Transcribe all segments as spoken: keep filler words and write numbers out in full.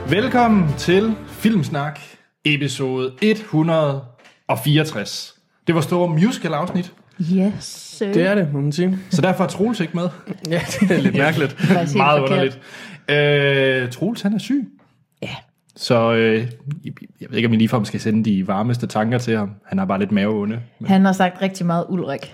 Velkommen til Filmsnak, episode et hundrede og fireogtres. Det var store musical-afsnit. Yes, sir. Det er det, må man sige. Så derfor er Troels ikke med. Ja, det er lidt mærkeligt. Det Meget underligt. Øh, Troels, han er syg. Ja. Så øh, jeg ved ikke, om jeg ligefrem skal sende de varmeste tanker til ham. Han har bare lidt maveonde. Men... Han har sagt rigtig meget Ulrik.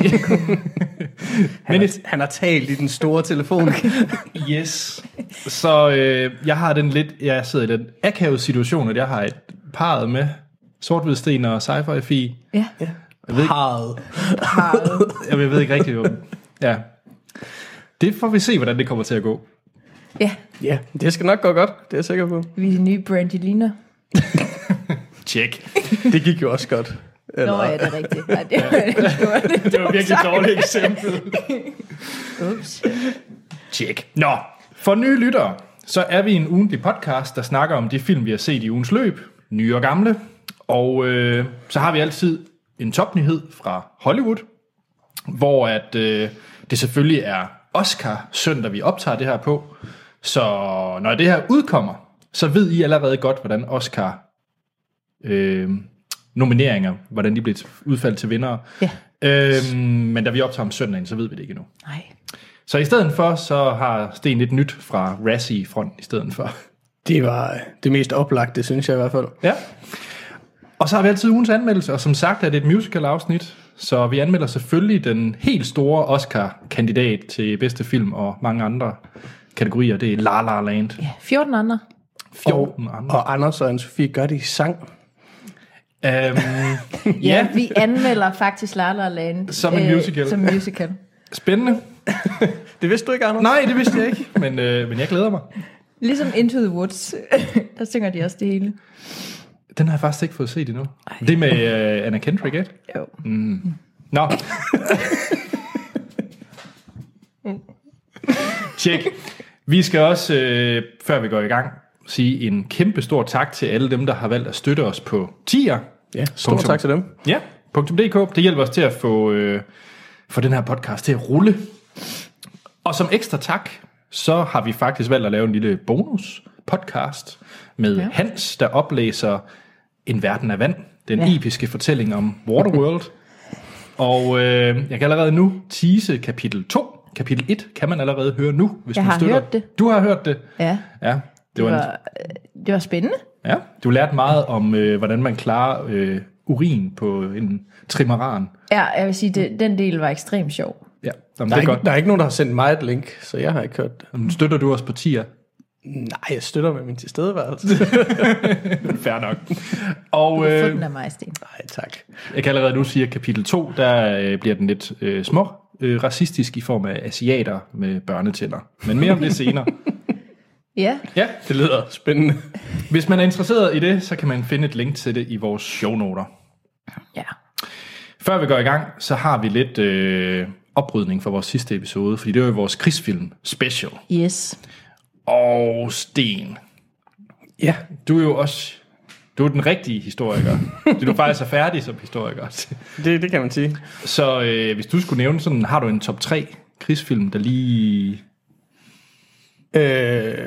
han, har, han har talt i den store telefon. Yes. Så øh, jeg har den lidt, jeg sidder i den akavede situation, at jeg har et parret med sort-hvid sten og sci-fi-fi. Ja. Ja. Jeg ved ikke, Parret. Parret. jeg ved ikke rigtigt, hvor... Ja. Det får vi se, hvordan det kommer til at gå. Ja, Ja, det skal nok gå godt, det er jeg sikker på. vi er nye Brangelina. Tjek. Det gik jo også godt. Eller... Nå, ja, det er rigtigt. Nej, det var det. Det var virkelig et dårligt eksempel. Ups. Tjek. Nå, for nye lyttere, så er vi en ugentlig podcast, der snakker om de film, vi har set i ugens løb, nye og gamle. Og øh, så har vi altid en topnyhed fra Hollywood, hvor at øh, det selvfølgelig er Oscar søndag, vi optager det her på. Så når det her udkommer, så ved I allerede godt, hvordan Oscar øh, nomineringer, hvordan de bliver udfaldt til vindere. Ja. Øh, men da vi optager om søndagen, så ved vi det ikke endnu. Nej. Så i stedet for, så har Sten lidt nyt fra Razzie front i stedet for. Det var det mest oplagte, synes jeg i hvert fald. Ja. Og så har vi altid ugens anmeldelse, og som sagt er det et musical-afsnit, så vi anmelder selvfølgelig den helt store Oscar-kandidat til bedste film og mange andre kategorier. Det er La La Land. Ja, fjorten andre. fjorten og, andre. Og Anders og Anne-Sophie gør det i sang. Um, Ja, ja, vi anmelder faktisk La La Land. Som en musical. Som musical. spændende. Det vidste du ikke, Anders? Nej, det vidste jeg ikke, men, øh, men jeg glæder mig. Ligesom Into the Woods. Der synger de også det hele. Den har jeg faktisk ikke fået set endnu. Ej. Det med øh, Anna Kendrick, ikke? Jo. Mm. Nå. Tjek. Vi skal også, øh, før vi går i gang, sige en kæmpe stor tak til alle dem, der har valgt at støtte os på Tier. Ja, stort tak til dem. Ja, .dk. Det hjælper os til at få, øh, få den her podcast til at rulle. Og som ekstra tak, så har vi faktisk valgt at lave en lille bonus podcast med ja. Hans, der oplæser En verden af vand. Den ja. episke fortælling om Waterworld. Og øh, jeg kan allerede nu tease kapitel to. Kapitel et kan man allerede høre nu, hvis jeg man har støtter. hørt det. Du har hørt det? Ja. Ja, det, Det var, var, en, det var spændende. ja, du lærte meget om, øh, hvordan man klarer øh, urin på en trimaran. Ja, jeg vil sige, det, den del var ekstremt sjov. Ja, jamen, Der det er, er ikke, godt. der er ikke nogen, der har sendt mig et link, så jeg har ikke hørt det. Jamen, støtter du os på Tier? Nej, jeg støtter med min tilstedeværelse. Fair nok. Og Du har fået øh, den af mig, Sten. Nej, tak. jeg kan allerede nu sige, at kapitel to, der øh, bliver den lidt øh, små øh, racistisk i form af asiater med børnetænder. Men mere om det senere. Ja. Ja, Det lyder spændende. hvis man er interesseret i det, så kan man finde et link til det i vores shownoter. Ja. Før vi går i gang, så har vi lidt øh, oprydning for vores sidste episode, fordi det var jo vores krigsfilm special. Yes. Og Sten, Ja, du er jo også du er den rigtige historiker. Du er faktisk er færdig som historiker. det, det kan man sige. Så øh, hvis du skulle nævne sådan, har du en top tre krigsfilm, der lige... Øh...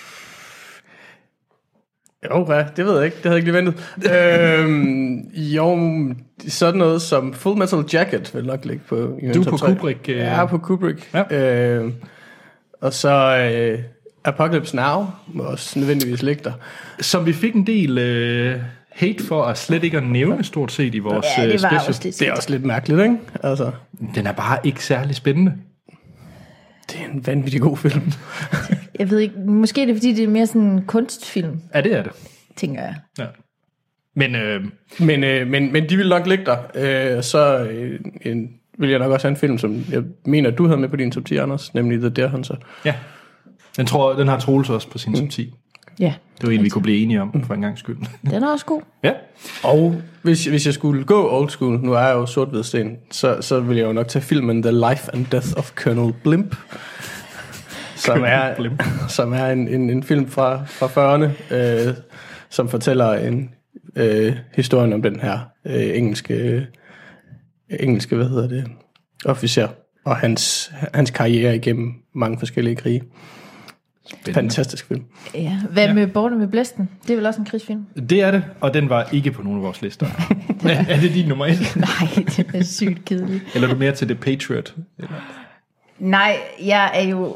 Jo, hvad? Det ved jeg ikke. Det havde jeg ikke lige ventet. øhm, jo, sådan noget som Full Metal Jacket vil nok ligge på... I Du er top på tre. Kubrick. Øh... Ja, på Kubrick. Ja. Øh, og så øh, Apocalypse Now må også nødvendigvis ligge der. Som vi fik en del øh, hate for at slet ikke at nævne stort set i vores Ja, øh, det var special. også det. Det er også lidt mærkeligt, ikke? Altså, Den er bare ikke særlig spændende. det er en vanvittig god film. Jeg ved ikke, måske er det fordi, det er mere sådan en kunstfilm, Ja, det er det. tænker jeg. Ja. Men øh, Men, øh, men, men de vil nok ligge der. Øh, så øh, en, vil jeg nok også have en film, som jeg mener, du havde med på din top ti, Anders, nemlig The Deer Hunter. ja, den, tror, den har Troels også på sin top ti. Ja. Det var en, vi kunne blive enige om for en gang skyld. Den er også god. Ja. Og hvis, hvis jeg skulle gå old school, nu er jeg jo sort-hvid sten, så, så vil jeg jo nok tage filmen The Life and Death of Colonel Blimp. Som er, Blimp. som er en, en, en film fra, fra fyrrerne, øh, som fortæller en øh, historien om den her øh, engelske, øh, engelske, hvad hedder det, officer, og hans, hans karriere igennem mange forskellige krige. Spændende. Fantastisk film. Ja. Hvad Ja. med Borte med Blæsten? Det er vel også en krigsfilm? Det er det, og den var ikke på nogen af vores lister. er, er det din nummer et? Nej, det er sygt kedeligt. Eller er du mere til The Patriot? Eller? Nej, jeg er jo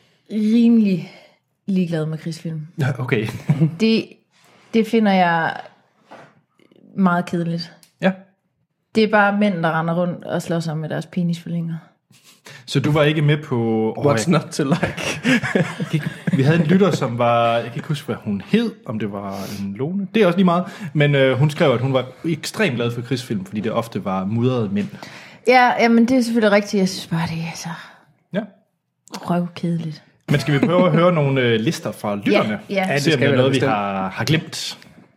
rimelig ligeglad med krigsfilm. Ja, okay. Det, det finder jeg meget kedeligt. Ja. Det er bare mænd, der render rundt og slår sig med deres penisfyllinger. Så du var ikke med på... Oh, What's not to like? vi havde en lytter, som var... Jeg kan ikke huske, hvad hun hed, om det var en Lone. Det er også lige meget. Men øh, hun skrev, at hun var ekstremt glad for krigsfilm, fordi det ofte var mudrede mænd. Ja, jamen det er selvfølgelig rigtigt. Jeg synes bare, det er så Ja. røvkedeligt. Men skal vi prøve at høre nogle øh, lister fra lytterne? Ja, ja. Ja, det Se, om skal der er vi da noget, vi bestemt. har, har glemt.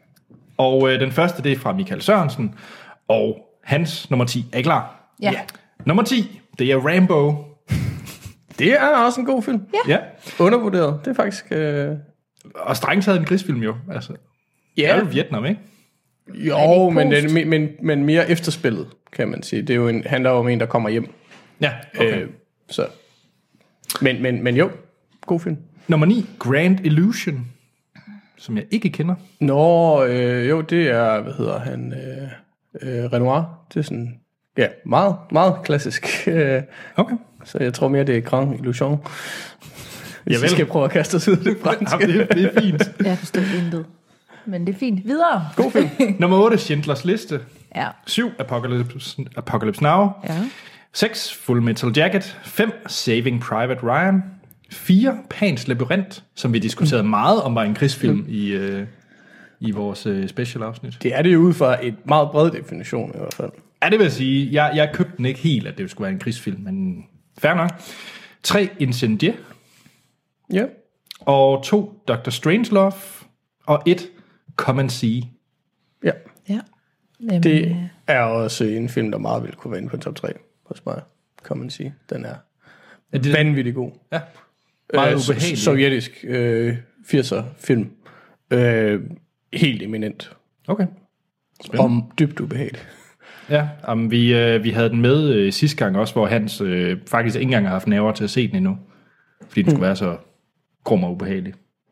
Og øh, den første, det er fra Michael Sørensen. Og hans nummer ti. Er I klar? Ja. Nummer ti, det er Rambo. Det er også en god film. Ja. Ja. Undervurderet. Det er faktisk... Øh... Og strengt taget en krigsfilm jo. Altså, det er jo Vietnam, ikke? Jo, men, post? den, men, men mere efterspillet, kan man sige. Det er jo en, handler jo om en, der kommer hjem. Ja, okay. Øh, så. Men, men, men jo, god film. Nummer ni, Grand Illusion, som jeg ikke kender. Nå, øh, jo, det er, hvad hedder han, øh, øh, Renoir. Det er sådan, ja, meget, meget klassisk. Øh, Okay. så jeg tror mere, det er Grand Illusion. Hvis Javel. vi skal prøve at kaste os ud i det franske. Jamen, det, det er fint. Jeg forstår intet. Men det er fint. Videre. God film. Nummer otte, Schindlers Liste. Ja. syv, Apocalypse, Apocalypse Now. Ja. seks, Full Metal Jacket. fem, Saving Private Ryan. fire, Pans Labyrint, som vi diskuterede mm. meget om, var en krigsfilm mm. i, øh, i vores øh, special-afsnit. Det er det jo ud fra et meget bred definition i hvert fald. Ja, det vil jeg sige. Jeg, jeg købte den ikke helt, at det skulle være en krigsfilm, men fair nok. tre, Incendier. Ja. Og to, Doctor Strangelove. Og et, Come and See. Ja. Ja. Jamen, Det er også en film, der meget ville kunne være inde på top tre hos mig, kan man sige. Den er, Er det vanvittig god. Ja. Meget Øh, ubehagelig. Sovjetisk øh, firser film. Øh, helt eminent. Okay. Om dybt ubehageligt. Ja, um, vi, øh, vi havde den med øh, sidste gang også, hvor Hans øh, faktisk ikke engang har haft nerver til at se den endnu. Fordi den skulle være så grum og ubehagelig.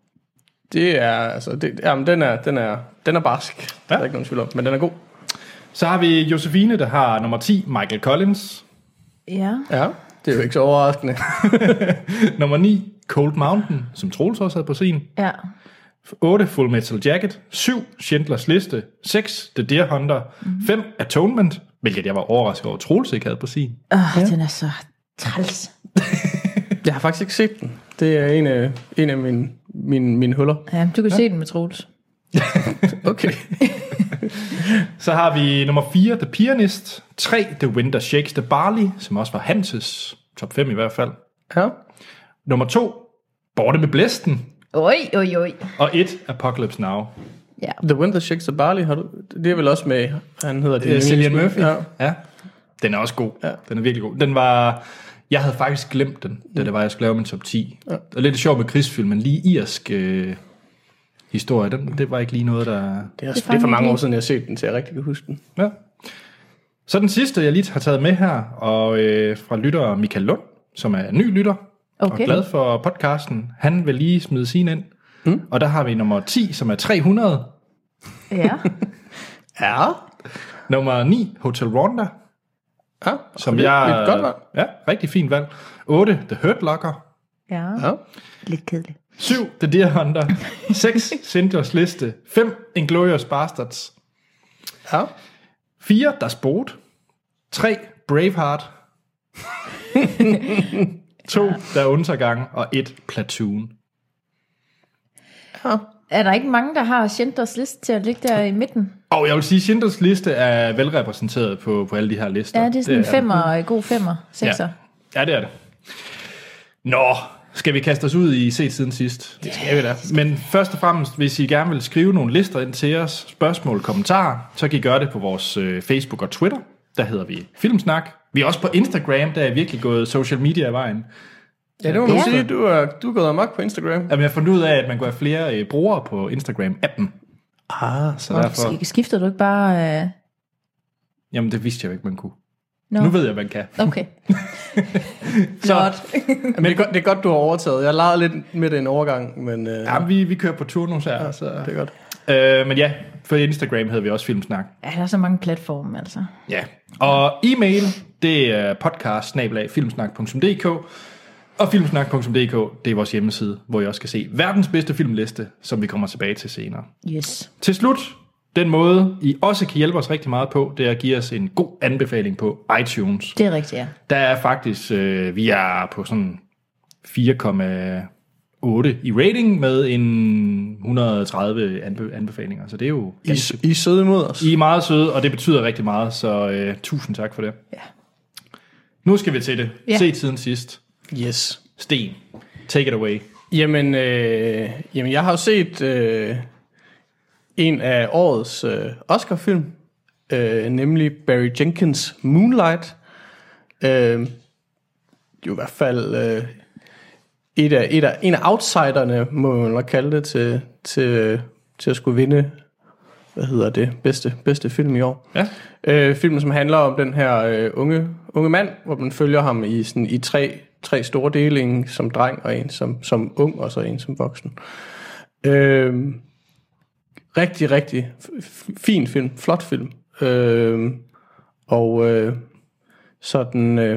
Det er, altså, det, jamen, den er, den er, den er barsk. Ja. Der er ikke nogen tvivl om, men den er god. Så har vi Josefine, der har nummer ti, Michael Collins. Ja. Ja, det er jo ikke så overraskende. Nummer ni, Cold Mountain, som Troels også havde på sin. Ja. otte, Full Metal Jacket. syv, Schindlers Liste. seks, The Deer Hunter. fem, Atonement, hvilket jeg var overrasket over, Troels ikke havde på sin. Åh, ja. Den er så træls. Jeg har faktisk ikke set den. Det er en af, en af mine, mine, mine huller. Ja, du kan ja. se den med Troels. Okay. Så har vi nummer fire, The Pianist. tre, The Wind That Shakes the Barley, som også var Hanses top fem i hvert fald. Ja. Nummer to, Borte med Blæsten. Oj, oj, oj. Og et, Apocalypse Now. Ja. The Winter Shakes the Barley, har du, det er vel også med, han hedder det. Øh, Cillian Murphy. Ja. Ja. Den er også god. Ja. Den er virkelig god. Den var... Jeg havde faktisk glemt den, da det var, jeg skulle lave min top ti. Ja. Det er lidt sjovt med krigsfilm, men lige irsk øh, historie, den, det var ikke lige noget, der... Det er, Det er det er for mange fandme år siden, jeg har set den, så jeg rigtig kan huske den. Ja. Så den sidste, jeg lige har taget med her, og øh, fra lytter Michael Lund, som er en ny lytter, Okay. og glad for podcasten. Han vil lige smide sin ind. Mm. Og der har vi nummer ti, som er tre hundrede. Ja. Ja. Nummer ni, Hotel Rwanda. Ja, Som det, jeg, et godt valg. Ja, rigtig fint valg. otte, The Hurt Locker. Ja. Ja. Lidt kedeligt. syv, The Deer Hunter. seks, Schindlers Liste. fem, Inglourious Bastards. Ja. fire, Das Boot. tre, Braveheart. to, Der Untergang. Og et, Platoon. Ja. Er der ikke mange, der har Schindlers Liste til at ligge der i midten? Og jeg vil sige, Schindlers Liste er velrepræsenteret på, på alle de her lister. Ja, det er sådan en femmer, en god femmer, sekser. Ja. ja, det er det. Nå, skal vi kaste os ud i set siden sidst? Det skal vi da. Men først og fremmest, hvis I gerne vil skrive nogle lister ind til os, spørgsmål, kommentarer, så kan I gøre det på vores øh, Facebook og Twitter. Der hedder vi Filmsnak. Vi er også på Instagram, der er virkelig gået social media i vejen. Ja, det må man Ja. sige. Du er, du er gået amok på Instagram. Jamen, jeg har fundet ud af, at man kunne have flere øh, brugere på Instagram-appen. Ah, Så derfor... Skifter du ikke bare... Øh... Jamen, det vidste jeg jo ikke, man kunne. No. Nu ved jeg, hvad man kan. Okay. Flot. Men det, er godt, det er godt, du har overtaget. Jeg legede lidt med det en overgang, men... Øh, Ja, vi, vi kører på turnus her. ja, Så. det er godt. Øh, men ja, for Instagram havde vi også Filmsnak. Ja, der er så mange platforme, altså. Ja, og e-mail, det er podcast snabel-a filmsnak punktum d k, og filmsnak punktum d k, det er vores hjemmeside, hvor I også kan se verdens bedste filmliste, som vi kommer tilbage til senere. Yes. Til slut, den måde, I også kan hjælpe os rigtig meget på, det er at give os en god anbefaling på iTunes. Det er rigtigt, ja. Der er faktisk, øh, vi er på sådan fire komma otte i rating med en et hundrede og tredive anbe- anbefalinger, så det er jo... I, I er søde mod os. I er meget søde, og det betyder rigtig meget, så øh, tusind tak for det. Ja. Nu skal vi til det. Ja. Se tiden sidst. Yes. Sten, take it away. Jamen, øh, jamen jeg har jo set øh, en af årets øh, Oscar-film, øh, nemlig Barry Jenkins' Moonlight. Øh, jo i hvert fald øh, et af, et af, en af outsiderne, må man nok kalde det, til, til, til at skulle vinde, hvad hedder det, bedste, bedste film i år. Ja. Øh, filmen, som handler om den her øh, unge, unge mand, hvor man følger ham i, sådan, i tre, tre store dele, en som dreng og en som, som ung, og så en som voksen. Øh, rigtig, rigtig f- fin film, flot film. Øh, og øh, sådan øh,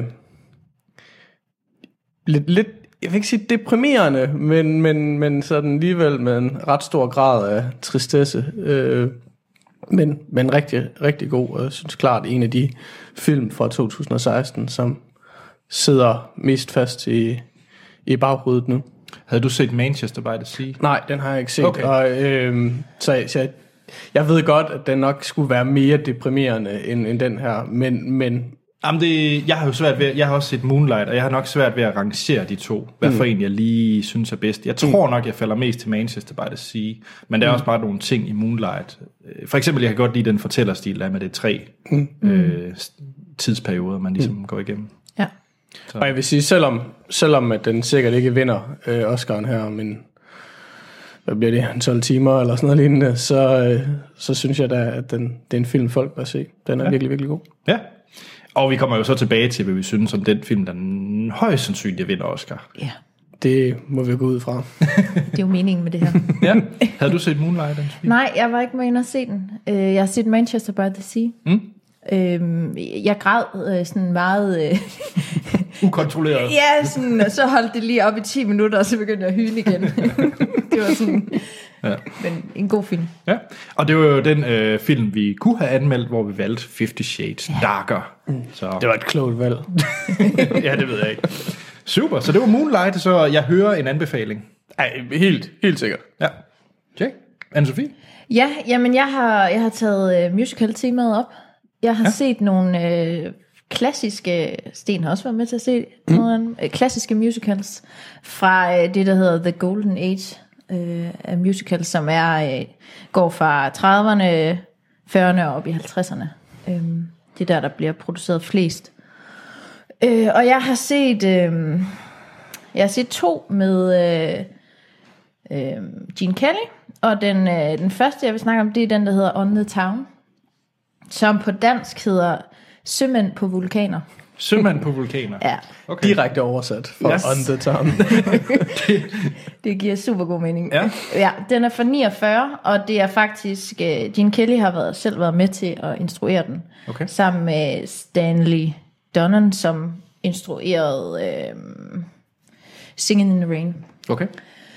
lidt, lidt, jeg vil ikke sige deprimerende, men, men, men sådan alligevel med en ret stor grad af tristesse. Øh, Men, men rigtig, rigtig god, og jeg synes klart en af de film fra to tusind og seksten, som sidder mest fast i, i baghovedet nu. Havde du set Manchester by the Sea? Nej, den har jeg ikke set. Okay. Og, øh, så, så jeg, jeg ved godt, at den nok skulle være mere deprimerende end, end den her, men... men Jamen det, jeg har jo svært ved, jeg har også set Moonlight, og jeg har nok svært ved at rangere de to. Hvad for mm. en jeg lige synes er bedst. Jeg tror nok, jeg falder mest til Manchester by the Sea, men der er mm. også bare nogle ting i Moonlight. For eksempel, jeg kan godt lide den fortællerstil, der med det tre mm. øh, tidsperioder, man ligesom mm. går igennem. Ja. Så. Og jeg vil sige, selvom, selvom at den sikkert ikke vinder øh, Oscar'en her, men hvad bliver det, tolv timer eller sådan noget lignende, så, øh, så synes jeg da, at den, det er en film, folk bør se. Den er ja. virkelig, virkelig god. Ja. Og vi kommer jo så tilbage til, hvad vi synes om den film, der højst sandsynligt vinder Oscar. Ja. Det må vi gå ud fra. Det er jo meningen med det her. Ja. Havde du set Moonlight? Nej, jeg var ikke med inde at se den. Jeg har set Manchester by the Sea. Mm. Øhm, jeg græd sådan meget... Øh, ukontrolleret. Ja, sådan, og så holdt det lige op i ti minutter, og så begyndte jeg at hyle igen. Det var sådan... Ja. Men en god film. Ja, og det var jo den øh, film, vi kunne have anmeldt, hvor vi valgte Fifty Shades Darker. Mm. Så. Det var et klogt valg. Ja, det ved jeg ikke. Super, så det var Moonlight, så jeg hører en anbefaling. Ej, helt, helt sikkert. Ja. Jake? Anne-Sophie? Ja, jamen jeg har, jeg har taget uh, musical-temaet op. Jeg har ja. set nogle øh, klassiske, Sten har også været med til at se mm. nogle øh, klassiske musicals fra øh, det, der hedder The Golden Age øh, af musicals, som er, øh, går fra trediverne, fyrrerne og op i halvtredserne. Øh, det er der, der bliver produceret flest. Øh, og jeg har set, øh, jeg har set to med øh, øh, Gene Kelly, og den, øh, den første, jeg vil snakke om, det er den, der hedder On the Town, som på dansk hedder Sømænd på vulkaner. Sømænd på vulkaner? Ja. Okay. Direkte oversat fra yes. On the Town. det, det giver super god mening. Ja. Ja, den er fra niogfyrre, og det er faktisk, uh, Gene Kelly har været, selv været med til at instruere den, okay. sammen med Stanley Donen, som instruerede uh, Singing in the Rain. Okay.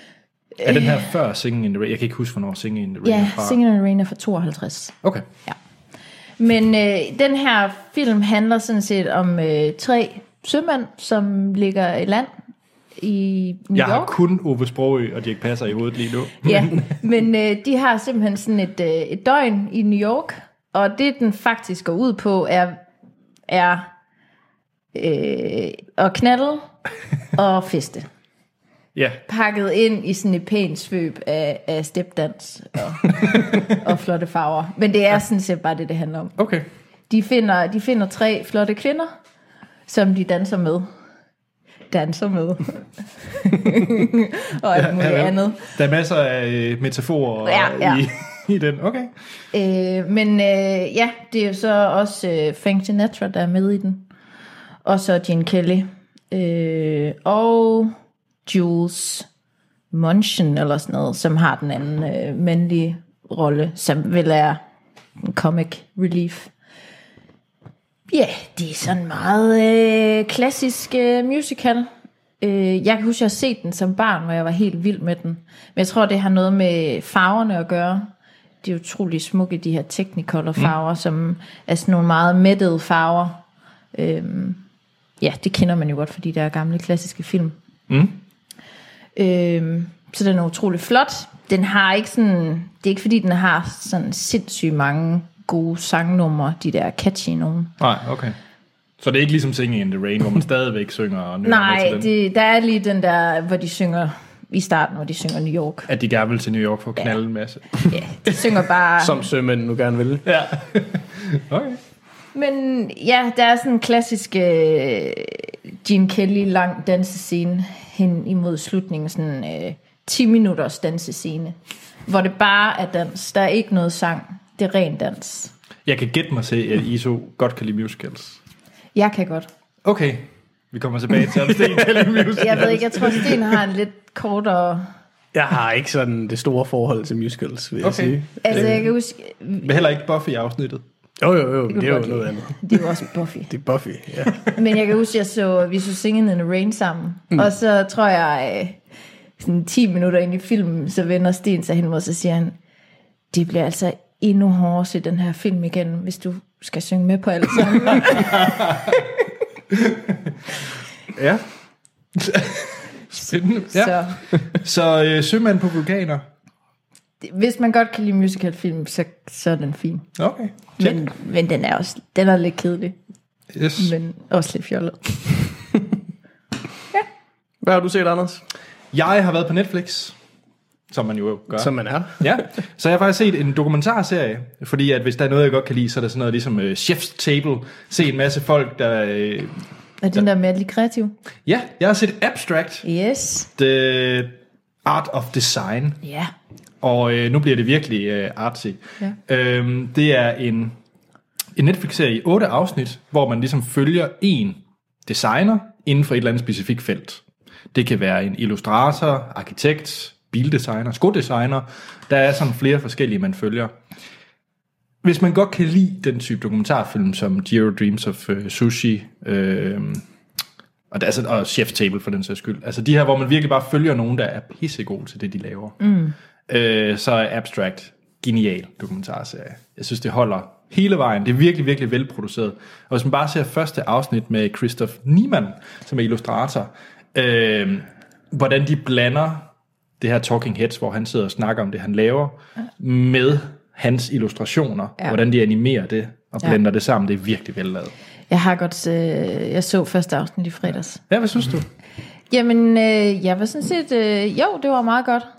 Er den her før Singing in the Rain? Jeg kan ikke huske, hvornår Singing in the Rain ja, er fra. Ja, Singing in the Rain er fra tooghalvtreds. Okay. Ja. Men øh, den her film handler sådan set om øh, tre sømænd, som ligger i land i New Jeg York. har kun Ove Sprogøe og Dirch Passer i hovedet lige nu. Ja, men øh, de har simpelthen sådan et, øh, et døgn i New York, og det den faktisk går ud på er, er øh, at knalde og feste. Ja. Pakket ind i sådan et pænt svøb af, af stepdans og, og flotte farver. Men det er sådan set bare det, det handler om. Okay. De finder, de finder tre flotte kvinder, som de danser med. Danser med. og alt muligt ja, ja, andet. Der er masser af metaforer ja, ja. I, i den. Okay. Øh, men øh, ja, det er jo så også øh, Frank Sinatra, der er med i den. Og så Gene Kelly. Øh, og Jules Munshin, eller sådan noget, som har den anden øh, mandlige rolle, som vel er en comic relief. Ja, yeah, det er sådan meget øh, klassisk øh, musical. Øh, jeg kan huske, at jeg har set den som barn, hvor jeg var helt vild med den. Men jeg tror, det har noget med farverne at gøre. Det er utrolig smukke, de her Technicolor farver, mm. som er sådan nogle meget mættede farver. Øhm, ja, det kender man jo godt, fordi der er gamle klassiske film. Mm. Øhm, så den er utrolig flot. Den har ikke sådan, det er ikke fordi, den har sådan sindssygt mange gode sangnumre, de der catchy nogen. Nej, okay. Så det er ikke ligesom Singing in the Rain, hvor man stadigvæk synger og nynner Nej, med til den? det, der er lige den der, hvor de synger i starten, hvor de synger New York. At de gerne vil til New York for at knalde ja. en masse. Ja, de synger bare... Som sømænd nu gerne vil. Ja. Okay. Men ja, der er sådan en klassisk uh, Gene Kelly lang dansescene hen imod slutningen, sådan uh, ti minutters dansescene, hvor det bare er dans. Der er ikke noget sang. Det er ren dans. Jeg kan gætte mig til, at I så godt kan lide musicals. Jeg kan godt. Okay, vi kommer tilbage til, om Sten kan lide musicals. Jeg ved ikke, jeg tror, Sten har en lidt kortere... Jeg har ikke sådan det store forhold til musicals, vil jeg okay. sige. Altså, jeg kan huske... Men heller ikke Buffy-afsnittet. Jo, jo, jo, det, det er jo noget andet. Det er jo også Buffy. Det er Buffy, ja. Men jeg kan huske, jeg så, vi så Singing in the Rain sammen. Mm. Og så tror jeg, sådan ti minutter ind i filmen, så vender Sten sig hen mod, så siger han, det bliver altså endnu hårdere til den her film igen, hvis du skal synge med på alle sammen. Ja. Spændende. Ja. Så, så øh, Sømand på vulkaner. Hvis man godt kan lide musicalfilm, så, så er den fin. Okay. Men, men den er også den er lidt kedelig. Yes. Men også lidt fjollet. Ja. Hvad har du set, Anders? Jeg har været på Netflix, som man jo gør. Som man er. Ja, så jeg har faktisk set en dokumentarserie, fordi at hvis der er noget, jeg godt kan lide, så er det sådan noget ligesom uh, Chef's Table. Se en masse folk, der... Uh, er den der med at lidt kreativ? Ja, jeg har set Abstract. Yes. The Art of Design. Ja. Yeah. Og øh, nu bliver det virkelig øh, artsy. Ja. Øhm, det er en, en Netflix-serie i otte afsnit, hvor man ligesom følger en designer inden for et eller andet specifikt felt. Det kan være en illustrator, arkitekt, bildesigner, skodesigner. Der er sådan flere forskellige, man følger. Hvis man godt kan lide den type dokumentarfilm, som Jiro Dreams of uh, Sushi, øh, og, altså, og Chef's Table for den sags skyld. Altså de her, hvor man virkelig bare følger nogen, der er pissegode til det, de laver. Mm. Øh, så er Abstract genial dokumentarserie. Jeg synes, det holder hele vejen. Det er virkelig, virkelig velproduceret. Og hvis man bare ser første afsnit med Christoph Niemann, som er illustrator, øh, hvordan de blander det her Talking Heads, hvor han sidder og snakker om det, han laver, med hans illustrationer, ja. Hvordan de animerer det og blender ja. Det sammen, det er virkelig vellavet. Jeg har godt, øh, jeg så første afsnit i fredags. Ja, hvad synes du? Jamen, øh, jeg var sådan set, øh, jo, det var meget godt.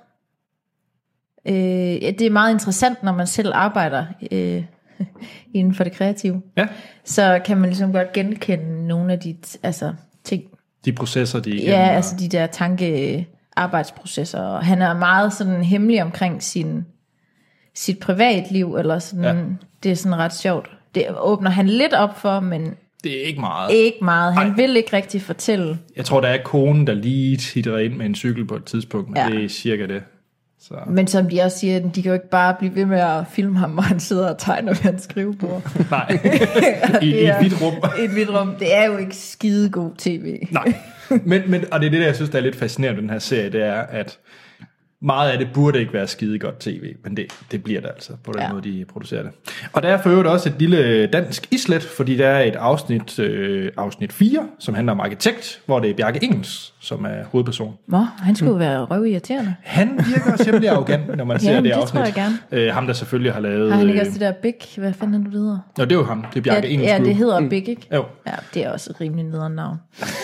Øh, det er meget interessant, når man selv arbejder øh, inden for det kreative. Ja. Så kan man ligesom godt genkende nogle af de altså, ting. De processer, de igen. Ja, altså de der tanke arbejdsprocesser. Og han er meget sådan hemmelig omkring sin, sit privatliv, eller sådan, ja. Det er sådan ret sjovt. Det åbner han lidt op for, men... Det er ikke meget. Ikke meget. Han Ej. vil ikke rigtig fortælle. Jeg tror, der er konen, der lige titter ind med en cykel på et tidspunkt, men ja. Det er cirka det. Så. Men som de også siger, de kan jo ikke bare blive ved med at filme ham, hvor han sidder og tegner ved hans skrivebord. Nej, I, i et hvidt rum. I et hvidt rum. Det er jo ikke skidegod tv. Nej, men, men, og det er det, der jeg synes, der er lidt fascinerende den her serie, det er, at meget af det burde ikke være skide godt tv, men det, det bliver det altså, på den ja. Måde, de producerer det. Og der er for øvrigt også et lille dansk islet, fordi der er et afsnit, øh, afsnit fire, som handler om arkitekt, hvor det er Bjarke Ingels, som er hovedperson. Nå, han skulle hmm. være røvirriterende. Han virker simpelthen arrogant, når man ser Jamen, det, det afsnit. Tror jeg gerne. Øh, ham, der selvfølgelig har lavet... Har han ikke også det der Big? Hvad fanden er det hedder? Nå, det er jo ham. Det er Bjarke ja, Ingels. Ja, det hedder mm. Big, ikke? Jo. Ja, det er også et rimelig nederen navn.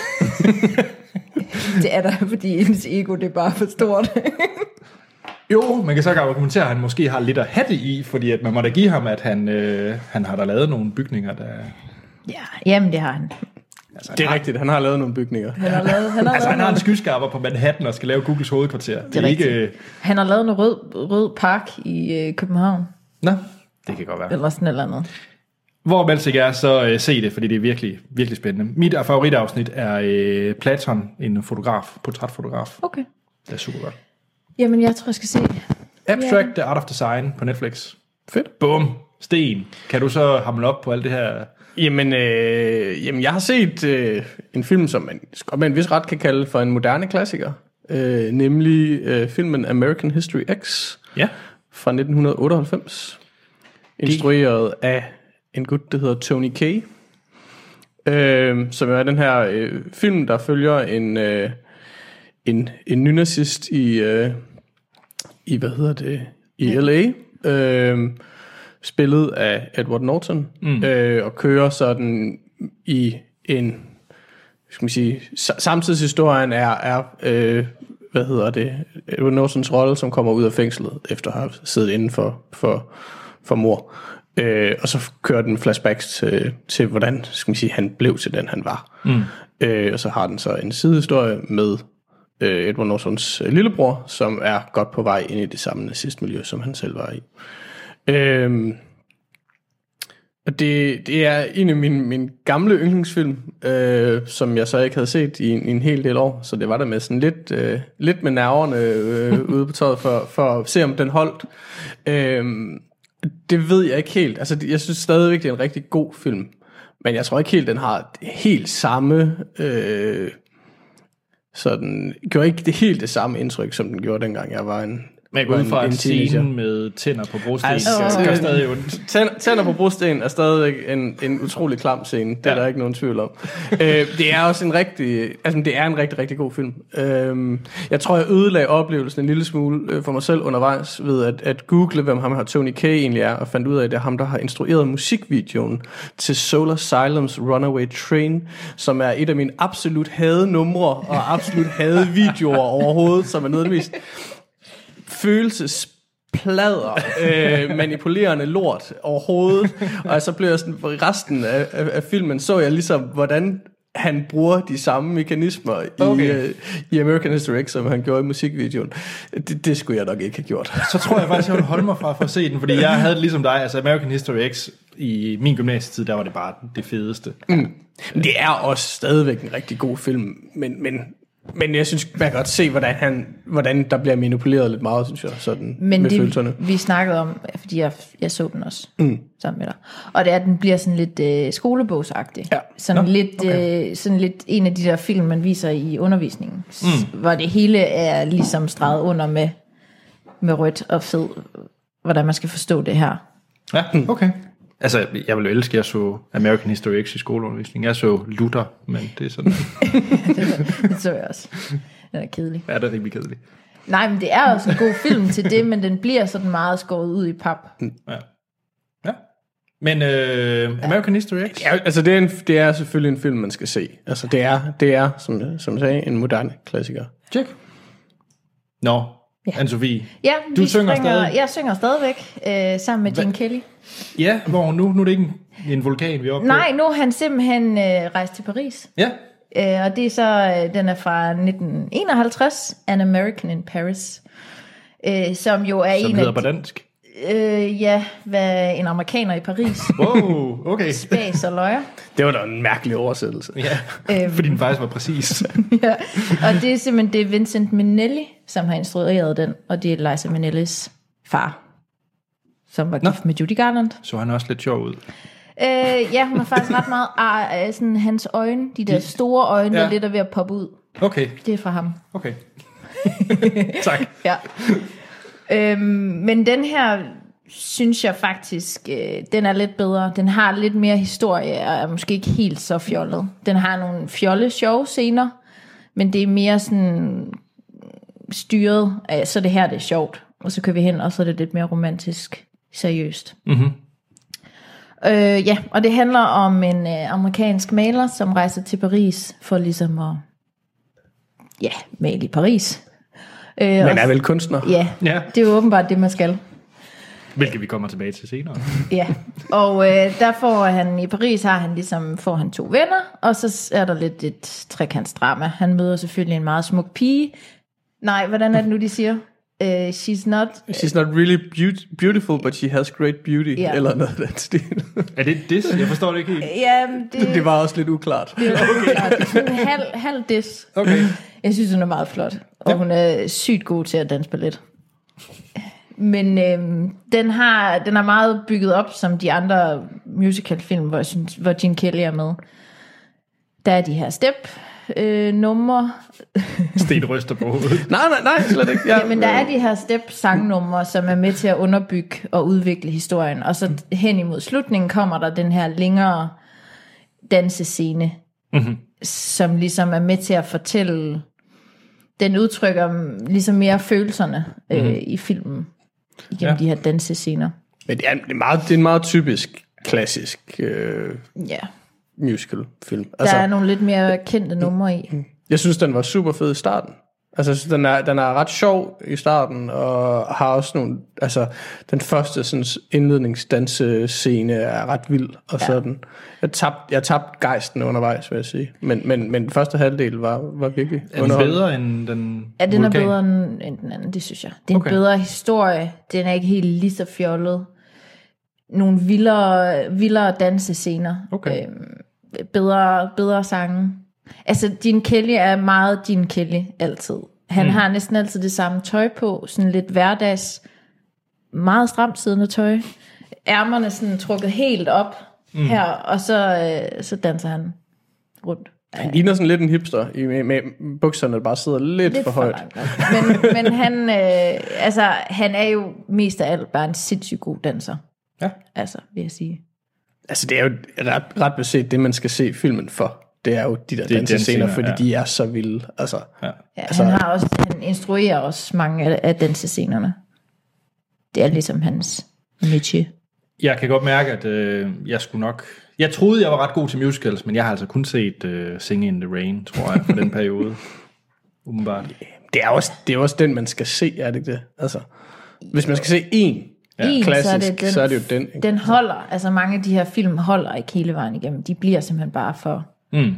Det er der, fordi ens ego, det er bare for stort. Jo, man kan så argumentere, at han måske har lidt at have det i, fordi at man må da give ham, at han, øh, han har da lavet nogle bygninger, der... Ja, jamen det har han. Altså, det er har... rigtigt, han har lavet nogle bygninger. Han har lavet, han har altså, lavet han har en skyskraber på Manhattan og skal lave Googles hovedkvarter. Det er, det er ikke... Øh... Han har lavet en rød, rød park i øh, København. Nå, det kan godt være. Eller sådan eller andet. hvor man ikke er, så øh, se det, fordi det er virkelig, virkelig spændende. Mit favoritafsnit er øh, Platon, en fotograf, portrætfotograf. Okay. Det er super godt. Jamen, jeg tror, jeg skal se det. Abstract, The Art of Design på Netflix. Fedt. Bum. Sten. Kan du så hamle op på alt det her? Jamen, øh, jamen jeg har set øh, en film, som man med en vis ret kan kalde for en moderne klassiker. Øh, nemlig øh, filmen American History X Ja. fra nitten otteoghalvfems. Instrueret af en gut, der hedder Tony Kaye. Øh, som er den her øh, film, der følger en, øh, en, en nynazist i, øh, i, hvad hedder det, i L A. Øh, spillet af Edward Norton, mm. øh, og kører sådan i en, skal man sige, samtidshistorien er, er øh, hvad hedder det, Edward Nortons rolle, som kommer ud af fængslet, efter at have siddet inden for, for, for mord. Øh, og så kører den flashbacks til, til, hvordan skal man sige, han blev til den, han var. Mm. Øh, og så har den så en sidehistorie med øh, Edward Nortons lillebror, som er godt på vej ind i det samme nazistmiljø, som han selv var i. Øhm, det, det er en af mine, mine gamle yndlingsfilm, øh, som jeg så ikke havde set i en, i en hel del år, så det var der med sådan lidt, øh, lidt med nerverne øh, ude på tøjet for, for at se, om den holdt. Øhm, det ved jeg ikke helt. Altså, jeg synes stadigvæk, det er en rigtig god film, men jeg tror ikke helt, den har helt samme... Øh, sådan, gjorde ikke det helt det samme indtryk, som den gjorde, dengang jeg var en... Men jeg går ud fra en scene med tænder på brosten. Altså, det gør stadig ondt. Tænder på brosten er stadigvæk en, en utrolig klam scene. Det er ja. Der ikke nogen tvivl om. øh, det er også en rigtig, altså det er en rigtig, rigtig god film. Øh, jeg tror, jeg ødelagde oplevelsen en lille smule øh, for mig selv undervejs ved at, at google, hvem ham her Tony Kaye egentlig er, og fandt ud af, at det er ham, der har instrueret musikvideoen til Soul Asylums Runaway Train, som er et af mine absolut hade numre og absolut hade videoer overhovedet, som er noget af det mest følelsesplader, øh, manipulerende lort overhovedet. Og så blev jeg sådan, resten af, af, af filmen så jeg ligesom, hvordan han bruger de samme mekanismer okay. i, uh, i American History X, som han gjorde i musikvideoen. Det, det skulle jeg nok ikke have gjort. Så tror jeg faktisk, jeg vil holde mig fra for at se den, fordi jeg havde det ligesom dig, altså American History X i min gymnasietid, der var det bare det fedeste. Mm. Det er også stadigvæk en rigtig god film, men, men Men jeg synes, man kan godt se, hvordan, han, hvordan der bliver manipuleret lidt meget, synes jeg, sådan men med det, følelserne. Vi snakkede om, fordi jeg, jeg så den også mm. sammen med dig, og det er, at den bliver sådan lidt øh, skolebogsagtig. Ja. Sådan, Nå, lidt, okay. øh, sådan lidt en af de der film, man viser i undervisningen, mm. hvor det hele er ligesom streget under med, med rødt og fed, hvordan man skal forstå det her. Ja, okay. Altså, jeg ville elske, at jeg så American History X i skoleundervisning. Jeg så Luther, men det er sådan... det så jeg også. Den er kedelig. Ja, det er rimelig kedelig. Nej, men det er også en god film til det, men den bliver sådan meget skåret ud i pap. Ja. Ja. Men øh, American History X? Ja, altså, det er, en, det er selvfølgelig en film, man skal se. Altså, det er, det er som, som jeg sagde, en moderne klassiker. Check. Nå, ja. Anne-Sophie. Ja, du vi synger springer, stadig. Jeg synger stadigvæk øh, sammen med Gene Kelly. Ja, hvor nu, nu er det ikke en, en vulkan, vi er oppe Nej, nu er han simpelthen øh, rejst til Paris. Ja. Øh, og det er så, øh, den er fra nitten enoghalvtreds, An American in Paris. Øh, som jo er som en hedder af... på dansk. Øh, ja, hvad en amerikaner i Paris. Wow, okay. Spas og løjer. Det var da en mærkelig oversættelse. Ja, øhm. fordi den faktisk var præcis. Ja, og det er simpelthen det er Vincent Minnelli, som har instrueret den, og det er Liza Minnellis far, som var gift med Judy Garland. Så han også lidt sjov ud. Øh, ja, hun har faktisk ret meget af sådan hans øjne, de der store øjne, ja. Der lidt er ved at poppe ud. Okay. Det er fra ham. Okay. Tak. Ja. Øhm, men den her synes jeg faktisk øh, den er lidt bedre. Den har lidt mere historie og er måske ikke helt så fjollet. Den har nogle fjolle sjove scener, men det er mere sådan styret af, så det her det er sjovt, og så kører vi hen, og så er det lidt mere romantisk seriøst. Mhm. Øh, ja, og det handler om en øh, amerikansk maler, som rejser til Paris for ligesom at ja, male i Paris. Øh, Men er vel kunstner? Ja, ja, det er jo åbenbart det, man skal. Hvilket vi kommer tilbage til senere. Ja, og øh, der får han i Paris, har han ligesom, får han to venner, og så er der lidt et trekantsdrama. Han møder selvfølgelig en meget smuk pige. Nej, hvordan er det nu, de siger? Uh, she's not... She's not really be- beautiful, but she has great beauty. Ja. Eller noget af den stil. Er det this? Jeg forstår det ikke helt. Ja, det, Det var også lidt uklart. det, er okay. Det er sådan en halv, halv diss. Okay. Jeg synes, hun er meget flot. Og Ja. hun er sygt god til at danse ballet. Men øhm, den, har, den er meget bygget op som de andre musicalfilm, hvor, jeg synes, hvor Gene Kelly er med. Der er de her step øh, numre. Sten ryster på hovedet. Nej, nej, nej, slet ikke. Ja, Men der er de her step sangnumre, som er med til at underbygge og udvikle historien. Og så hen imod slutningen kommer der den her længere dansescene, mm-hmm. som ligesom er med til at fortælle, den udtrykker ligesom mere følelserne øh, mm-hmm. i filmen, igennem ja. de her dansescener. Men det er, det er, meget, det er en meget typisk, klassisk øh, Ja. musical-film. Der altså, er nogle lidt mere kendte numre i. Jeg synes, den var super fed i starten. Altså, jeg synes, den er, den er ret sjov i starten, og har også nogle, altså, den første sådan, indledningsdansescene er ret vild, og ja. sådan. Jeg tabte jeg tabt gejsten undervejs, vil jeg sige. Men, men, men den første halvdel var, var virkelig Er den bedre end den Ja, den vulkan? er bedre end, end den anden, det synes jeg. Det er Okay. en bedre historie. Den er ikke helt lige så fjollet. Nogle vildere, vildere dansescener. Okay. Øhm, bedre, bedre sange. Altså, Gene Kelly er meget Gene Kelly altid. Han mm. har næsten altid det samme tøj på. Sådan lidt hverdags, meget stramt siddende tøj. Ærmerne sådan trukket helt op mm. her, og så, øh, så danser han rundt. Han ligner sådan lidt en hipster, i, med, med bukserne, der bare sidder lidt, lidt for højt. For men, men han, øh, altså, han er jo mest af alt bare en sindssygt god danser. Ja. Altså, vil jeg sige. Altså, det er jo ret, ret beset det, man skal se filmen for. Det er jo de der dansescener, fordi ja. de er så vilde. Altså, Ja. Ja, altså, han har også, han instruerer også mange af, af dansescenerne. Det er ligesom hans métier. Jeg kan godt mærke, at øh, jeg skulle nok... Jeg troede, jeg var ret god til musicals, men jeg har altså kun set øh, Sing in the Rain, tror jeg, for den periode. Umiddelbart. det, er også, det er også den, man skal se, er det ikke det? Altså, hvis man skal se en En, klassisk, så er det, den, så er det jo den. Ikke? Den holder, altså mange af de her film holder ikke hele vejen igennem. De bliver simpelthen bare for... Mm.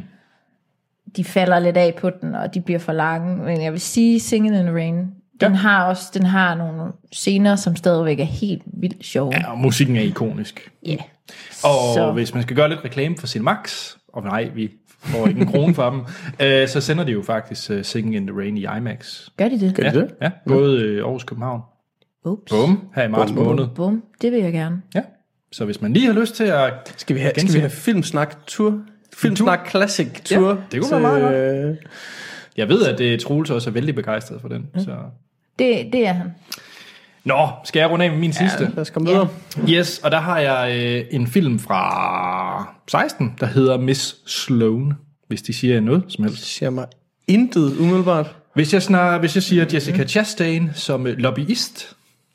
De falder lidt af på den, og de bliver for lange. Men jeg vil sige, Singing in the Rain, den Ja. har også den har nogle scener, som stadigvæk er helt vildt sjove. Ja, og musikken er ikonisk. Ja. Og Så. hvis man skal gøre lidt reklame for Cinemax, og nej, vi får ikke en krone for dem, øh, så sender de jo faktisk uh, Singing in the Rain i IMAX. Gør de det? Gør Ja, de det? ja, både øh, Aarhus og København. Ups. Bum, her i marts Bum, bum. måned. Bum, det vil jeg gerne. Ja, så hvis man lige har lyst til at... Skal vi have, skal vi have Filmsnak-tur? Filmsnak Classic-tur? Ja, det kunne være meget godt. Jeg ved, at det Troels også er vældig begejstret for den. Så. Det, det er han. Nå, skal jeg runde af med min sidste? Ja, lad os komme videre. Yes, og der har jeg øh, en film fra seksten, der hedder Miss Sloane, hvis de siger noget som helst. Det siger mig intet umiddelbart. Hvis jeg, snar, hvis jeg siger Jessica Chastain som øh, lobbyist,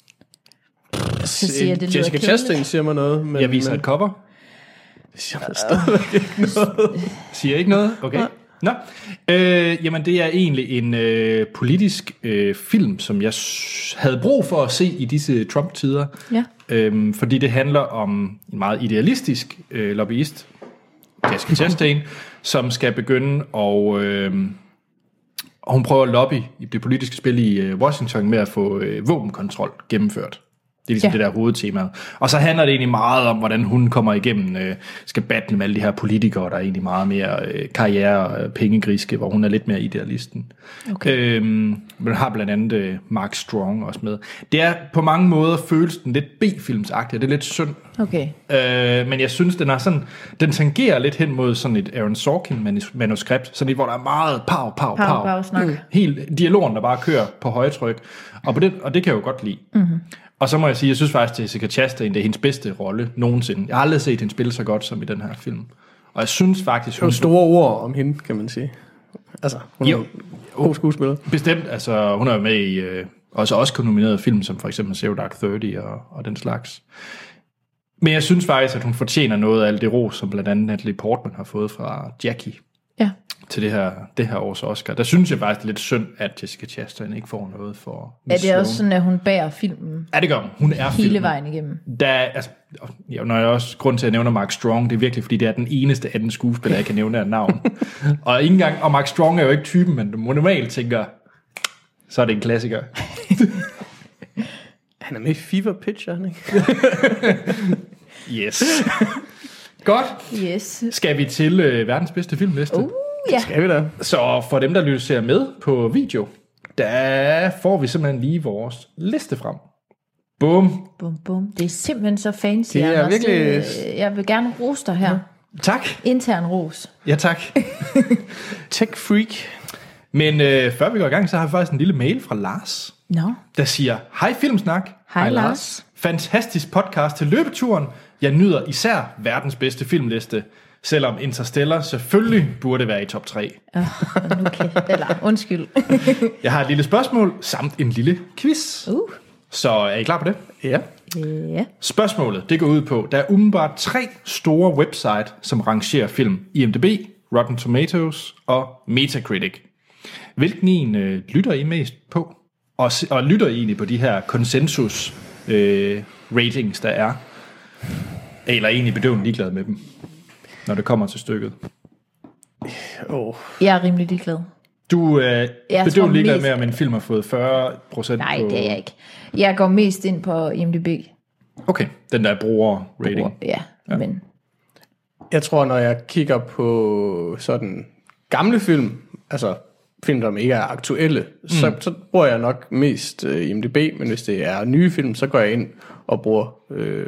Så siger jeg, det lyder Jessica kedeligt. Chastain siger mig noget. Men, jeg viser men, et cover. det siger mig stadigvæk ikke noget. Siger ikke noget? Okay. Nå, øh, jamen det er egentlig en øh, politisk øh, film, som jeg s- havde brug for at se i disse Trump-tider. Ja. Øhm, fordi det handler om en meget idealistisk øh, lobbyist, Jessica Chastain, som skal begynde at... Øh, og hun prøver at lobby i det politiske spil i øh, Washington med at få øh, våbenkontrol gennemført. Det er ligesom Ja. ja. det der hovedtema. Og så handler det egentlig meget om, hvordan hun kommer igennem, øh, skal battle med alle de her politikere, der er egentlig meget mere øh, karriere- og pengegriske, hvor hun er lidt mere idealisten. Okay. Øhm, men har blandt andet øh, Mark Strong også med. Det er på mange måder føles den lidt B-filmsagtig, det er lidt synd. Okay. Øh, men jeg synes, den er sådan, den tangerer lidt hen mod sådan et Aaron Sorkin manuskript, sådan et, hvor der er meget pow, pow, Pow, pow. pow, snak. Helt dialogen, der bare kører på højtryk. Og, på den, og det kan jeg jo godt lide. Mm-hmm. Og så må jeg sige, jeg synes faktisk, at Jessica Chastain, det er hendes bedste rolle nogensinde. Jeg har aldrig set hende spille så godt som i den her film. Og jeg synes faktisk, Det er hun... jo store ord om hende, kan man sige. Altså, hun Jo. er en god skuespiller. Bestemt, altså hun er jo med i øh, også også nomineret film, som for eksempel Zero Dark Thirty og, og den slags. Men jeg synes faktisk, at hun fortjener noget af alt det ros, som blandt andet Natalie Portman har fået fra Jackie Ja. til det her, det her års Oscar. Der synes jeg faktisk, det er lidt synd, at Jessica Chastain ikke får noget for Er Miss det også Sloane. sådan, at hun bærer filmen Ja, det gør hun. Hun er hele filmen. vejen igennem? Der, er- altså, ja, når jeg også grund til at nævne Mark Strong, det er virkelig, fordi det er den eneste anden skuespiller, jeg kan nævne af navn. og ikke engang, og Mark Strong er jo ikke typen, men du normalt tænker, så er det en klassiker. Han er med i Fever Pitch, er han ikke? Yes. Godt. Yes. Skal vi til øh, verdens bedste filmliste? Uh, ja. Skal vi da? Så for dem, der lytter ser med på video, der får vi simpelthen lige vores liste frem. Bum. Bum, bum. Det er simpelthen så fancy. Det er Anders. virkelig- Det, jeg vil gerne rose dig her. Tak. Intern ros. Ja, tak. Tech Freak. Men øh, før vi går i gang, så har vi faktisk en lille mail fra Lars, Nå. der siger, hej Filmsnak. Hej, Lars. Fantastisk podcast til løbeturen. Jeg nyder især verdens bedste filmliste, selvom Interstellar selvfølgelig burde være i top tre. Oh, nu kan Eller, undskyld. Jeg har et lille spørgsmål samt en lille quiz. Uh. Så er I klar på det? Ja. Ja. Spørgsmålet, det går ud på, der er umiddelbart tre store website, som rangerer film. I M D B, Rotten Tomatoes og Metacritic. Hvilken en øh, lytter I mest på? Og, og lytter I egentlig på de her konsensus øh, ratings, der er? Eller er I egentlig bedøvende ligeglade med dem, når det kommer til stykket? Oh. Jeg er rimelig ligeglad. Du er Jeg tror bedøvende ligeglad mest- med, om en film har fået fyrre procent Nej, på... det er jeg ikke. Jeg går mest ind på I M D B. Okay, den der bruger-rating. Ja, ja, men... Jeg tror, når jeg kigger på sådan gamle film, altså film, der ikke er aktuelle, mm. så, så bruger jeg nok mest øh, I M D B, men hvis det er nye film, så går jeg ind og bruger øh,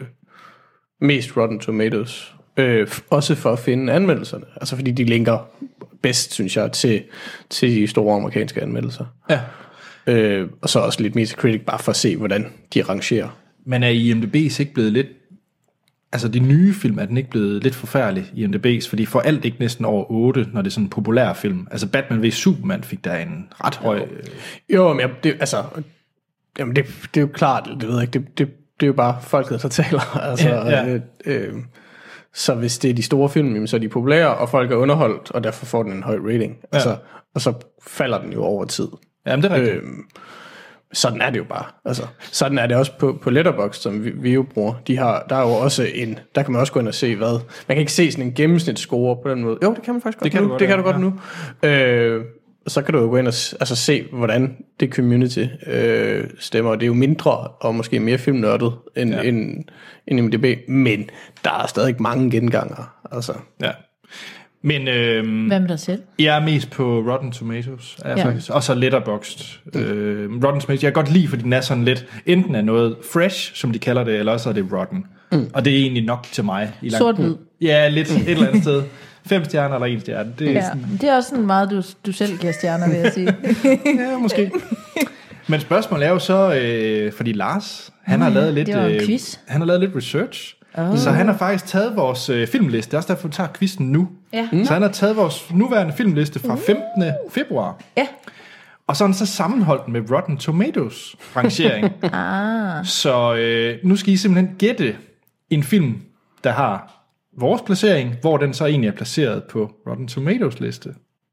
mest Rotten Tomatoes. Øh, også for at finde anmeldelserne. Altså fordi de linker bedst, synes jeg, til, til de store amerikanske anmeldelser. Ja. Øh, og så også lidt Metacritic, bare for at se, hvordan de rangerer. Men er I M D B's ikke blevet lidt... Altså, de nye film er den ikke blevet lidt forfærdelig i I M D B's, fordi for alt ikke næsten over otte, når det er sådan en populær film. Altså, Batman v Superman fik der en ret høj... Øh, Jo, men jeg, det, altså, jamen det, det er jo klart, det ved jeg ikke, det, det, det er jo bare folket, der taler. Altså, Ja, ja. Øh, øh, så hvis det er de store film, jamen, så er de populære, og folk er underholdt, og derfor får den en høj rating. Ja. Altså, og så falder den jo over tid. jamen, det er rigtigt. Øh, sådan er det jo bare. Altså, sådan er det også på, på Letterboxd, som vi, vi jo bruger. De har, der er jo også en, der kan man også gå ind og se, hvad... Man kan ikke se sådan en gennemsnitsscore på den måde. Jo, det kan man faktisk godt Det kan nu. du godt, det kan ja. du godt nu. Øh, og så kan du jo gå ind og s- altså, se, hvordan det community øh, stemmer. Det er jo mindre og måske mere filmnørdet end, Ja. ja. end, end I M D B, men der er stadig mange genganger. Altså. Ja. Men øh, Hvad med dig selv? jeg er mest på Rotten Tomatoes, er jeg Ja. faktisk. Og så Letterboxd. Øh, Rotten Tomatoes, jeg kan godt lide, fordi den er sådan lidt... Enten er noget fresh, som de kalder det, eller også er det rotten. Mm. Og det er egentlig nok til mig. I lang- Sort-hvid. Ja, lidt et eller andet sted. Fem stjerner eller en stjerne. Det er Ja, sådan, det er også sådan meget, du, du selv giver stjerner, vil jeg sige. ja, måske. Men spørgsmålet er jo så, øh, fordi Lars, han har ja, lavet lidt, det var en øh, quiz. han har lavet lidt research. Oh. Så han har faktisk taget vores øh, filmliste. Det er også derfor, vi tager quizzen nu. Ja. Så han har taget vores nuværende filmliste fra femtende februar. Ja. Og så har han så sammenholdt den med Rotten Tomatoes rangering. Ah. Så øh, nu skal I simpelthen gætte en film, der har vores placering, hvor den så egentlig er placeret på Rotten Tomatoes liste.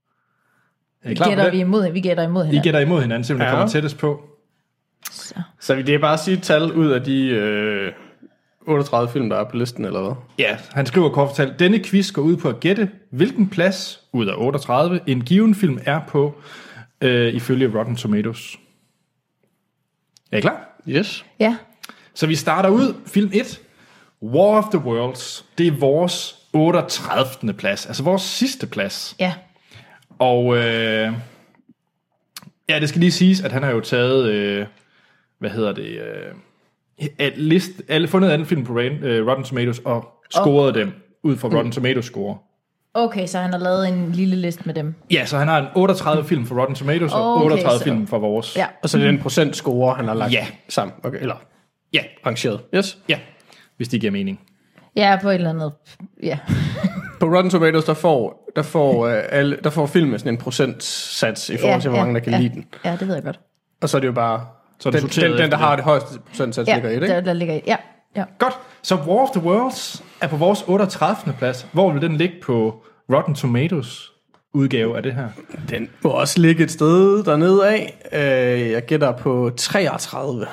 Er I klar på Gætter det? vi imod, vi gætter imod I hinanden. gætter imod hinanden, simpelthen Ja. kommer tættest på. Så. Så det er bare at sige et tal ud af de øh, otteogtredive film, der er på listen, eller hvad? Ja, han skriver kort fortalt, denne quiz går ud på at gætte, hvilken plads ud af otteogtredive en given film er på, øh, ifølge Rotten Tomatoes. Er I klar? Yes. Ja. Så vi starter ud. Film et. War of the Worlds. Det er vores otteogtredivte plads. Altså vores sidste plads. Ja. Og øh, ja, det skal lige siges, at han har jo taget, øh, hvad hedder det, øh, at list, alle, fundet anden film på Rain, øh, Rotten Tomatoes og scoret oh. dem ud fra Rotten Tomatoes score. Okay, så han har lavet en lille liste med dem. Ja, så han har en otteogtredive film fra Rotten Tomatoes og Okay, otteogtredive så- film fra vores. Ja. Og så er det den procent score, han har lagt Ja. sammen. Okay, eller Ja, rangeret. Yes. ja, hvis det giver mening. Ja, på et eller andet. Ja. På Rotten Tomatoes, der får, der får, øh, alle, der får filmen sådan en procentsats i forhold til, hvor ja, mange der kan ja. lide den. Ja, det ved jeg godt. Og så er det jo bare Så er det den, sorteret den, den, der efter har det. det højeste procentsats, Ja, ligger i det, der, ikke? der ligger i. Ja, ja. Godt, så War of the Worlds er på vores otteogtredivte plads. Hvor vil den ligge på Rotten Tomatoes udgave af det her? Den må også ligge et sted dernede af. Øh, jeg gætter på treogtredive.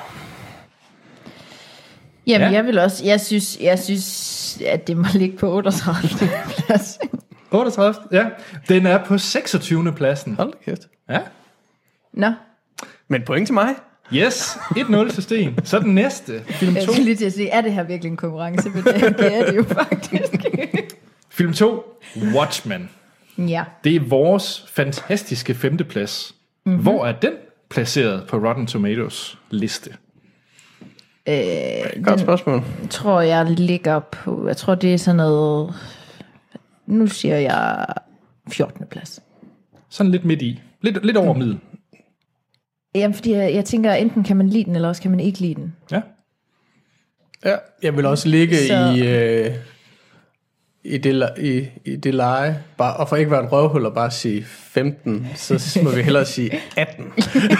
Jamen, Ja. jeg vil også, jeg synes, jeg synes, at det må ligge på otteogtredive plads. otteogtredivte Ja. Den er på seksogtyvende pladsen. Hold da kæft. Ja. Nå, Men point til mig. Yes, et nul til Sten. Så den næste, film Jeg to. skal lige til at sige, er det her virkelig en konkurrence? Men det, det er det jo faktisk. Film to, Watchmen. Ja. Det er vores fantastiske femteplads. Mm-hmm. Hvor er den placeret på Rotten Tomatoes liste? Øh, Godt spørgsmål. tror jeg ligger på, jeg tror det er sådan noget, nu siger jeg fjortende plads. Sådan lidt midt i. Lidt, lidt over middel. Jamen fordi jeg, jeg tænker, enten kan man lide den, eller også kan man ikke lide den. Ja. Ja, jeg vil også ligge Så- i, øh, i, det, i, i det leje, bare, og for ikke at være et røvhul og bare sige femten, så må vi hellere sige atten.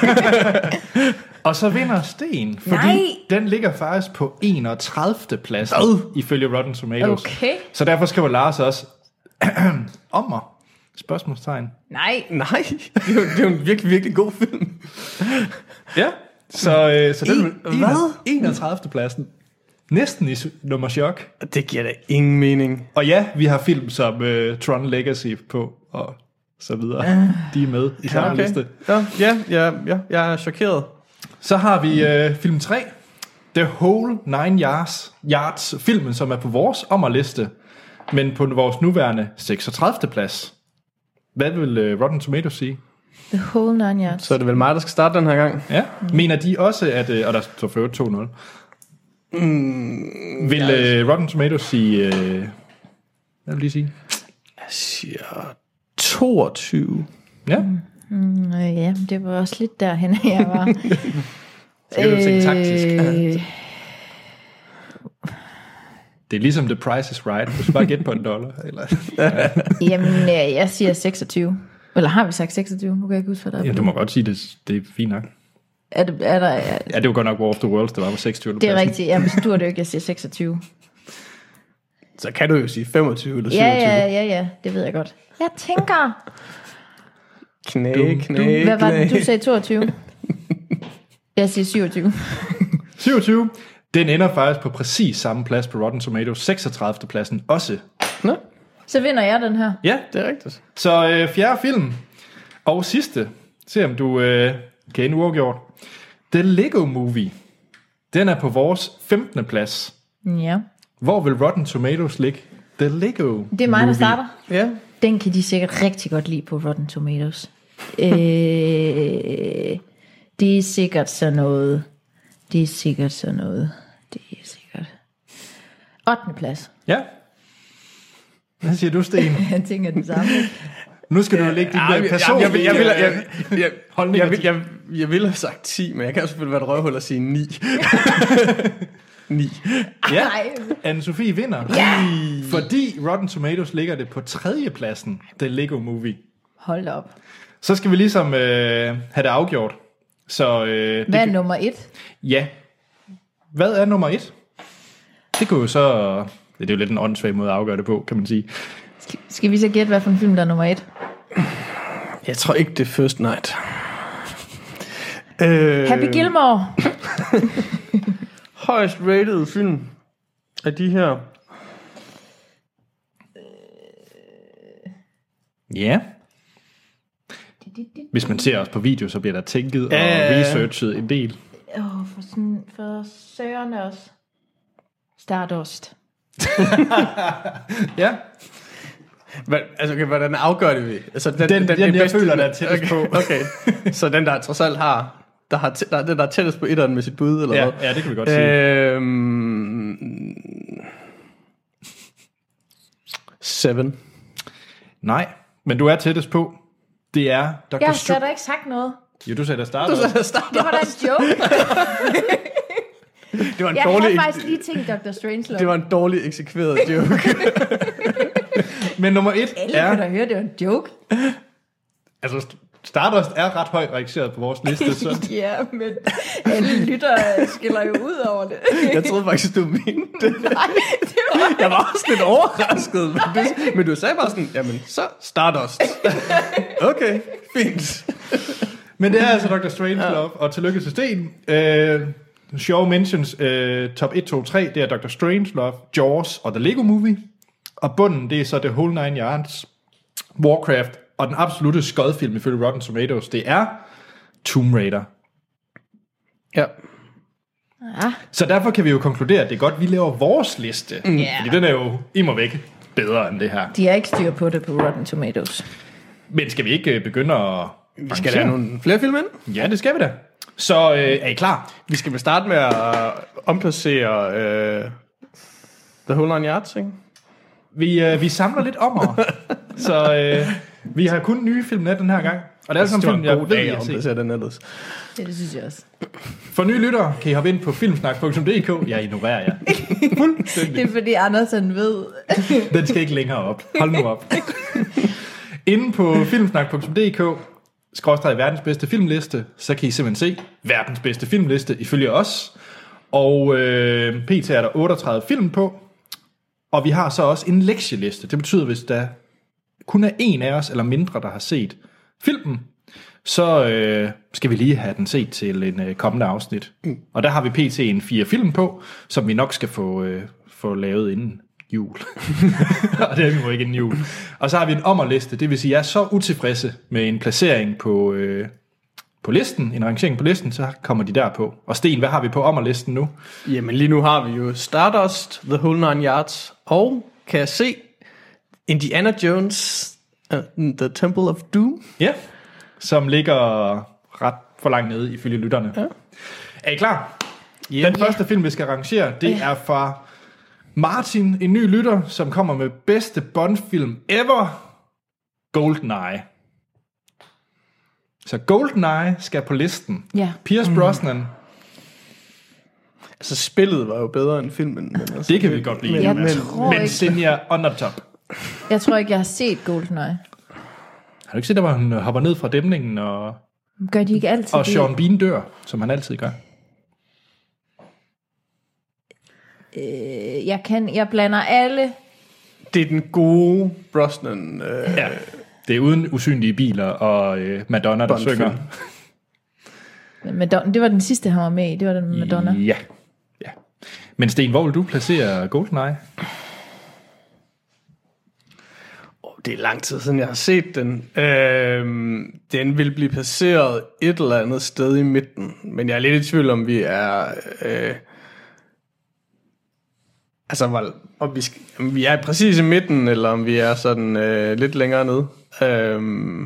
Og så vinder Sten, fordi Nej. den ligger faktisk på enogtredivte pladsen Ad. ifølge Rotten Tomatoes. Okay. Så derfor skriver Lars også om mig. Spørgsmålstegn. Nej. Nej, det er, jo, det er jo en virkelig, virkelig god film. Ja. Så, øh, så den En- hvad? enogtredivte pladsen. Næsten i s- nummer chok. Det giver da ingen mening. Og ja, vi har film som øh, Tron Legacy på, og så videre. De er med i samme Ja, okay. liste. Ja, ja, ja, ja, jeg er chokeret. Så har vi øh, film tre. The Whole Nine Yards, Yards, filmen, som er på vores ommerliste, men på vores nuværende seksogtredivte plads. Hvad vil øh, Rotten Tomatoes sige? The whole nine yards. Så er det vel mig, der skal starte den her gang. Ja. Mm. Mener de også, at... Øh, og der står for øvrigt to nul. Mm, vil øh, Rotten Tomatoes sige... Øh, hvad vil de sige? Jeg siger toogtyve. Ja. Mm, øh, ja, det var også lidt derhen, jeg var. Så kan du tænke taktisk. Øh, Det er ligesom The Price is Right. Du skal bare gætte på en dollar. Eller? Jamen, øh, jeg siger seksogtyve. Eller har vi sagt seksogtyve? Nu kan jeg ikke huske, hvad der er. Ja, du må godt sige det. Det er fint nok. Er, det, er der... Er, Ja, det var godt nok War of the Worlds, der var på seksogtyve. det er rigtigt. Jamen, så dur det jo ikke, jeg siger seksogtyve. Så kan du jo sige femogtyve eller Ja, syvogtyve. ja, ja, ja. Det ved jeg godt. Jeg tænker... Knæ, Du- knæ, Hvad var det, knæ. du sagde toogtyve? Jeg siger syvogtyve. syvogtyve. Den ender faktisk på præcis samme plads på Rotten Tomatoes. seksogtredivte pladsen også. Nå, Så vinder jeg den her. Ja, det er rigtigt. så øh, fjerde film. Og sidste. Se om du øh, kan ende uafgjort. The Lego Movie. Den er på vores femtende plads. Ja. Hvor vil Rotten Tomatoes ligge? The Lego Det er mig, der Movie. starter. Ja. Den kan de sikkert rigtig godt lide på Rotten Tomatoes. øh, det er sikkert sådan noget. Det er sikkert sådan noget. Det er sikkert. ottende plads. Ja. Hvad siger du, Sten? Jeg tænker det samme. Nu skal du jo lægge din Ja, ja, jeg, person. jeg, jeg, jeg, vil, jeg, jeg, jeg, Holdninger jeg, vil, jeg, jeg ville have sagt ti, men jeg kan selvfølgelig være et røvhul og sige ni. ni. Ja, Nej. Anne-Sophie vinder. Ja. Fordi Rotten Tomatoes ligger det på tredje pladsen. The Lego Movie. Hold da op. Så skal vi ligesom øh, have det afgjort. Så, øh, det Hvad er kan- nummer et? Ja. Hvad er nummer et? Det kunne jo så... Det er jo lidt en åndssvag måde at afgøre det på, kan man sige. Skal, skal vi så gætte, hvad for en film, der er nummer et? Jeg tror ikke, det er First Night. Øh, Happy Gilmore. Højst rated film af de her. Ja. Hvis man ser os på video, så bliver der tænket og Ja. researchet en del. Åh, oh, for, sådan, for søren også. Stardust. Ja. Hvad, altså, okay, hvordan afgør det vi? Altså, den, Den- den, jeg bedste- føler, der er tættest okay, på. Okay, så den, der trods alt har... Der har tæ- der, den, der er tættest på etteren med sit bud, eller Ja, hvad? ja, det kan vi godt sige. Øhm, Seven. Nej, men du er tættest på. Det er doktor Jeg har Str- slet ikke sagt noget. Jo, du sagde, der Du starter. sagde, der starter Det var da en også. joke. Det var en Jeg dårlig, havde faktisk lige tænkt doktor Strangelove. det var en dårlig eksekveret joke. Men nummer et Alle kan da er... høre, det var en joke. Altså, Stardust er ret højt rangeret på vores liste, så... Ja, men alle lytter skiller jo ud over det. Jeg troede faktisk, du mente det. Nej, det var... Jeg var også lidt overrasket. Men du, men du sagde bare sådan, jamen, så Stardust. Okay, fint. Men det er altså doktor Strangelove, ja. Og tillykke til Sten. Øh, show mentions øh, top et, to, tre, det er doktor Strangelove, Jaws og The Lego Movie. Og bunden, det er så The Whole Nine Yards, Warcraft, og den absolutte skodfilm ifølge Rotten Tomatoes, det er Tomb Raider. Ja. Ja. Så derfor kan vi jo konkludere, at det er godt, at vi laver vores liste. Mm. Yeah. Fordi den er jo immer væk bedre end det her. De har ikke styr på det på Rotten Tomatoes. Men skal vi ikke begynde at... Vi skal der nogle flere film ind? Ja, det skal vi da. Så øh, er I klar? Vi skal vel starte med at omplacere øh, The Whole Nine Yards, ikke? Vi, øh, vi samler lidt om her. Så øh, vi har kun nye film med den her gang. Og det er altså en film, jeg ved, jeg har set. Den ellers. Ja, det synes jeg også. For nye lyttere kan I hoppe ind på filmsnak punktum d k. Jeg ignorerer jer. Fuldstændig. Det er fordi Anders han ved. Den skal ikke længere op. Hold nu op. Inde på filmsnak punktum d k skråstreg verdens bedste filmliste, så kan I simpelthen se verdens bedste filmliste ifølge os. Og øh, pt. Er der otteogtredive film på. Og vi har så også en lektieliste. Det betyder, hvis der kun er en af os eller mindre, der har set filmen, så øh, skal vi lige have den set til en øh, kommende afsnit. Mm. Og der har vi pt. En fire film på, som vi nok skal få, øh, få lavet inden jul. Og det er vi jo ikke inden jul. Og så har vi en ommerliste, det vil sige, at jeg er så utilfredse med en placering på, øh, på listen, en rangering på listen, så kommer de der på. Og Sten, hvad har vi på ommerlisten nu? Jamen lige nu har vi jo Stardust, The Whole Nine Yards, og kan jeg se Indiana Jones, uh, The Temple of Doom. Ja, som ligger ret for langt nede ifølge lytterne. Ja. Er I klar? Yeah. Den første film, vi skal rangere, det er fra Martin, en ny lytter, som kommer med bedste Bond-film ever, GoldenEye. Så GoldenEye skal på listen. Ja. Pierce mm. Brosnan. Altså spillet var jo bedre end filmen. Men altså, det kan vi godt lide. Men, jeg men, tror men ikke, Sinja on the top. Jeg tror ikke, jeg har set GoldenEye. Har du ikke set, der hvor han hopper ned fra dæmningen og... Gør de ikke altid og Sean Bean dør, som han altid gør? Øh, jeg kan, jeg blander alle. Det er den gode Brosnan. Øh, ja, det er uden usynlige biler og øh, Madonna, der Bond-film. synger. Madonna, det var den sidste, han var med i. Det var den med Madonna. Ja. ja. Men Sten, hvor vil du placere GoldenEye? Oh, det er lang tid siden, jeg har set den. Øhm, den vil blive placeret et eller andet sted i midten. Men jeg er lidt i tvivl om, vi er... Øh, altså, om vi, skal, om vi er præcis i midten, eller om vi er sådan øh, lidt længere nede. Øhm,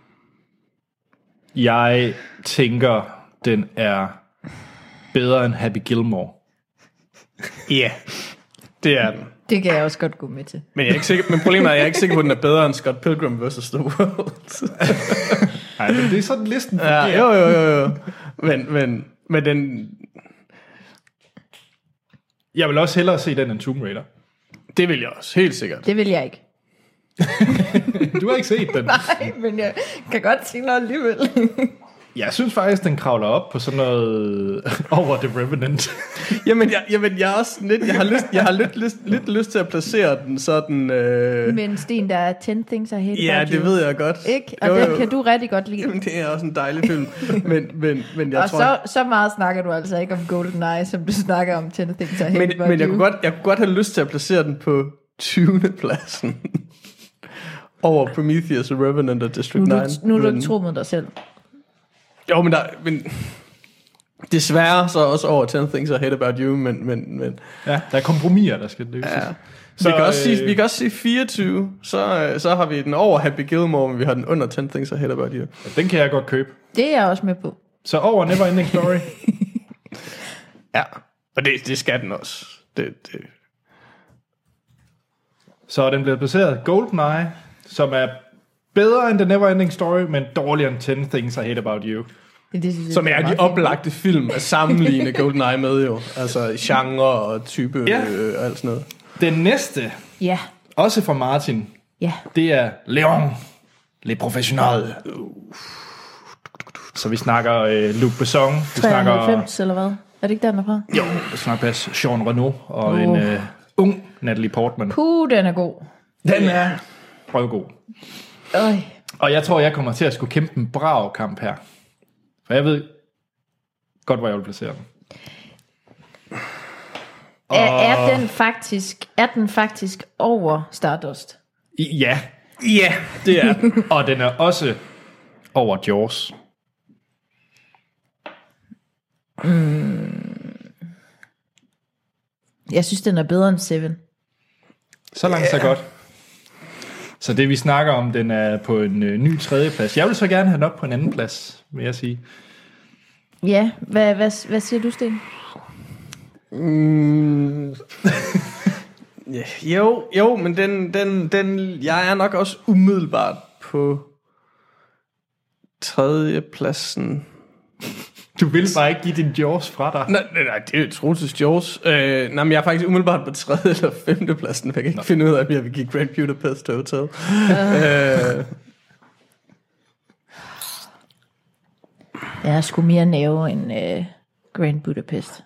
Jeg tænker, den er bedre end Happy Gilmore. Ja, yeah, det er den. Det kan jeg også godt gå med til. Men, jeg er ikke sikker, men problemet er, at jeg er ikke sikker på, at den er bedre end Scott Pilgrim versus The World. Nej, men det er sådan listen for ja, jo, jo, jo, jo. Men, men, men den... Jeg vil også hellere se den end Tomb Raider. Det vil jeg også, helt sikkert. Det vil jeg ikke. Du har ikke set den. Nej, men jeg kan godt sige noget alligevel. Jeg synes faktisk, den kravler op på sådan noget over The Revenant. jamen, jeg, jamen, jeg er også lidt, jeg har lyst, jeg har lidt, lyst, lidt lyst til at placere den sådan... Øh... Men Sten, der er ten Things I Hate Ja, About det You. ved jeg godt. Ikke? Og jo, den jo. kan du rigtig godt lide. Jamen, det er også en dejlig film. men, men, men jeg og tror... så, så meget snakker du altså ikke om GoldenEye, som du snakker om ten Things I Hate men, About men jeg You. kunne, godt, jeg kunne godt have lyst til at placere den på tyvende pladsen. Over Prometheus og Revenant og District Nu, nine. du, nu er du men, ikke tro med dig selv. Jo, men, der, men desværre så også over ten Things I Hate About You, men... men, men Ja, der er kompromiser, der skal løses. ja. Så, vi, kan også øh, sige, vi kan også sige fireogtyve, så, så har vi den over Happy Gilmore, men vi har den under ten Things I Hate About You. Den kan jeg godt købe. Det er jeg også med på. Så over Neverending Story. Ja, og det, det skal den også. Det, det. Så er den blevet placeret GoldenEye, som er bedre end The Neverending Story, men dårligere end ten Things I Hate About You. Det synes jeg, Som det er de meget oplagte film at sammenligne GoldenEye med jo. Altså genre og type Ja. øh, og alt sådan noget. Den næste, fint. Ja, også fra Martin, ja. det er Leon, Le Professional. Så vi snakker øh, Luc Besson, vi snakker, treoghalvfems eller hvad? Er det ikke der, den er fra? jo, vi snakker pas Jean Reno og Oh. en øh, ung Natalie Portman. Puh, den er god. Den er prøvgod. Øj. Og jeg tror, jeg kommer til at skulle kæmpe en brav kamp her. For jeg ved godt, hvor jeg vil placere den. Er, er den faktisk er den faktisk over Stardust? I- Ja, Ja, det er den. og den er også over Jaws. Mm. Jeg synes, den er bedre end Seven. Så langt, så godt. Så det, vi snakker om, den er på en øh, ny tredjeplads. Jeg vil så gerne have den op på en anden plads, vil jeg sige. Ja, hvad, hvad, hvad siger du, Sten? Mm. yeah, jo, jo, men den, den, den, jeg er nok også umiddelbart på tredjepladsen. Du vil bare ikke give din Jaws fra dig. Nej, nej, nej, det er jo Troelses Jaws. Øh, nej, men jeg er faktisk umiddelbart på tredje eller femte pladsen. Jeg kan ikke Nå. finde ud af, om jeg vil give Grand Budapest Hotel. Uh. øh. Jeg er sgu mere nerve end uh, Grand Budapest.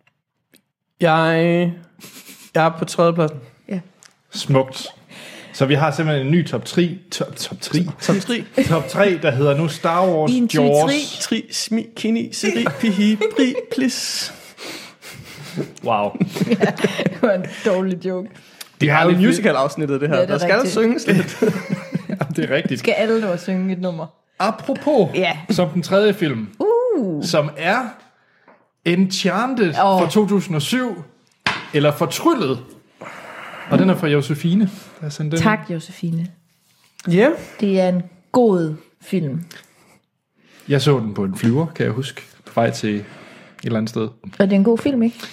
Jeg, jeg er på tredje pladsen. Ja. Smukt. Så vi har simpelthen en ny top tre. Top, top tre? Top tre. Top tre, der hedder nu Star Wars, en, Jaws. Tri, smi, kini, siri, pihi, pri, plis. Wow. Ja, det var en dårlig joke. Det er jo en musical-afsnittet, det her. Ja, det der skal der synges lidt. Jamen, det er rigtigt. Skal alle dog synge et nummer? Apropos, Ja. som den tredje film, Uh. som er Enchanted Oh. fra to tusind og syv, eller Fortryllet. Og den er fra Josefine. Altså, den... Tak, Josefine. Ja. Yeah. Det er en god film. Jeg så den på en flyver, kan jeg huske, på vej til et eller andet sted. Og det er en god film, ikke?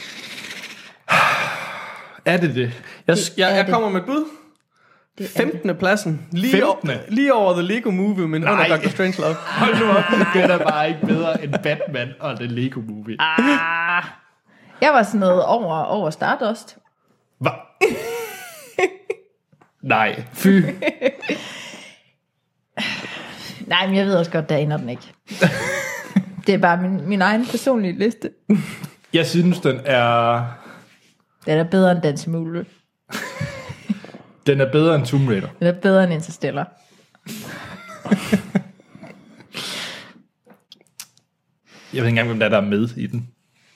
Er det det? Jeg, Det jeg, er jeg det. kommer med et bud. Det er femtende pladsen. Lige, femtende? Over, lige over The Lego Movie, men under doktor Strangelove. Hold nu op. Det er da bare ikke bedre end Batman og The Lego Movie. Ah. Jeg var sådan noget over, over Stardust. Hvad? Nej, fy. Nej, men jeg ved også godt, der ender den ikke. Det er bare min, min egen personlige liste. Jeg synes, den er... Den er bedre end Danse med Ulve. Den er bedre end Tomb Raider. Den er bedre end Interstellar. Jeg ved ikke engang, hvem der er, der er med i den.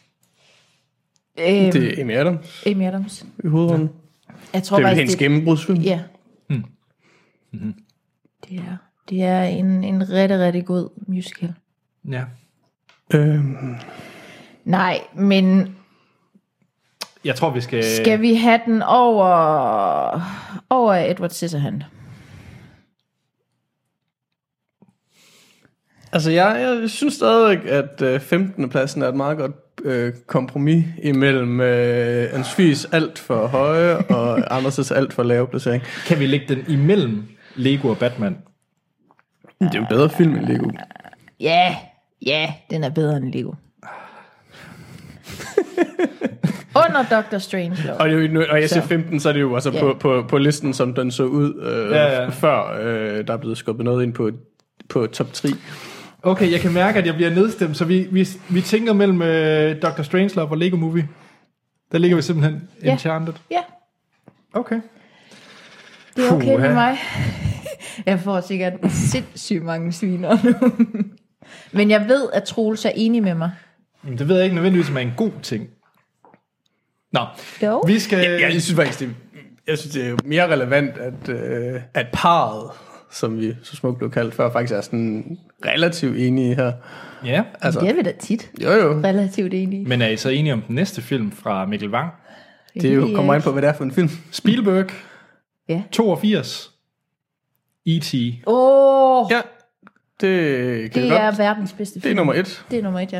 Øhm, Det er Amy Adams Amy Adams. i hovedrollen. Jeg tror Det er vel faktisk, hendes gennembrudsfilm. Ja. Hmm. Mm-hmm. Det er, det er en, en rigtig, rigtig god musical. Ja. Øhm. Nej, men Jeg tror, vi skal... skal vi have den over, over Edward Scissorhand? Altså, jeg, jeg synes stadigvæk, at øh, femtende pladsen er et meget godt øh, kompromis imellem øh, Ansfis alt for høje og Anders' alt for lave placering. Kan vi lægge den imellem Lego og Batman? Det er jo bedre film end Lego. Ja, ja, den er bedre end Lego. Under Doctor Strangelove. Og, det er jo, og jeg siger Så. femten, så er det jo altså Ja. på, på, på listen, som den så ud, øh, Ja, ja. før øh, der er blevet skubbet noget ind på, på top tre. Okay, jeg kan mærke, at jeg bliver nedstemt, så vi, vi, vi tænker mellem øh, doctor Strangelove og Lego Movie. Der ligger vi simpelthen Ja. Enchanted. Ja, Okay. det er okay Puha. med mig. Jeg får sikkert sindssygt mange sviner nu. Men jeg ved, at Troels er enig med mig. Men det ved jeg ikke nødvendigvis, om er en god ting. Nå, Jo. vi skal... Ja, jeg synes faktisk, det, jeg synes, det er jo mere relevant, at, øh, at parret, som vi så smukt blev kaldt før, faktisk er sådan relativt enige her. Ja, Altså, Det er vi da tit jo jo, relativt enige. men er I så enige om den næste film fra Mikkel Wang? det er jo, kommer ind på, hvad det er for en film. Spielberg, Ja. toogfirs. E T Åh, oh, Ja, det kan det vi er godt. verdens bedste film. Det er nummer et. Det er nummer et, ja.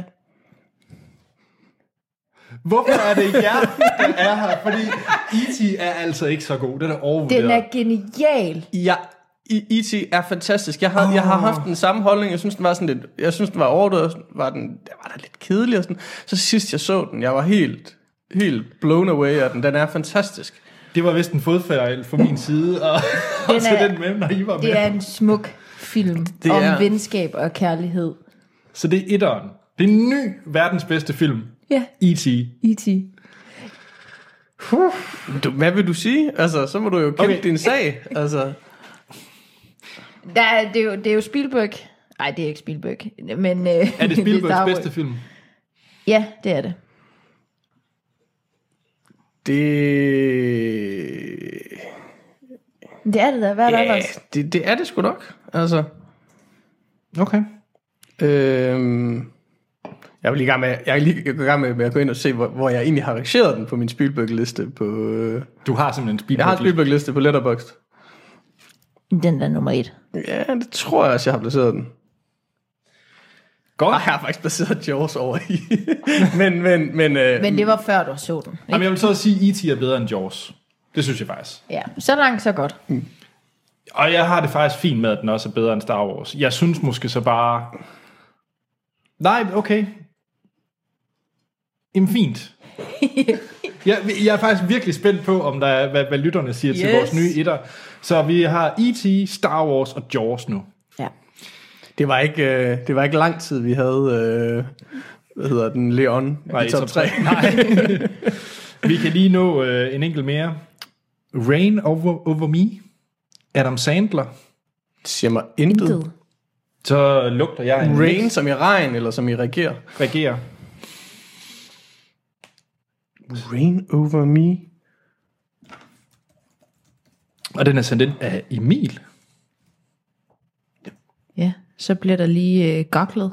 Hvorfor er det ikke jer, der er her? Fordi E T er altså ikke så god. Den er overvurderet. Den er genial. Ja, E T er fantastisk. Jeg har, oh. jeg har haft den samme holdning. Jeg synes, den var sådan lidt, jeg synes, den var overdrevet. Var den, den var da lidt kedelig og sådan. Så sidst jeg så den, jeg var helt, helt blown away af den. Den er fantastisk. Det var vist en fodfejl fra min side, og, og Den til er- den med, når I var med. Det er en smuk film Det om er- venskab og kærlighed. Så det er etteren. Det er en ny verdens bedste film. Ja, E T E T Du, hvad vil du sige? Altså, så må du jo kæmpe Okay. okay. din sag. Altså, Der er, det, er jo, det er jo Spielberg. Nej, det er ikke Spielberg. Men, øh, Er det Star Spielbergs Wars. bedste film? Ja, det er det. det... Det er det da. Hvad er der Ja, ellers? det, det er det sgu nok. Altså, Okay. øhm, Jeg er lige i gang med, jeg er lige i gang med, med at gå ind og se, hvor, hvor jeg egentlig har rangeret den på min Spielberg-liste på... Øh... Du har simpelthen en Spielberg-liste. Jeg har en Spielberg-liste på Letterboxd. Den der nummer et. Ja, det tror jeg også, jeg har placeret den. Godt. Ej, jeg har faktisk placeret Jaws over i. men, men, men, øh... Men det var før, du så den. Ikke? Jamen, jeg vil så sige, E T er bedre end Jaws. Det synes jeg faktisk. Ja, så langt, så godt. Mm. Og jeg har det faktisk fint med, at den også er bedre end Star Wars. Jeg synes måske så bare... Nej, okay. Jamen fint. jeg, jeg er faktisk virkelig spændt på, om der er, hvad, hvad lytterne siger yes. til vores nye etter. Så vi har E T, Star Wars og Jaws nu. Ja. Det var ikke, øh, det var ikke lang tid, vi havde... Øh, hvad hedder den? Leon Nej, i top tre. Nej. Vi kan lige nå øh, en enkelt mere. Rain Over, Over Me. Adam Sandler. Det siger mig intet. intet. Så lugter jeg en Rain mix. som i regn, eller som i regerer? Regerer. Rain Over Me. Og den er sendt ind af Emil. Ja, så bliver der lige øh, gaklet.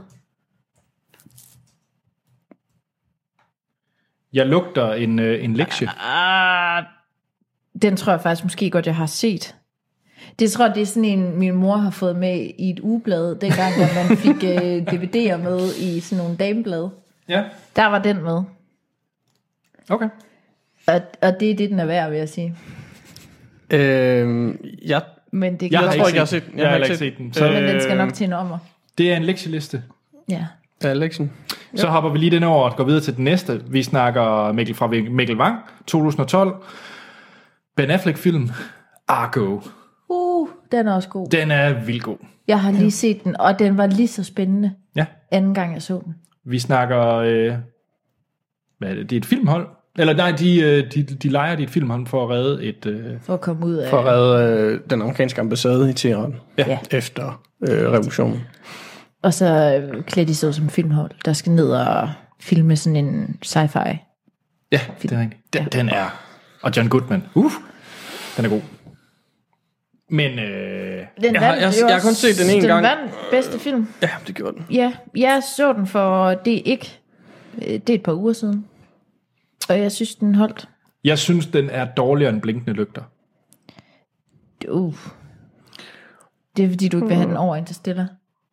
Jeg lugter en, øh, en lektie. Ah, den tror jeg faktisk måske godt, jeg har set. Det tror jeg, det er sådan en, min mor har fået med i et ugeblad, dengang, da man fik øh, D V D'er med i sådan nogle dameblade. Ja. Der var den med. Okay. Og, og det er det, den er værd, vil jeg sige. Øhm, jeg, Men det jeg, jeg har tror ikke ikke, jeg har set set den. den. Jeg, jeg har ikke set den. Så, Men den skal nok til en ommer. det er en lektieliste. Ja. Ja, lektion. Så hopper vi lige den over og går videre til den næste. Vi snakker Mikkel fra Mikkel Wang, to tusind og tolv. Ben Affleck-film, Argo. Uh, den er også god. Den er vildt god. Jeg har lige set den, og den var lige så spændende, Ja. anden gang jeg så den. Vi snakker... Øh, hvad er det? Det er et filmhold. Eller nej, de, øh, de, de leger de et filmhold for at redde et... Øh, For at komme ud af... For at redde øh, den amerikanske ambassade i Teheran. Ja. Efter øh, revolutionen. Og så øh, klæder de sig ud som filmhold, der skal ned og filme sådan en sci-fi. ja, det er rigtigt. Den, den er... Og John Goodman. Uh, den er god. Men... Øh, Den Jeg har- vandt jeg- jo jeg har kun også- set den en den gang. vandt bedste film. Ja, det gjorde den. Ja, jeg så den for det er ikke... øh, Det er et par uger siden. Og jeg synes, den holdt. jeg synes, den er dårligere end Blinkende Lygter. Uh. Det er fordi, du ikke vil have den over Interstellar.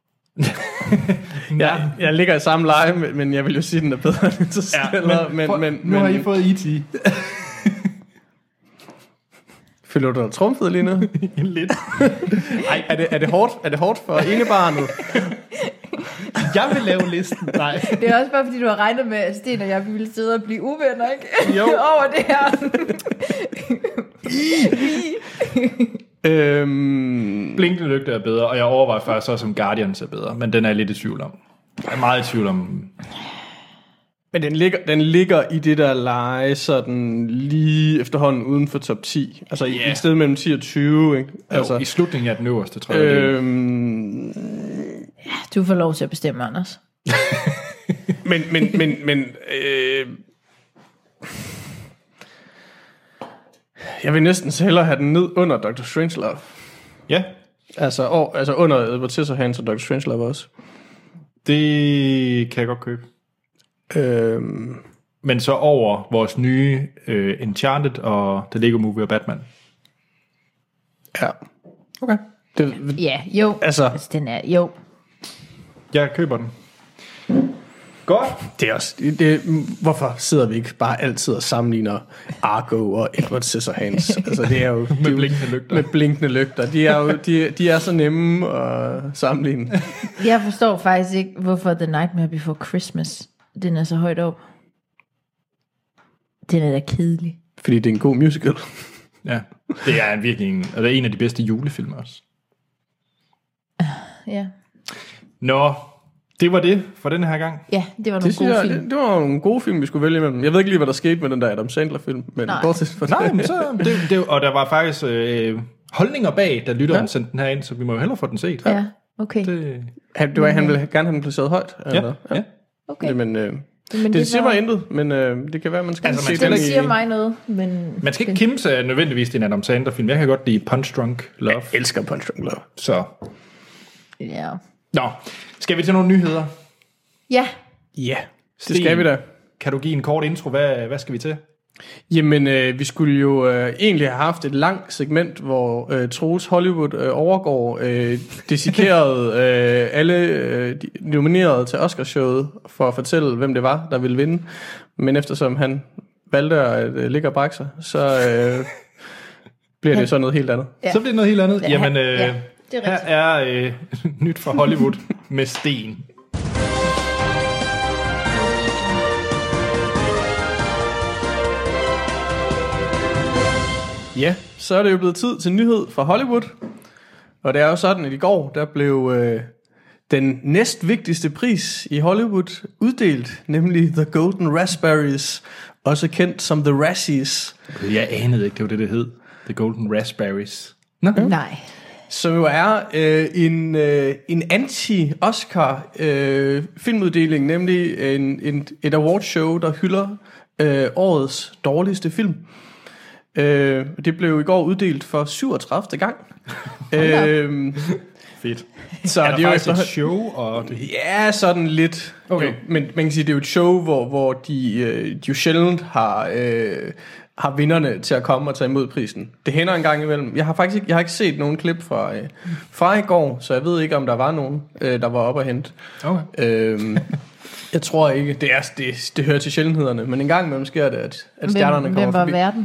Jeg, jeg ligger i samme leje, men- men jeg vil jo sige, at den er bedre end Interstellar. men, for, men, nu har I men- fået E T Føler du dig trumfet lige nu? lidt. Ej, er det, er det hårdt, er det hårdt for enebarnet? Jeg vil lave listen. Nej. Det er også bare fordi, du har regnet med, at Sten og jeg ville sidde og blive uvenner, ikke? Jo. over det her. øhm, Blinkende Lygter er bedre, og jeg overvejer faktisk også, om Guardians er bedre, men den er jeg lidt i tvivl om. Jeg er meget i tvivl om... men den ligger, den ligger i det der leje, sådan lige efterhånden uden for top ti. Altså yeah. i et sted mellem ti og tyve, ikke? Altså, Altså, i slutningen af den øverste, tror jeg. Øh, øhm, Du får lov til at bestemme, Anders. men, men, men, men øh, jeg vil næsten hellere have den ned under doktor Strangelove. ja, Altså, og, altså under Edward Scissorhands og doktor Strangelove også. det kan jeg godt købe. Øhm, Men så over vores nye uh, Enchanted og The Lego Movie og Batman. ja. Okay. Det, Ja, jo. altså, Altså, den er... Jo. Jeg køber den. Godt. det er også... Det, det, hvorfor sidder vi ikke bare altid og sammenligner Argo og Edward Scissorhands? Altså, det er jo... det er Med jo- blinkende lygter. Med blinkende lygter. De er jo de, de er så nemme at sammenligne. Jeg forstår faktisk ikke, hvorfor The Nightmare Before Christmas, den er så højt op. Den er da kedelig. Fordi det er en god musical. Ja, det er virkelig en, og det er en af de bedste julefilm også. Ja. Nå, det var det for den her gang. Ja, det var nogle Det, synes gode jeg, film. det, det var nogle gode film, vi skulle vælge imellem. Jeg ved ikke lige, hvad der skete med den der Adam Sandler-film. Men Nej. bortset fra det. Nej, men så, det, det, og der var faktisk øh, holdninger bag, da lytteren Ja. sendte den her ind, så vi må jo hellere få den set. Ja, okay. Det, Han, det var, han ville gerne have den placeret højt. ja, Eller? ja. okay. Jamen, øh, Men det siger var- mig intet, men øh, det kan være, man skal Altså, man se skal den Den ikke- i... siger mig noget, men... Man skal ikke kimse af nødvendigvis det er en Adam Sandler-film. Jeg kan godt lide Punch Drunk Love. Jeg elsker Punch Drunk Love. Så, Ja. nå, skal vi til nogle nyheder? Ja, Ja, det Sten, skal vi da. Kan du give en kort intro? Hvad, hvad skal vi til? Jamen, øh, vi skulle jo øh, egentlig have haft et langt segment, hvor øh, Troels Hollywood øh, overgår øh, dissekeret øh, alle øh, de nominerede til Oscarshowet for at fortælle, hvem det var, der ville vinde. Men eftersom han valgte at øh, ligge og brække sig, så øh, bliver det så noget helt andet. Ja. Så bliver det noget helt andet. Ja, Jamen, øh, ja, det er her er øh, nyt fra Hollywood med Sten. Ja, så er det jo blevet tid til nyhed fra Hollywood. Og det er jo sådan, at i går, der blev øh, den næstvigtigste pris i Hollywood uddelt, nemlig The Golden Raspberries, også kendt som The Razzies. Jeg anede ikke, det var det, det hed. The Golden Raspberries. Nå? Mm. Nej. Som jo er øh, en, øh, en anti-Oscar øh, filmuddeling, nemlig en, en, et awardshow, der hylder øh, årets dårligste film. Øh, det blev i går uddelt for syvogtredivte gang. øh, Fedt. så Er der det er jo faktisk et efterhånden- show? Og det... Ja, sådan lidt. Okay. Jo, men man kan sige, det er jo et show, hvor, hvor de, øh, de jo sjældent har, øh, har vinderne til at komme og tage imod prisen. Det hænder en gang imellem. Jeg har faktisk ikke, jeg har ikke set nogen klip fra, øh, fra i går, så jeg ved ikke, om der var nogen, øh, der var oppe at hente. Okay. Øhm, jeg tror ikke, det, er, det, det hører til sjældenhederne, men en gang imellem sker det, at, at stjernerne Hvem, kommer hvem var forbi. verden?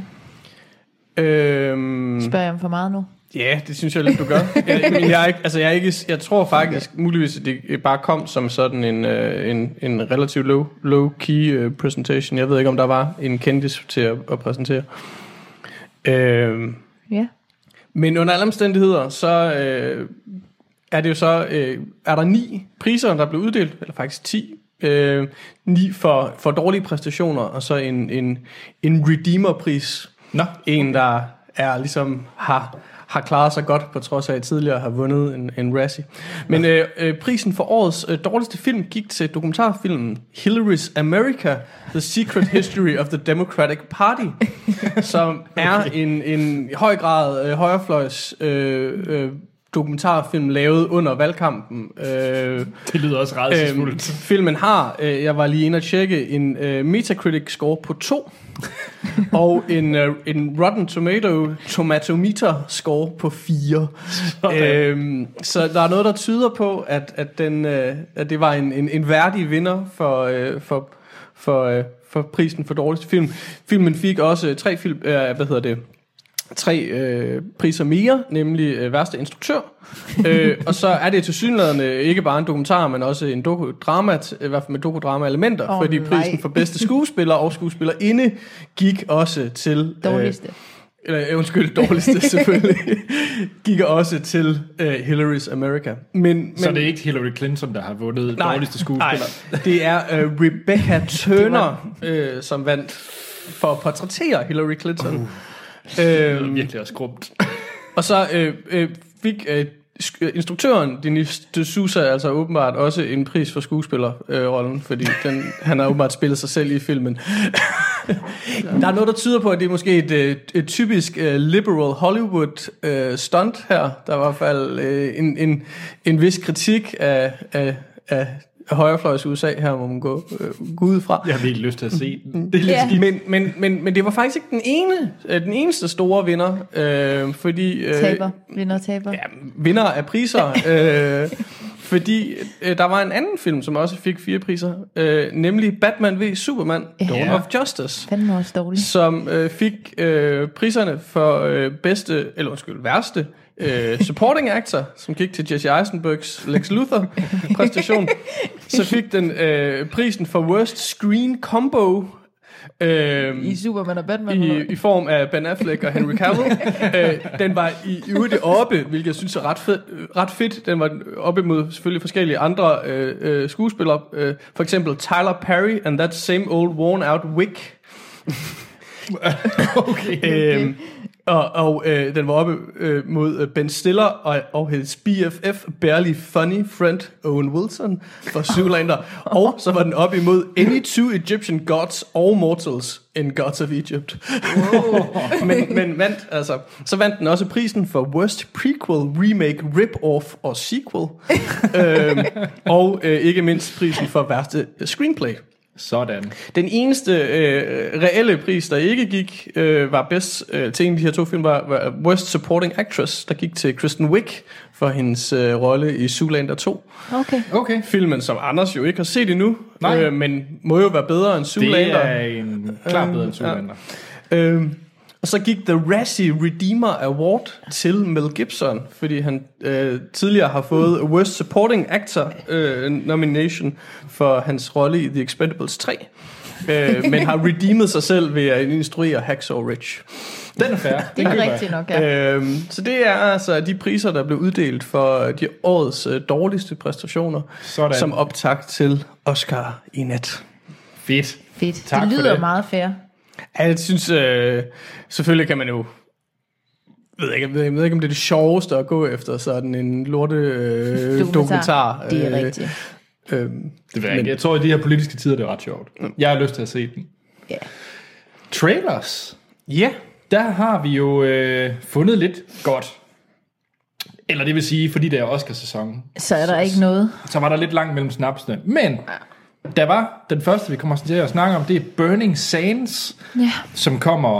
Øhm, Spørger jeg om for meget nu? Ja, det synes jeg lidt, du gør. Jeg, men jeg, er ikke, altså jeg, er ikke, jeg tror faktisk, okay. muligvis, at det bare kom som sådan en, uh, en, en relativt low, low-key uh, presentation. Jeg ved ikke, om der var en kendis til at, at præsentere. Uh, Ja. men under alle omstændigheder, så uh, er det jo så, uh, er der ni priser, der blev uddelt, eller faktisk ti. Uh, ni for, for dårlige præstationer, og så en, en, en Redeemer-pris. Nå. En, der er ligesom har... har klaret sig godt, på trods af at tidligere har vundet en, en Razzie. Men øh, øh, prisen for årets øh, dårligste film gik til dokumentarfilmen Hillary's America, The Secret History of the Democratic Party, som er okay. en, en i høj grad øh, højrefløjs øh, øh, dokumentarfilm lavet under valgkampen. Øh, Det lyder også rædselsfuldt. øh, filmen har, øh, jeg var lige inde at tjekke, en øh, Metacritic score på to, og en, øh, en Rotten Tomato Tomatometer score på fire. Øhm, så der er noget, der tyder på, at, at, den, øh, at det var en, en, en værdig vinder for, øh, for, for, øh, for prisen for dårligste film. Filmen fik også tre film, øh, hvad hedder det, tre øh, priser mere, nemlig øh, værste instruktør. øh, og så er det tilsyneladende ikke bare en dokumentar, men også en dokudrama, i hvert fald med dokudrama-elementer, Oh, fordi nej. prisen for bedste skuespiller og skuespillerinde gik også til... Dårligste. Øh, eller, undskyld, dårligste selvfølgelig. gik også til øh, Hillary's America. Men, men, Så det er ikke Hillary Clinton, der har vundet nej, dårligste skuespiller? Nej, det er øh, Rebecca Turner, øh, som vandt for at portrættere Hillary Clinton. Uh. Det er Øhm, virkelig også grumt. og så øh, øh, fik øh, sk- instruktøren Denis de Souza altså åbenbart også en pris for skuespillerrollen, øh, fordi den, han har åbenbart spillet sig selv i filmen. Der er noget, der tyder på, at det er måske et, et, et typisk uh, liberal Hollywood uh, stunt her. Der er i hvert fald uh, en, en, en vis kritik af, af, af højrefløjs U S A her, må man gå, øh, gå ud fra. Jeg har virkelig lyst til at se den. Det er lidt Ja. skidt. Men, men, men, men det var faktisk ikke den ene, øh, den eneste store vinder, øh, fordi... Øh, Taber. Vinder taber. Ja, vinder af priser, øh, fordi øh, der var en anden film, som også fik fire priser, øh, nemlig Batman v Superman, Dawn Ja. of Justice, Fanden også dårlig. som øh, fik øh, priserne for øh, bedste, eller undskyld, værste øh, supporting actor, som gik til Jesse Eisenbergs Lex Luthor præstation. Så fik den øh, prisen for worst screen combo, Øhm, I Superman og Batman. i, i form af Ben Affleck og Henry Cavill. øh, den var i i øvrigt oppe, hvilket jeg synes er ret, fed, ret fedt. Den var oppe mod selvfølgelig forskellige andre øh, øh, skuespillere. Øh, for eksempel Tyler Perry and That Same Old Worn Out Wig. Okay. øhm, Og, og øh, den var oppe øh, mod øh, Ben Stiller og, og hans B F F, Barely Funny Friend, Owen Wilson for Zoolander. Og så var den oppe imod Any Two Egyptian Gods or Mortals in Gods of Egypt. Wow. men, men vandt, altså, så vandt den også prisen for Worst Prequel, Remake, Rip-Off og Sequel. øhm, og øh, ikke mindst prisen for værste screenplay. Sådan. Den eneste øh, reelle pris, der ikke gik, øh, var bedst øh, til en af de her to film, var, var Worst Supporting Actress, der gik til Kristen Wiig for hendes øh, rolle i Zoolander to. Okay. Okay. Filmen, som Anders jo ikke har set endnu, Nej. øh, men må jo være bedre end Zoolander. Det er en klar bedre end Zoolander. Ja. Øh, og så gik The Razzie Redeemer Award til Mel Gibson, fordi han øh, tidligere har fået Worst Supporting Actor øh, nomination for hans rolle i The Expendables tre, øh, men har redeemet sig selv ved at instruere Hacksaw Ridge. Den er fair. Det er rigtigt nok, ja. Øhm, så det er altså de priser, der blev uddelt for de årets øh, dårligste præstationer, Sådan. som optakt til Oscar i nat. Fedt. Fedt. Tak Det for lyder det. meget fair. Ja, jeg synes, øh, selvfølgelig kan man jo, ved ikke, jeg ved, jeg ved ikke, om det er det sjoveste at gå efter sådan en lorte øh, dokumentar. dokumentar. Det er øh, rigtigt. Øh, Det ved jeg ikke. Jeg tror, i de her politiske tider, det er ret sjovt. Jeg har lyst til at se den. Ja. Trailers. Ja. Der har vi jo øh, fundet lidt godt. Eller det vil sige, fordi det er Oscar-sæson, Så er der ikke noget. så var der lidt langt mellem snapsene. Men der var den første, vi kommer til at snakke om, det er Burning Sands, Ja. som kommer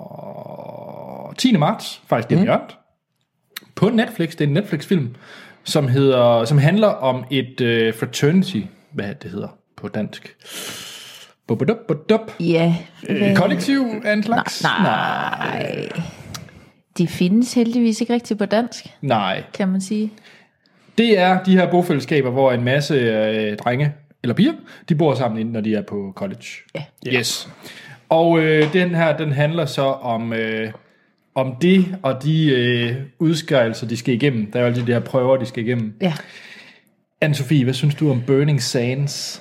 tiende marts, faktisk det er mm. på Netflix. Det er en Netflix-film, som hedder, som handler om et uh, fraternity, hvad det hedder på dansk. Bubudup, budup. Ja. Øh, kollektiv af en slags? Nej, nej. De findes heldigvis ikke rigtig på dansk, Nej. kan man sige. Det er de her bofællesskaber, hvor en masse øh, drenge eller piger, de bor sammen, inden når de er på college. Ja. Yes. Og øh, den her, den handler så om, øh, om det og de øh, udskejelser, de skal igennem. Der er jo altid de her prøver, de skal igennem. Ja. Anne-Sophie, hvad synes du om Burning Sands?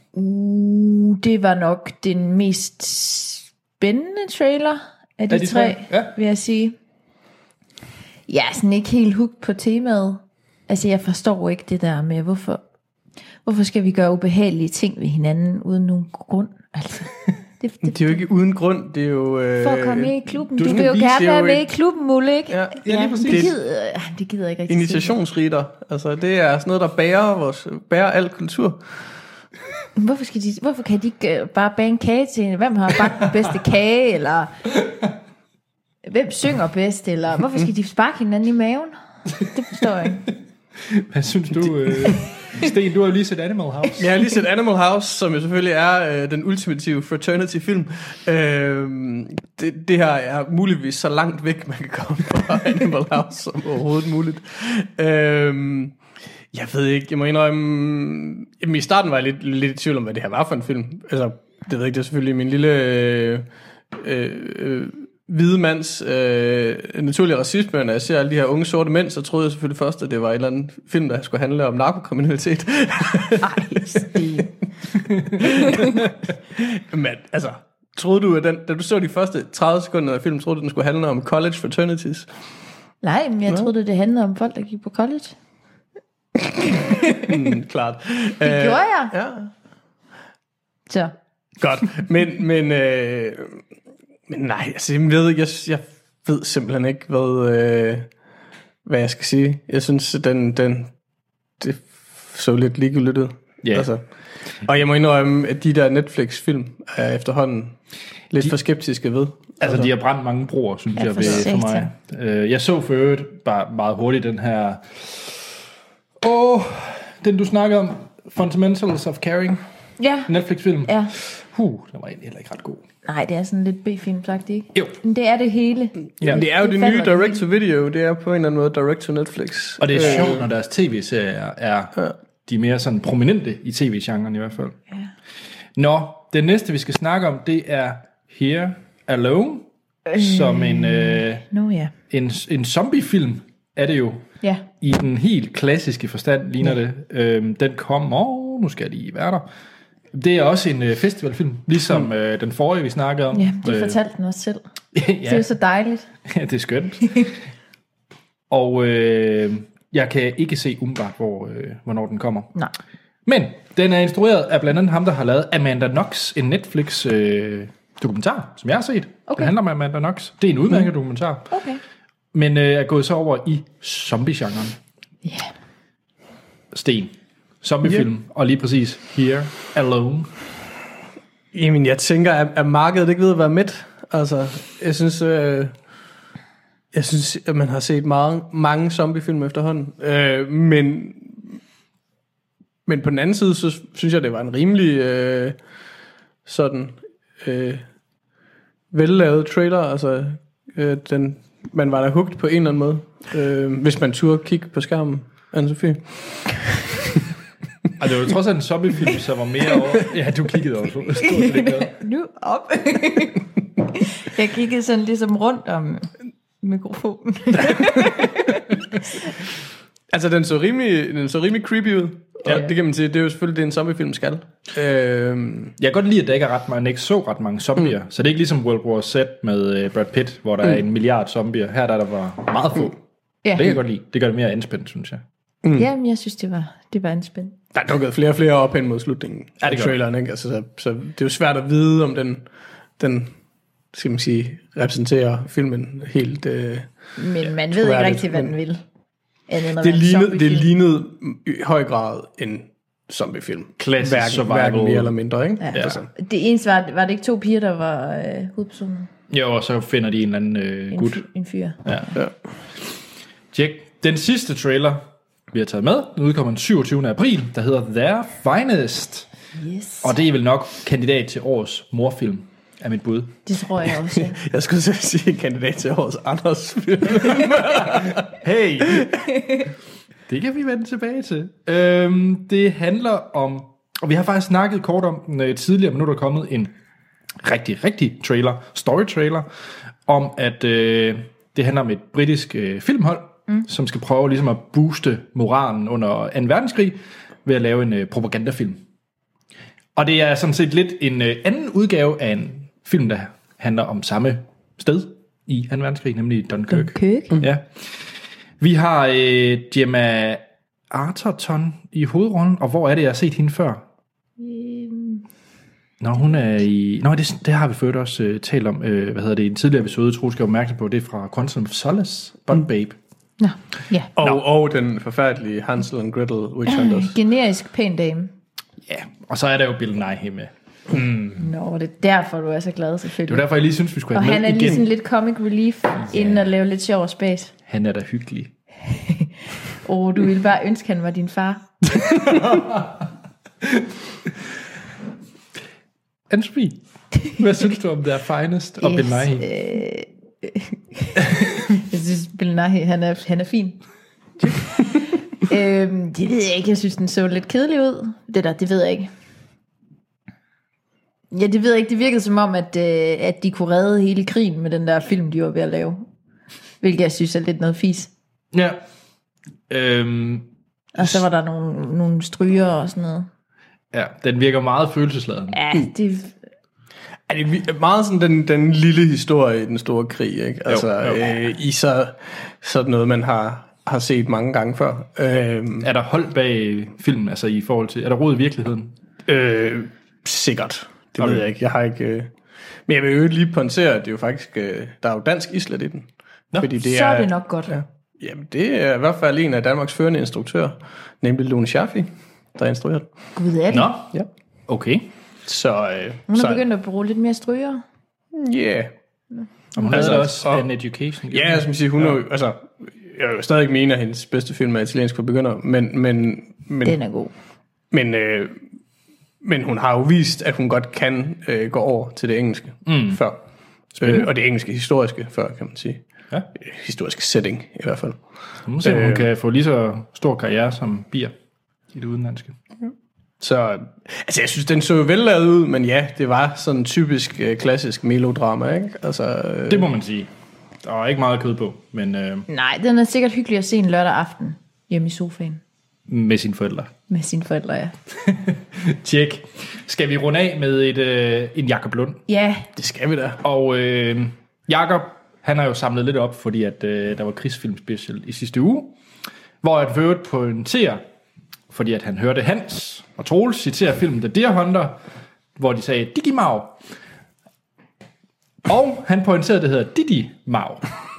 Uh, det var nok den mest spændende trailer af de, Af de tre, tre? Ja. vil jeg sige. Jeg er sådan ikke helt hooked på temaet. Altså, jeg forstår ikke det der med, hvorfor, hvorfor skal vi gøre ubehagelige ting ved hinanden, uden nogen grund? Altså, det, det, Det er jo ikke uden grund, det er jo... Øh, for at komme med i klubben. du Du, skal vil jo vise gerne være jo med et- i klubben, Mulle, ikke? Ja, ja, lige præcis. Det gider, øh, det gider jeg ikke rigtig. Initiationsriter, altså det er sådan noget, der bærer, vores, bærer al kultur. Hvorfor, skal de, hvorfor kan de ikke øh, bare bage en kage til hende? Hvem har bagt den bedste kage? Eller hvem synger bedst? Eller hvorfor skal de sparke hinanden i maven? Det forstår jeg ikke. Hvad synes du, øh, Sten? Du har jo lige set Animal House. Jeg har lige set Animal House, som jo selvfølgelig er øh, den ultimative fraternity-film. Øh, det, det her er muligvis så langt væk, man kan komme fra Animal House som overhovedet muligt. Øh, jeg ved ikke, jeg må indrømme... Jamen, i starten var jeg lidt, lidt i tvivl om, hvad det her var for en film. Altså, det ved jeg ikke, det er selvfølgelig min lille... Øh, øh, øh, hvide mands øh, naturlige racisme, når jeg ser alle de her unge sorte mænd, så troede jeg selvfølgelig først, at det var en eller anden film, der skulle handle om narkokriminalitet. Ej, Sten. Men altså, troede du, at den, da du så de første tredive sekunder af filmen, troede du, den skulle handle om college fraternities? Nej, men jeg troede, det handlede om folk, der gik på college. mm, klart. Det gjorde jeg. Ja. Så. Godt. Men, men, øh, men nej, altså, jeg ved, ikke, jeg, jeg ved simpelthen ikke, hvad, øh, hvad jeg skal sige. Jeg synes, den, den det så lidt ligegyldigt ud. Ja. Altså. Og jeg må indrømme, at de der Netflix-film er efterhånden lidt De- for skeptiske ved. Altså, de har brændt mange broer, synes Ja, jeg, for ved, for mig. Øh, Jeg så for øvrigt bare meget hurtigt den her... Åh, den du snakkede om, Fundamentals of Caring, Ja. Netflix-film. Ja. Huh, den var egentlig heller ikke ret god. Nej, det er sådan lidt B-film, sagt ikke? Jo. Men det er det hele. Ja, det er jo det, det nye falder direct-to-video. Det er på en eller anden måde direct-to-Netflix. Og det er Øh, sjovt, når deres tv-serier er de mere sådan prominente i tv-genren i hvert fald. Ja. Nå, det næste, vi skal snakke om, det er Here Alone, øh. som en, øh, Nu ja. en, en zombiefilm er det jo. Ja. I den helt klassiske forstand ligner det. Øhm, den kommer, åh, nu skal jeg lige være der. Det er også en øh, festivalfilm, ligesom mm. øh, den forrige, vi snakkede om. Ja, du øh, fortalte den også selv. ja. Det er jo så dejligt. Ja, det er skønt. Og øh, jeg kan ikke se umiddelbart, hvor, øh, hvornår den kommer. Nej. Men den er instrueret af blandt andet ham, der har lavet Amanda Knox, en Netflix øh, dokumentar, som jeg har set. Okay. Den handler om Amanda Knox. Det er en udmærket mm. dokumentar. Okay. Men øh, er gået så over i zombie-genren. Ja. Yeah. Sten. Zombiefilm. Yeah. Og lige præcis Here Alone. Jamen, jeg tænker, at, at markedet ikke ved at være midt. Altså, jeg synes, øh, jeg synes, at man har set meget, mange zombiefilm efterhånden. Øh, men, men på den anden side, så synes jeg, det var en rimelig øh, sådan øh, vellavet trailer. Altså, øh, den, man var da hugt på en eller anden måde, øh, hvis man turde kigge på skærmen. Anne-Sophie. Og det var jo trods alt en zombiefilm, så var mere over... Ja, du kiggede over. Nu op. Jeg kiggede sådan ligesom rundt om mikrofonen. Altså, den så rimelig, den så rimelig creepy ud. Og Ja. det kan man sige, det er jo selvfølgelig det, en zombiefilm skal. Øhm, Jeg kan godt lide, at der ikke er ret mange, ikke så ret mange zombier. Mm. Så det er ikke ligesom World War Z med Brad Pitt, hvor der mm. er en milliard zombier. Her der, der var meget få. Ja. Det kan jeg godt lide. Det gør det mere anspændt, synes jeg. Mm. Jamen, jeg synes, det var, det var anspændt. der er dukket flere og flere op hen mod slutningen Ja, af det gør traileren, ikke? Altså, så, så det er jo svært at vide, om den, den skal man sige, repræsenterer filmen helt... Øh, Men man ved ikke troværdigt, rigtig, hvad men- den vil. Andet det, lignede, det lignede i høj grad en zombiefilm. Klassisk hverken, survival. hverken mere eller mindre, ikke? Ja. Altså, Det eneste var, var det ikke to piger, der var øh, hovedpersonen? Jo, og så finder de en eller anden øh, En, gut. f- en fyr. Ja. ja. Tjek. Den sidste trailer, vi har taget med, den udkommer den syvogtyvende april, der hedder Their Finest. Yes. Og det er vel nok kandidat til årets morfilm, er mit bud. Det tror jeg også, ja. Jeg skulle så sige kandidat til årets Anders film. Hey! Det kan vi vende tilbage til. Øhm, det handler om, og vi har faktisk snakket kort om den øh, tidligere, men nu er der kommet en rigtig, rigtig trailer, story trailer, om at øh, det handler om et britisk øh, filmhold, mm. som skal prøve ligesom at booste moralen under anden verdenskrig ved at lave en øh, propagandafilm. Og det er sådan set lidt en øh, anden udgave af en film, der handler om samme sted i anden verdenskrig, nemlig Dunkirk. Dunkirk? Mm. Ja. Vi har øh, Gemma Arterton i hovedrollen, og hvor er det, jeg har set hende før? Øhm, Nå, hun er i... Nå, det, det har vi før også øh, talt om, øh, hvad hedder det, i en tidligere episode, tror jeg, skal opmærksom på, det er fra Quantum of Solace, Bond Babe. Nå, ja. og, og den forfærdelige Hansel and Gretel Witch Hunters. Generisk pæn dame. Ja, og så er der jo Bill Nighy med. Nå, det er derfor, du er så glad, Det selvfølgelig. var derfor, jeg lige synes, vi skulle Og have han med er igen. lige sådan lidt comic relief, inden at lave lidt sjov og spas. Han er da hyggelig. Åh, oh, du ville bare ønske, han var din far. Anne-Sophie, hvad synes du om Their Finest og Bill Nighy? Jeg synes, Bill Nighy, han er, han er fin. øhm, det ved jeg ikke. Jeg synes, den så lidt kedelig ud. Det der, det ved jeg ikke. Ja, det ved jeg ikke. Det virkede som om, at, øh, at de kunne redde hele krigen med den der film, de var ved at lave. Hvilket jeg synes er lidt noget fis. Ja. Øhm, Og så var der nogle, nogle stryger og sådan noget. ja, den virker meget følelsesladen. Ja, det... Er det vi- meget sådan den, den lille historie i den store krig, ikke? Altså, Jo, jo. Øh, i så, sådan noget, man har, har set mange gange før. Øhm, Er der hold bag filmen, altså i forhold til, er der råd i virkeligheden? øh, sikkert. Det Okay. ved jeg ikke. Jeg har ikke... Øh, men jeg vil jo lige pointere, at det er jo faktisk... Øh, der er jo dansk islet i den. Nå, fordi det Så er det nok godt. Ja. Jamen, det er i hvert fald en af Danmarks førende instruktører, nemlig Lone Scherfig, der instruerer den. Gud, er det? Nå, Ja. okay. Så, øh, Hun så er begyndt at bruge lidt mere stryger. yeah. Og hun Altså, havde også og- An Education. Ja, jeg skal sige, hun er jo, altså, jeg vil stadig mene, at hendes bedste film er italiensk for begyndere, men, men, men, Den er god. men, øh, men hun har jo vist, at hun godt kan øh, gå over til det engelske mm. før. Øh, og det engelske historiske før, kan man sige. Ja. Historiske setting, i hvert fald. Så må se, om hun Øh. kan få lige så stor karriere som Bier i det udenlandske. Så, altså jeg synes, den så jo vellavet ud, men ja, det var sådan typisk øh, klassisk melodrama, ikke? Altså, øh, Det må man sige. Der er ikke meget kød på, men øh, Nej, den er sikkert hyggelig at se en lørdag aften hjemme i sofaen. med sine forældre. Med sine forældre, ja. Tjek. Skal vi runde af med et, øh, en Jakob Lund? Ja. Det skal vi da. Og øh, Jakob, han har jo samlet lidt op, fordi at, øh, der var krigsfilm special i sidste uge, hvor jeg ført pointerer, fordi at han hørte Hans og Troels citere filmen The Deer Hunter, hvor de sagde Digi Mau. Og han pointerede, at det hedder Didi Mau.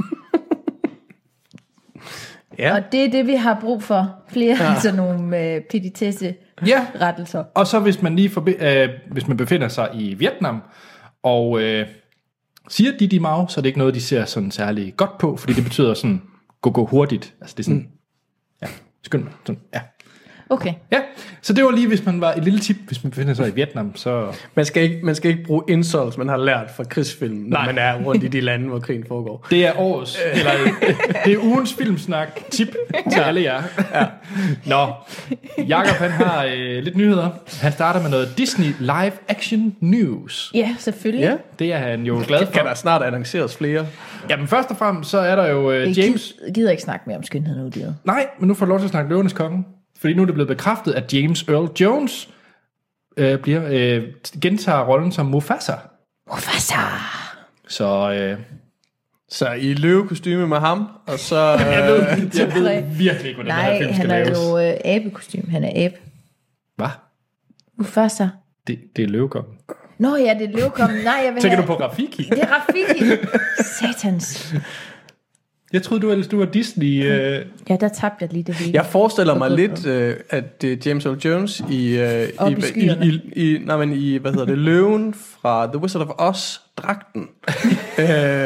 Ja. Og det er det, vi har brug for. Flere ja. sådan nogle øh, petitesse ja. rettelser. Og så hvis man lige forbi- øh, hvis man befinder sig i Vietnam, og øh, siger Didi Mau, så er det ikke noget, de ser sådan særlig godt på, fordi det betyder sådan, gå gå hurtigt. Altså det er sådan, mm. ja, skynd mig. Sådan, ja. Okay. Ja, så det var lige, hvis man var et lille tip, hvis man befinder sig i Vietnam, så... Man skal ikke, man skal ikke bruge insults, man har lært fra krigsfilm, når Nej. man er rundt i de lande, hvor krigen foregår. Det er årets, eller det er ugens filmsnak tip til alle jer. Ja. Nå, Jakob han har øh, lidt nyheder. Han starter med noget Disney Live Action News. Ja, selvfølgelig. Ja, det er han jo glad for. Kan der snart annonceres flere? Jamen først og fremmest, så er der jo øh, James... Jeg gider ikke snakke mere om skønheden og udyret. Nej, men nu får du lov til at snakke Løvenes Konge. Fordi nu er det blevet bekræftet, at James Earl Jones øh, bliver, øh, gentager rollen som Mufasa. Mufasa! Så, øh, så i løvekostyme med ham, og så... Øh, jeg, ved, jeg ved virkelig ikke, hvordan Nej, den her film skal laves. Nej, han er jo øh, abekostyme. Han er abe. Hvad? Mufasa. Det, det er løvekongen. Nå ja, det er løvekongen. Nej, jeg vil Tænker have... du på Rafiki? Det er Rafiki. Satans. Jeg troede, du ellers du var Disney... Øh... Ja, der tabte jeg lige det hele. Jeg forestiller mig lidt, øh, at det er James Earl Jones i, øh, i, i, i, i, nej, men i, hvad hedder det, løven fra The Wizard of Oz-dragten. øh,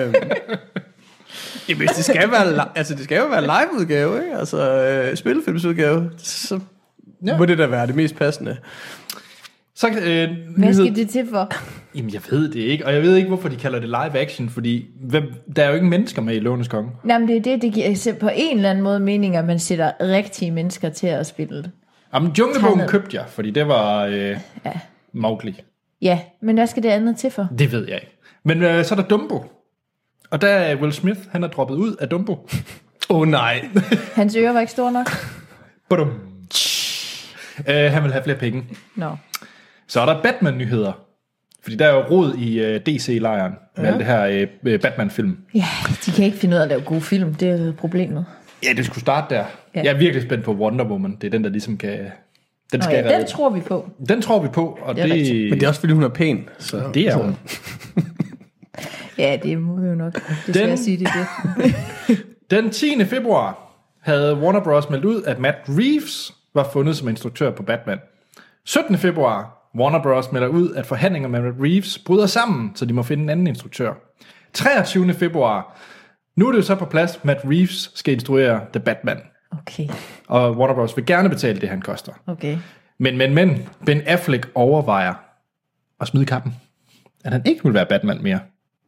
jamen, det skal være, altså det skal jo være live-udgave, ikke? Altså øh, spillefilmsudgave, så ja. Må det da være det mest passende. Så, øh, Hvad skal det til for? Jamen, jeg ved det ikke, og jeg ved ikke, hvorfor de kalder det live action, fordi hvem, der er jo ikke mennesker med i Løvenes Konge. Nej, men det er det, det giver på en eller anden måde mening, at man sætter rigtige mennesker til at spille det. Jamen, Junglebogen købte jeg, fordi det var øh, ja. Mowgli. Ja, men hvad skal det andet til for? Det ved jeg ikke. Men øh, så er der Dumbo, og der er Will Smith, han er droppet ud af Dumbo. Åh oh, nej. Hans ører var ikke store nok? Badum. øh, han vil have flere penge. Nå. No. Så er der Batman-nyheder. Fordi der er jo rod i uh, D C-lejren med ja. alt det her uh, Batman-film. Ja, de kan ikke finde ud af at lave gode film. Det er problemet. Ja, det skulle starte der. Ja. Jeg er virkelig spændt på Wonder Woman. Det er den, der ligesom kan... Den, skal ja, den tror vi på. Den tror vi på. Og det, det... Men det er også fordi, hun er pæn. Så... Det er hun. Ja, det må vi jo nok. Det skal den... jeg sige, det det. Den tiende februar havde Warner Bros. Meldt ud, at Matt Reeves var fundet som instruktør på Batman. syttende februar Warner Bros. Melder ud, at forhandlinger med Matt Reeves bryder sammen, så de må finde en anden instruktør. treogtyvende februar Nu er det jo så på plads, Matt Reeves skal instruere The Batman. Okay. Og Warner Bros. Vil gerne betale det, han koster. Okay. Men, men, men, Ben Affleck overvejer at smide kappen. At han ikke vil være Batman mere.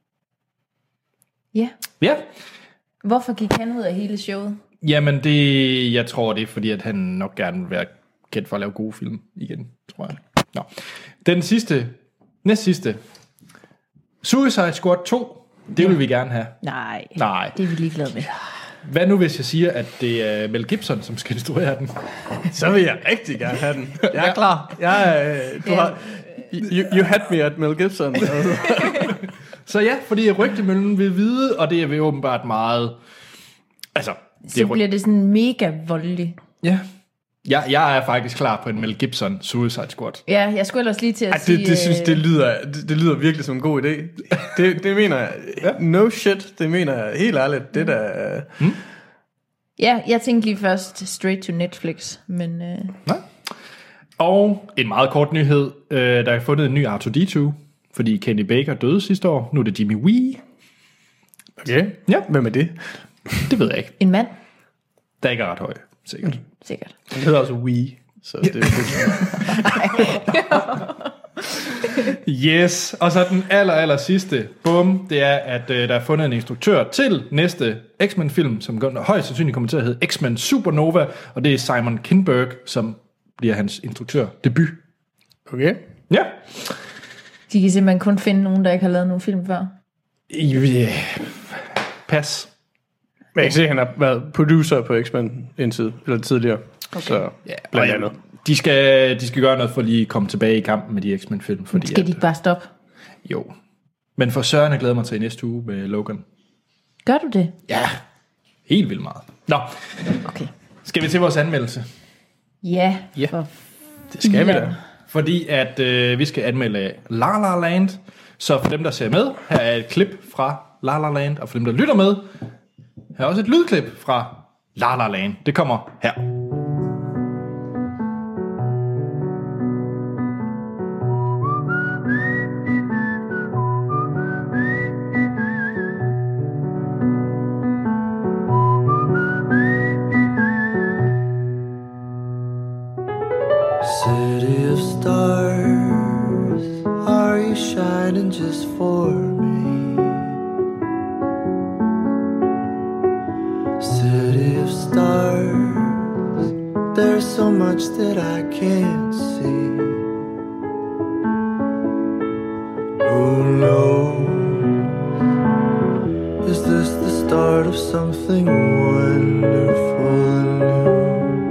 Ja. Ja. Hvorfor gik han ud af hele showet? Jamen, det, jeg tror, det er fordi, at han nok gerne vil være kendt for at lave gode film igen, tror jeg. Nå. Den sidste, næst sidste. Suicide Squad to, det vil vi gerne have. Nej, Nej. Det er vi ligeglade med. Hvad nu, hvis jeg siger, at det er Mel Gibson, som skal instruere den? Så vil jeg rigtig gerne have den. Jeg er klar. Jeg, øh, du har, you, you had me at Mel Gibson. Så ja, fordi rygtemøllen vil vide, og det er vi åbenbart meget... Altså, det så bliver det sådan mega voldeligt. Ja. Jeg, jeg er faktisk klar på en Mel Gibson Suicide Squad. Ja, jeg skulle ellers lige til at Ej, sige... Det, det synes det lyder, det, det lyder virkelig som en god idé. Det, det mener jeg. Ja. No shit, det mener jeg helt ærligt. Det der... Hmm? Ja, jeg tænkte lige først straight to Netflix, men... Uh... Nej. Og en meget kort nyhed. Uh, der er fundet en ny R to D to, fordi Kenny Baker døde sidste år. Nu er det Jimmy Wee. Okay. Ja. Hvem er det? Det ved jeg ikke. En mand? Der er ikke ret høj, sikkert. Mm, sikkert. Han hedder også Wee. Så det er Yes, og så den aller, aller sidste, bum, det er, at øh, der er fundet en instruktør til næste X-Men-film, som højst sandsynligt kommer til at hedde X-Men Supernova, og det er Simon Kinberg, som bliver hans instruktør debut. Okay. Ja. De kan simpelthen kun finde nogen, der ikke har lavet nogen film før. Yeah. Pas. Men jeg kan se, at han har været producer på X-Men indtil, eller tidligere. Okay. Så ja, blandt andet. De skal, de skal gøre noget for lige at komme tilbage i kampen med de X-Men-film. Fordi skal de at, ikke bare stoppe? Jo. Men for Søren, jeg glæder mig til næste uge med Logan. Gør du det? Ja, helt vildt meget. Nå, okay. Skal vi til vores anmeldelse? Ja, ja. For det skal vi da. Fordi at øh, vi skal anmelde La La Land. Så for dem, der ser med, her er et klip fra La La Land. Og for dem, der lytter med, her er også et lydklip fra La La Land. Det kommer her. City of stars, are you shining just for me? City of stars, there's so much that I can't see. Who knows? Is this the start of something wonderful and new?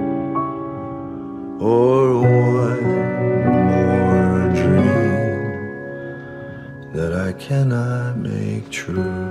Or one more dream that I cannot make true.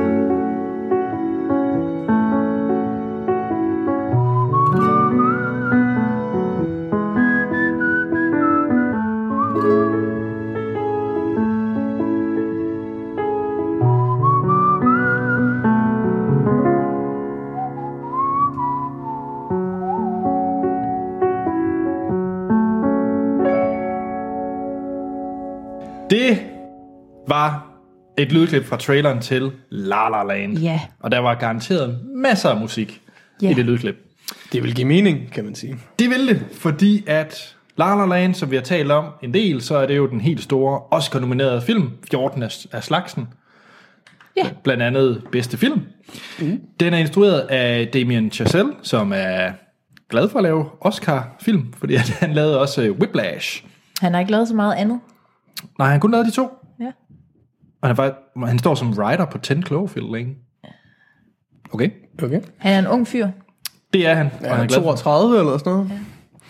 Det var et lydklip fra traileren til La La Land. Ja. Og der var garanteret masser af musik ja. i det lydklip. Det vil give mening, kan man sige. Det vil det, fordi at La La Land, som vi har talt om en del, så er det jo den helt store Oscar-nominerede film, fjorten af, af slagsen. Ja. Blandt andet bedste film. Mm. Den er instrueret af Damien Chazelle, som er glad for at lave Oscar-film, fordi han lavede også Whiplash. Han har ikke lavet så meget andet. Nej, han kun lavede de to. Ja. Og han, var, han står som writer på ten Cloverfield Lane. Okay. Okay. Han er en ung fyr. Det er han. Ja, og han er toogtredive eller sådan noget.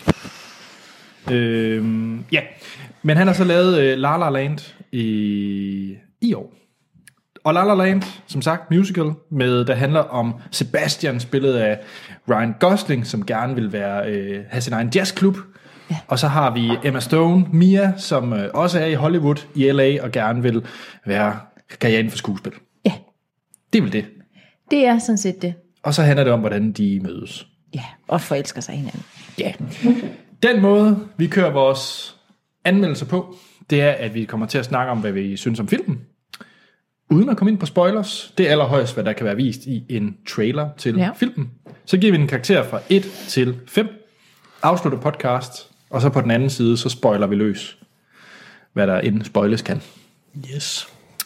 Ja. Øhm, ja. Men han har så lavet uh, La La Land i, i år. Og La La Land, som sagt, musical, med, der handler om Sebastian, spillet af Ryan Gosling, som gerne vil være, øh, have sin egen jazzklub. Ja. Og så har vi Emma Stone, Mia, som øh, også er i Hollywood, i L A, og gerne vil være karrieren for skuespil. Ja. Det er vel det. Det er sådan set det. Og så handler det om, hvordan de mødes. Ja, og forelsker sig hinanden. Ja. Den måde, vi kører vores anmeldelser på, det er, at vi kommer til at snakke om, hvad vi synes om filmen. Uden at komme ind på spoilers. Det er allerhøjst, hvad der kan være vist i en trailer til ja. filmen. Så giver vi en karakter fra et til fem. Afslutter podcast. Og så på den anden side, så spoiler vi løs, hvad der inden spoilers kan. Yes.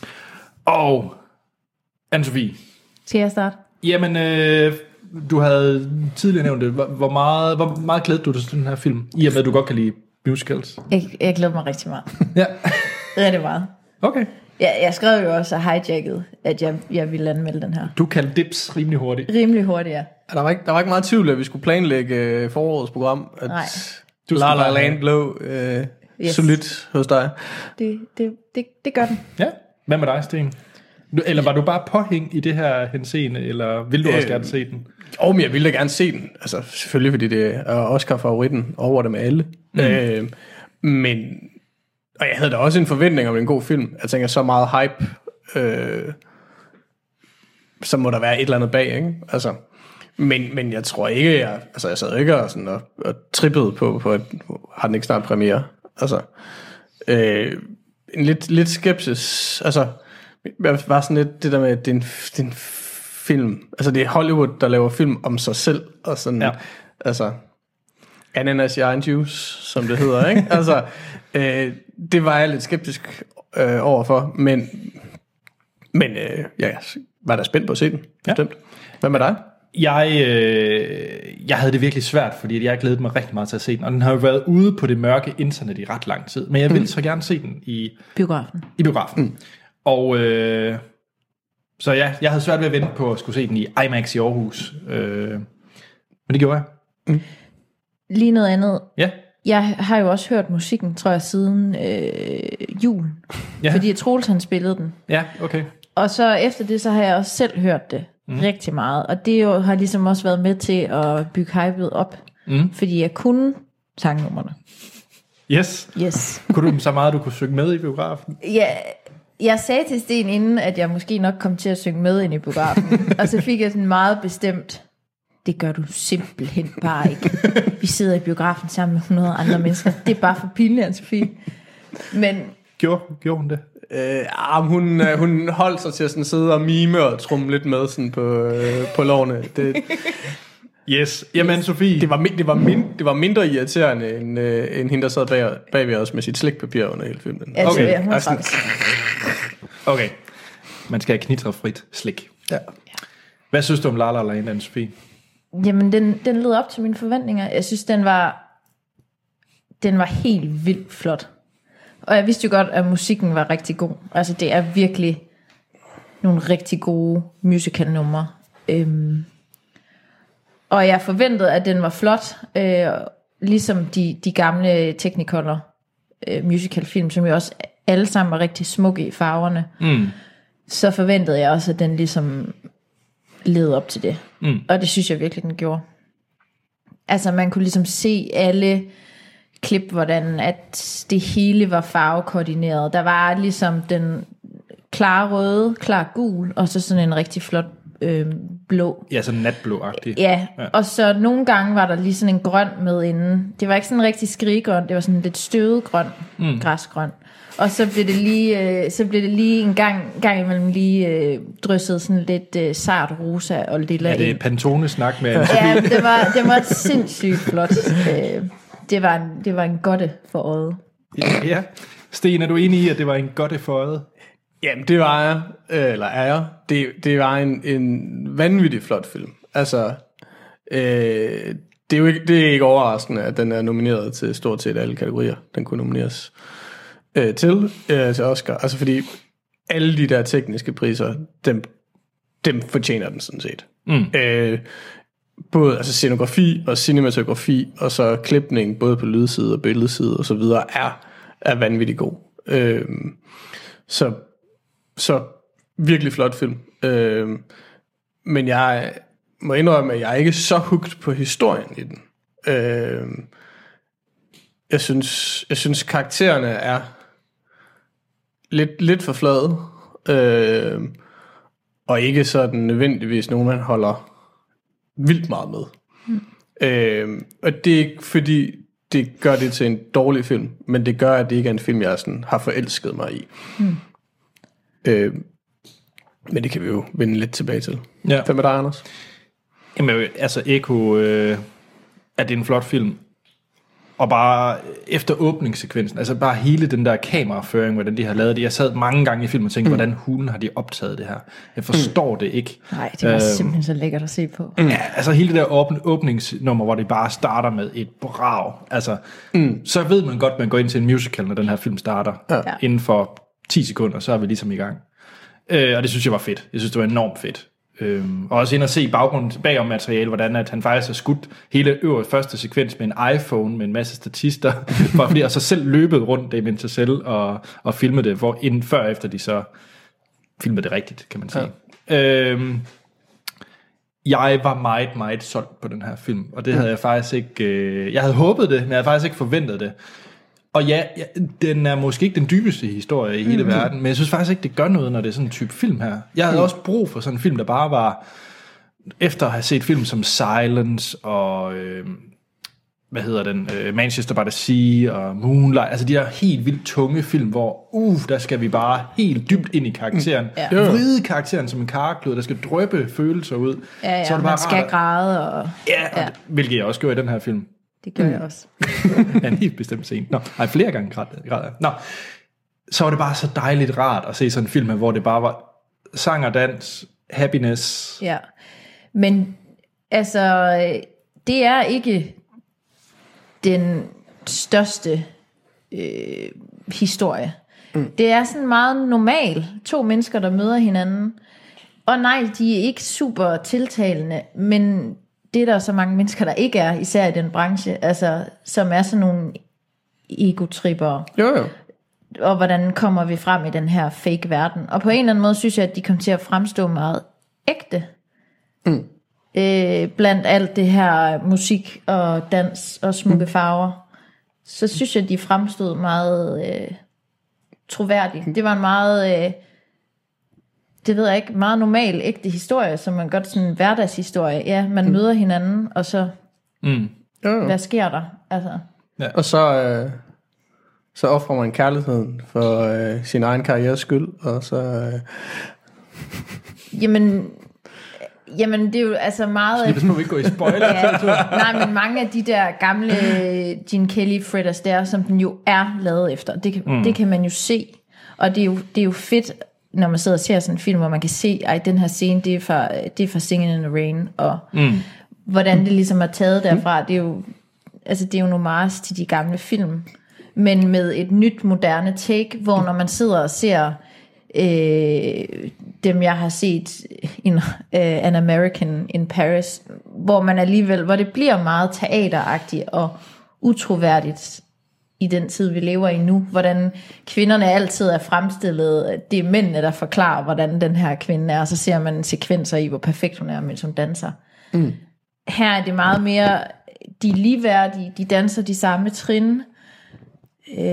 Og Anne-Sophie. Skal jeg starte? Jamen, øh, du havde tidligere nævnt det. Hvor, hvor meget, hvor meget glæder du dig til den her film? I og med, at du godt kan lide musicals. Jeg, jeg glæder mig rigtig meget. Ja. Rigtig meget. Okay. Jeg, jeg skrev jo også hijacket, at jeg, jeg ville anmelde den her. Du kan dips rimelig hurtigt. Rimelig hurtigt, ja. Der var ikke, der var ikke meget tvivl, at vi skulle planlægge forårets program. At Nej. Du La La Land lå øh, yes. solidt hos dig. Det, det, det, det gør den. Ja. Hvad med dig, Sten? Eller var du bare påhæng i det her henseende, eller vil du også øh, gerne se den? Og jeg ville da gerne se den. Altså selvfølgelig, fordi det er Oscar-favoritten over dem alle. Mm. Øh, men... Og jeg havde da også en forventning om en god film. Jeg tænker, så meget hype, øh, så må der være et eller andet bag, ikke? Altså, men, men jeg tror ikke, jeg, altså jeg sad ikke og, sådan og, og trippede på, på at har den ikke snart premiere. Altså, øh, en lidt, lidt skepsis. Altså, jeg var sådan lidt det der med, at det er en, det er en film. Altså, det er Hollywood, der laver film om sig selv. Og sådan, ja. Altså... Ananas i egen juice, som det hedder, ikke? Altså, øh, det var jeg lidt skeptisk øh, overfor, men, men øh, ja, jeg var da spændt på at se den, bestemt. Ja. Hvad med dig? Jeg, øh, jeg havde det virkelig svært, fordi jeg glædede mig rigtig meget til at se den, og den har jo været ude på det mørke internet i ret lang tid, men jeg ville mm. så gerne se den i biografen. I biografen. Mm. Og øh, så ja, jeg havde svært ved at vente på at skulle se den i IMAX i Aarhus, øh, men det gjorde jeg. Mm. lige noget andet. Ja. Jeg har jo også hørt musikken, tror jeg, siden øh, julen. Ja. Fordi Troels han spillede den. Ja, okay. Og så efter det, så har jeg også selv hørt det mm. rigtig meget. Og det jo har ligesom også været med til at bygge hypet op. Mm. Fordi jeg kunne sangnummerne. Yes. Yes. Kunne du dem så meget, du kunne synge med i biografen? Ja, jeg sagde til Sten inden, at jeg måske nok kom til at synge med ind i biografen. Og så fik jeg sådan meget bestemt, det gør du simpelthen bare ikke. Vi sidder i biografen sammen med hundrede andre mennesker. Det er bare for pinligt, Anne-Sophie. Men Gjorde, gjorde hun det? Øh, ah, hun, øh, hun holdt sig til at sådan sidde og mime og trumme lidt med sådan på, øh, på lårene. Det, Yes. Jamen, Sofie. det, var, mi- det, var min, det var mindre irriterende, end, øh, end hende, der sad bag, bag ved os med sit slikpapir under hele filmen. altså, Okay. ja, hun er Altså, træls. Okay. Man skal have knitrefrit slik. Ja. Hvad synes du om La La Land, Anne-Sophie? Jamen, den, den led op til mine forventninger. Jeg synes, den var, den var helt vildt flot. Og jeg vidste jo godt, at musikken var rigtig god. Altså, det er virkelig nogle rigtig gode musical-numre. Øhm, og jeg forventede, at den var flot, øh, ligesom de, de gamle Technicolor øh, musical-film, som jo også alle sammen var rigtig smukke i farverne. Mm. Så forventede jeg også, at den ligesom led op til det. Mm. Og det synes jeg virkelig, den gjorde. Altså, man kunne ligesom se alle klip, hvordan at det hele var farvekoordineret. Der var ligesom den klare røde, klar gul, og så sådan en rigtig flot øh, blå. Ja, sådan natblå-agtig. Ja, ja, og så nogle gange var der lige sådan en grøn med inden. Det var ikke sådan en rigtig skrigegrøn, det var sådan lidt støvet grøn, mm. græsgrøn. Og så blev det lige, øh, så blev det lige en gang, gang imellem lige øh, drysset sådan lidt øh, sart rosa og lilla. Ja, det er ind. Pantone-snak med Ja, det var, det var sindssygt flot. Øh, det var en, det var en godte for øjet. Ja, ja. Sten, er du enig i, at det var en godte for øjet? Jamen, det var jeg, øh, eller er jeg. Det, det var en, en vanvittig flot film. Altså, øh, det, er jo ikke, det er ikke overraskende, at den er nomineret til stort set alle kategorier. Den kunne nomineres øh, til, øh, til Oscar. Altså, fordi alle de der tekniske priser, dem, dem fortjener den sådan set. Mm. Øh, både altså scenografi og cinematografi, og så klipning, både på lydside og billedside og så videre, er, er vanvittigt god. Øh, så Så virkelig flot film. Øh, men jeg må indrømme, at jeg er ikke så hooked på historien i den. Øh, jeg synes, jeg synes karaktererne er lidt, lidt for flade. Øh, og ikke sådan nødvendigvis nogen, man holder vildt meget med. Mm. Øh, og det er ikke fordi, det gør det til en dårlig film, men det gør, at det ikke er en film, jeg sådan har forelsket mig i. Mm. Øh, men det kan vi jo vende lidt tilbage til. Ja. Hvad med dig, Anders? Jamen, altså Echo, øh, er det en flot film. Og bare efter åbningssekvensen, altså bare hele den der kameraføring, hvordan de har lavet det. Jeg sad mange gange i filmen og tænkte, mm. hvordan hulen har de optaget det her? Jeg forstår mm. det ikke. Nej, det var øh, simpelthen så lækkert at se på. Ja, altså hele det der åbn, åbningsnummer, hvor det bare starter med et brag. Altså, mm. så ved man godt, man går ind til en musical, når den her film starter. Ja. Inden for ti sekunder, så er vi ligesom i gang. Øh, og det synes jeg var fedt. Jeg synes, det var enormt fedt. Øhm, og også ind og se baggrunden bagom materiale, hvordan at han faktisk har skudt hele øverste første sekvens med en iPhone med en masse statister, for fordi, og så selv løbet rundt Damien Chazelle og, og filmet det, hvor inden før efter de så filmede det rigtigt, kan man sige. Ja. Øhm, jeg var meget, meget solgt på den her film, og det havde jeg faktisk ikke, øh, jeg havde håbet det, men jeg havde faktisk ikke forventet det. Og ja, ja, den er måske ikke den dybeste historie i hele mm. verden, men jeg synes faktisk ikke, det gør noget, når det er sådan en type film her. Jeg havde mm. også brug for sådan en film, der bare var, efter at have set film som Silence og, øh, hvad hedder den, øh, Manchester by the Sea og Moonlight, altså de der helt vildt tunge film, hvor, uh, der skal vi bare helt dybt ind i karakteren. Mm. Ja. Vride karakteren som en karklud, der skal drøbe følelser ud. Ja, ja, så er det man bare skal rart, græde. Og, ja, og ja. Det, hvilket jeg også gjorde i den her film. Det gør mm. jeg også. Ja, en helt bestemt scene. Nå, nej, flere gange græd. Nå, så var det bare så dejligt rart at se sådan en film her, hvor det bare var sang og dans, happiness. Ja, men altså, det er ikke den største øh, historie. Mm. Det er sådan meget normal. To mennesker, der møder hinanden. Og nej, de er ikke super tiltalende, men det er der så mange mennesker, der ikke er, især i den branche, altså, som er sådan nogle egotripper. Jo, jo. Og hvordan kommer vi frem i den her fake verden. Og på en eller anden måde synes jeg, at de kom til at fremstå meget ægte. Mm. Øh, blandt alt det her musik og dans og smukke farver. Så synes jeg, at de fremstod meget øh, troværdige. Det var en meget, øh, det ved jeg ikke, meget normal ægte historie, som man godt sådan en hverdagshistorie. Ja, man mm. møder hinanden, og så, Mm. hvad sker der? Altså. Ja. Og så, øh, så offrer man kærligheden for øh, sin egen karrieres skyld, og så... Øh... Jamen... Jamen, det er jo altså meget... Hvis må vi ikke gå i spoiler. Ja, nej, men mange af de der gamle Gene Kelly Fred Astaire, som den jo er lavet efter, det kan, mm. det kan man jo se. Og det er jo, det er jo fedt, når man sidder og ser sådan en film, hvor man kan se, at den her scene, det er fra, det er fra Singing in the Rain, og mm. hvordan det ligesom er taget derfra. Det er jo, altså, det er jo en homage til de gamle film, men med et nyt, moderne take, hvor når man sidder og ser... Øh, dem jeg har set in, uh, An American in Paris, hvor man alligevel, hvor det bliver meget teateragtigt og utroværdigt i den tid vi lever i nu, hvordan kvinderne altid er fremstillet, det er mændene der forklarer hvordan den her kvinde er, og så ser man sekvenser i hvor perfekt hun er mens hun danser. Mm. Her er det meget mere, de er ligeværdige, de danser de samme trin. øh,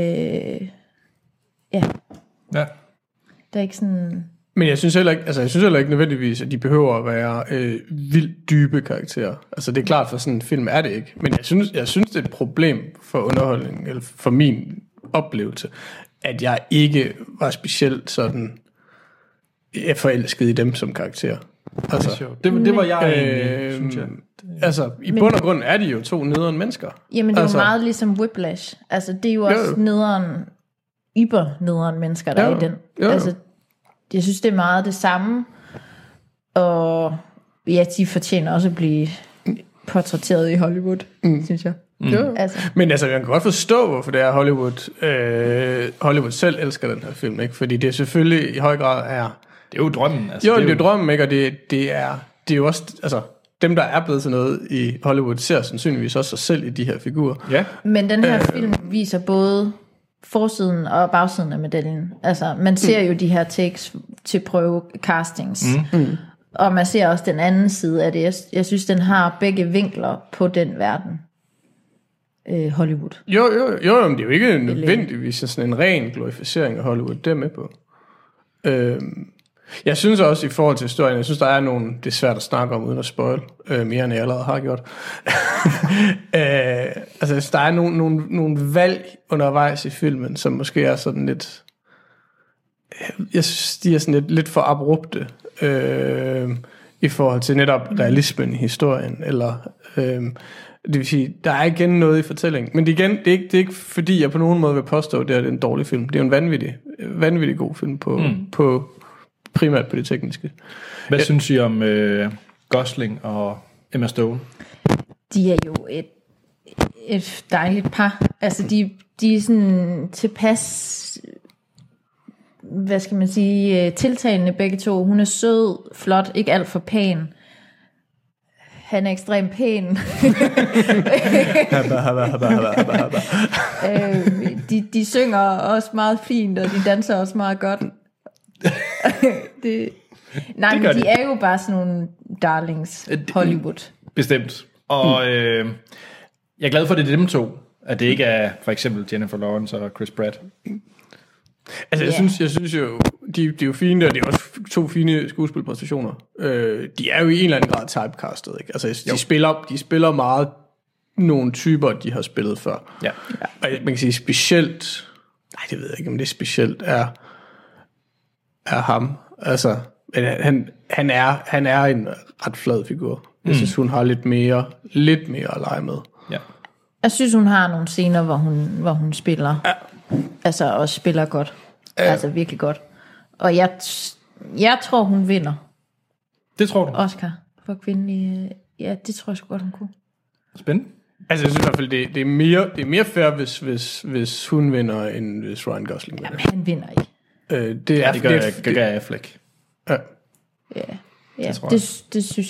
ja Ja. Der er ikke sådan... Men jeg synes heller ikke, altså jeg synes heller ikke nødvendigvis, at de behøver at være øh, vildt dybe karakterer. Altså det er klart, for sådan en film er det ikke. Men jeg synes, jeg synes det er et problem for underholdning, eller for min oplevelse, at jeg ikke var specielt sådan forelsket i dem som karakterer. Altså, det, det var jeg øh, egentlig, synes jeg. Altså, i bund og grund er de jo to nederen mennesker. Jamen, det er altså, jo meget ligesom Whiplash. Altså, det er jo også jo. nederen, yber nederen mennesker, der jo. er i den. Jo. Altså, jeg synes, det er meget det samme. Og ja, de fortjener også at blive portrætteret i Hollywood, mm. synes jeg. Mm. Jo. Altså. Men altså, jeg kan godt forstå, hvorfor det er Hollywood. Øh, Hollywood selv elsker den her film, ikke? Fordi det selvfølgelig i høj grad er... Det er jo drømmen. Altså, jo, det er jo, det er jo drømmen, ikke? Og det, det, er, det er jo også... Altså, dem, der er blevet til noget i Hollywood, ser sandsynligvis også sig selv i de her figurer. Ja. Men den her øh, film viser både forsiden og bagsiden af medaljen. Altså, man ser mm. jo de her takes til prøve castings. Mm. Mm. Og man ser også den anden side af det. Jeg, jeg synes, den har begge vinkler på den verden. Øh, Hollywood. Jo, jo, jo, men det er jo ikke nødvendigvis sådan en ren glorificering af Hollywood. Det er med på. Øh, Jeg synes også i forhold til historien, jeg synes der er nogle, det er svært at snakke om uden at spoil, øh, mere end jeg allerede har gjort. øh, altså der er nogle, nogle, nogle valg undervejs i filmen, som måske er sådan lidt, jeg synes de er sådan lidt, lidt for abrupte, øh, i forhold til netop realismen i historien, eller øh, det vil sige, der er igen noget i fortællingen, men det, igen, det, er ikke, det er ikke fordi jeg på nogen måde vil påstå, at det er en dårlig film. Det er jo en vanvittig, vanvittig god film på, mm. på primært på det tekniske. Hvad ja. synes I om øh, Gosling og Emma Stone? De er jo et, et dejligt par. Altså de, de er sådan tilpas, hvad skal man sige, tiltalende begge to. Hun er sød, flot, ikke alt for pæn. Han er ekstremt pæn. øh, de, de synger også meget fint, og de danser også meget godt. det, nej, det men de, de er jo bare sådan nogle darlings Hollywood. Bestemt. Og hmm. øh, jeg er glad for, at det er dem to. At det ikke er for eksempel Jennifer Lawrence og Chris Pratt. Altså, jeg, yeah. synes, jeg synes jo, de, de er jo fine, og det er også to fine skuespilpræstationer. Øh, de er jo i en eller anden grad typecastet, ikke? Altså, de spiller, de spiller meget nogle typer, de har spillet før. Ja. Og man kan sige specielt, nej, det ved jeg ikke, om det specielt er, er ham. Altså, men han, han, er, han er en ret flad figur. Jeg mm. synes, hun har lidt mere, lidt mere at lege med. Ja. Jeg synes, hun har nogle scener, hvor hun, hvor hun spiller. Ja. Altså, og spiller godt. Ja. Altså, virkelig godt. Og jeg, jeg tror, hun vinder. Det tror du? Oscar for kvindelig. Ja, det tror jeg sgu godt, hun kunne. Spændende. Altså, jeg synes i hvert fald, det, det, er, mere, det er mere fair, hvis, hvis, hvis hun vinder, end hvis Ryan Gosling vinder. Jamen, han vinder ikke. Øh, det er, ja, det gør det, jeg, det gør jeg Affleck. Ja. Ja, ja det, det, det synes jeg også.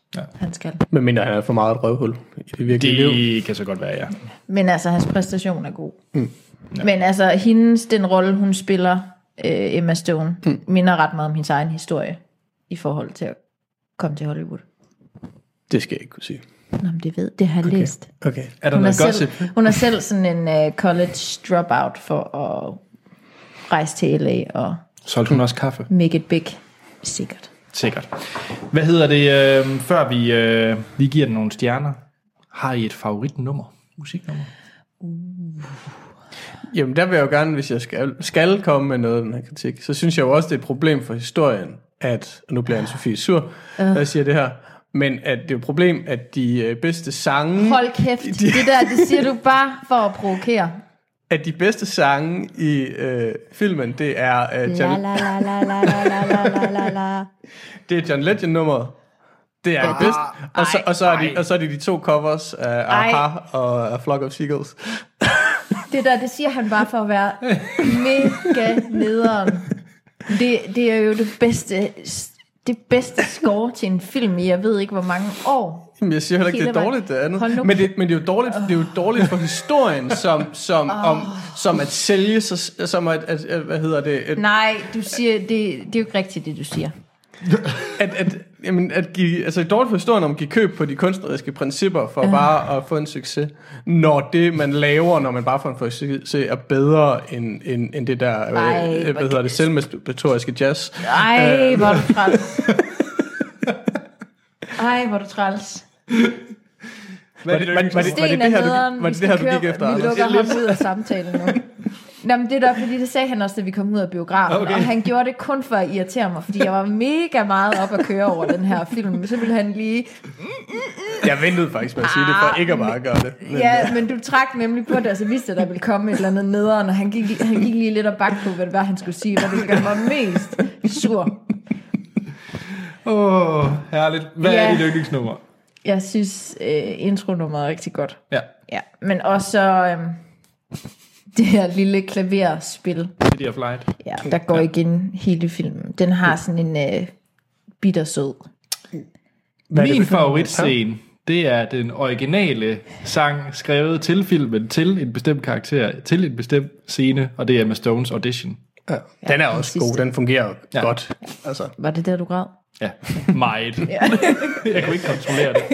Ja. Han skal. Men mindre han er for meget et røvhul i det virkelige Det liv. kan så godt være, ja. Men altså, hans præstation er god. Mm. Ja. Men altså, hendes, den rolle, hun spiller, øh, Emma Stone, mm. minder ret meget om hendes egen historie, i forhold til at komme til Hollywood. Det skal jeg ikke kunne sige. Nå, men det ved, det har jeg okay. læst. Okay. Er der hun, noget er gossip? selv, hun er selv sådan en uh, college dropout for at rejse til L A og solgte hun også kaffe? make it big. Sikkert. Sikkert. Hvad hedder det, øh, før vi øh, lige giver den nogle stjerner? Har I et favoritnummer? Musiknummer? Uh. Jamen der vil jeg jo gerne, hvis jeg skal, skal komme med noget af den her kritik, så synes jeg jo også, det er et problem for historien, at, og nu bliver Anne-Sophie sur, uh. når jeg siger det her, men at det er et problem, at de øh, bedste sange... Hold kæft, de, det der, det siger du bare for at provokere. At de bedste sange i øh, filmen, det er... Øh, John, la, la, la, la, la, la, la, la, la. Det er John Legend-nummeret. Det er ah, det bedste. Og så, og, så er de, og så er det de to covers af Aha og A Flock of Seagulls. Det der, det siger han bare for at være mega nederen. Det, det er jo det bedste, det bedste score til en film i, jeg ved ikke hvor mange år. Jamen, jeg siger heller ikke, det er dårligt det andet. Men det, men det er jo dårligt, det er jo dårligt for historien, som, som, oh. om, som at sælge, som at, at, at hvad hedder det? Et, Nej, du siger, det, det er jo ikke rigtigt, det du siger. at, at, jamen, at give, altså det er dårligt for historien om at give køb på de kunstneriske principper for uh. bare at få en succes, når det man laver, når man bare får en succes, er bedre end, end, end det der Ej, øh, hvad hedder det, selvmasturbatoriske jazz. Ej, hvor er du træls. Ej, hvor er du træls. Var det, var, var, det, var det, var det det her, du, var det det her, du gik efter? Vi lukker ham ud af samtalen nu. Nå, men det er da, fordi det sagde han også, da vi kom ud af biografen. Okay. Og han gjorde det kun for at irritere mig, fordi jeg var mega meget op at køre over den her film. Men så ville han lige... Jeg ventede faktisk med at sige det, for ikke at bare gøre det. Men, ja, men du trak nemlig på det, og så vidste at der ville komme et eller andet nederen, og han gik, han gik lige lidt og bak på, hvad det var, han skulle sige, hvad det var mest sur. Åh, oh, herligt. Hvad ja. er dit yndlingsnummer? Jeg synes, øh, intronummeret er rigtig godt. Ja. Ja, men også øh, det her lille klaverspil. City of Light. Ja, der går ja. igen hele filmen. Den har sådan en øh, bittersød. Min favoritscene, det er den originale sang, skrevet til filmen, til en bestemt karakter, til en bestemt scene, og det er Emma Stones audition. Ja. Den er også god, den fungerer ja. godt. Altså. Var det der, du græd? Ja, meget. Ja. Jeg kunne ikke kontrollere det.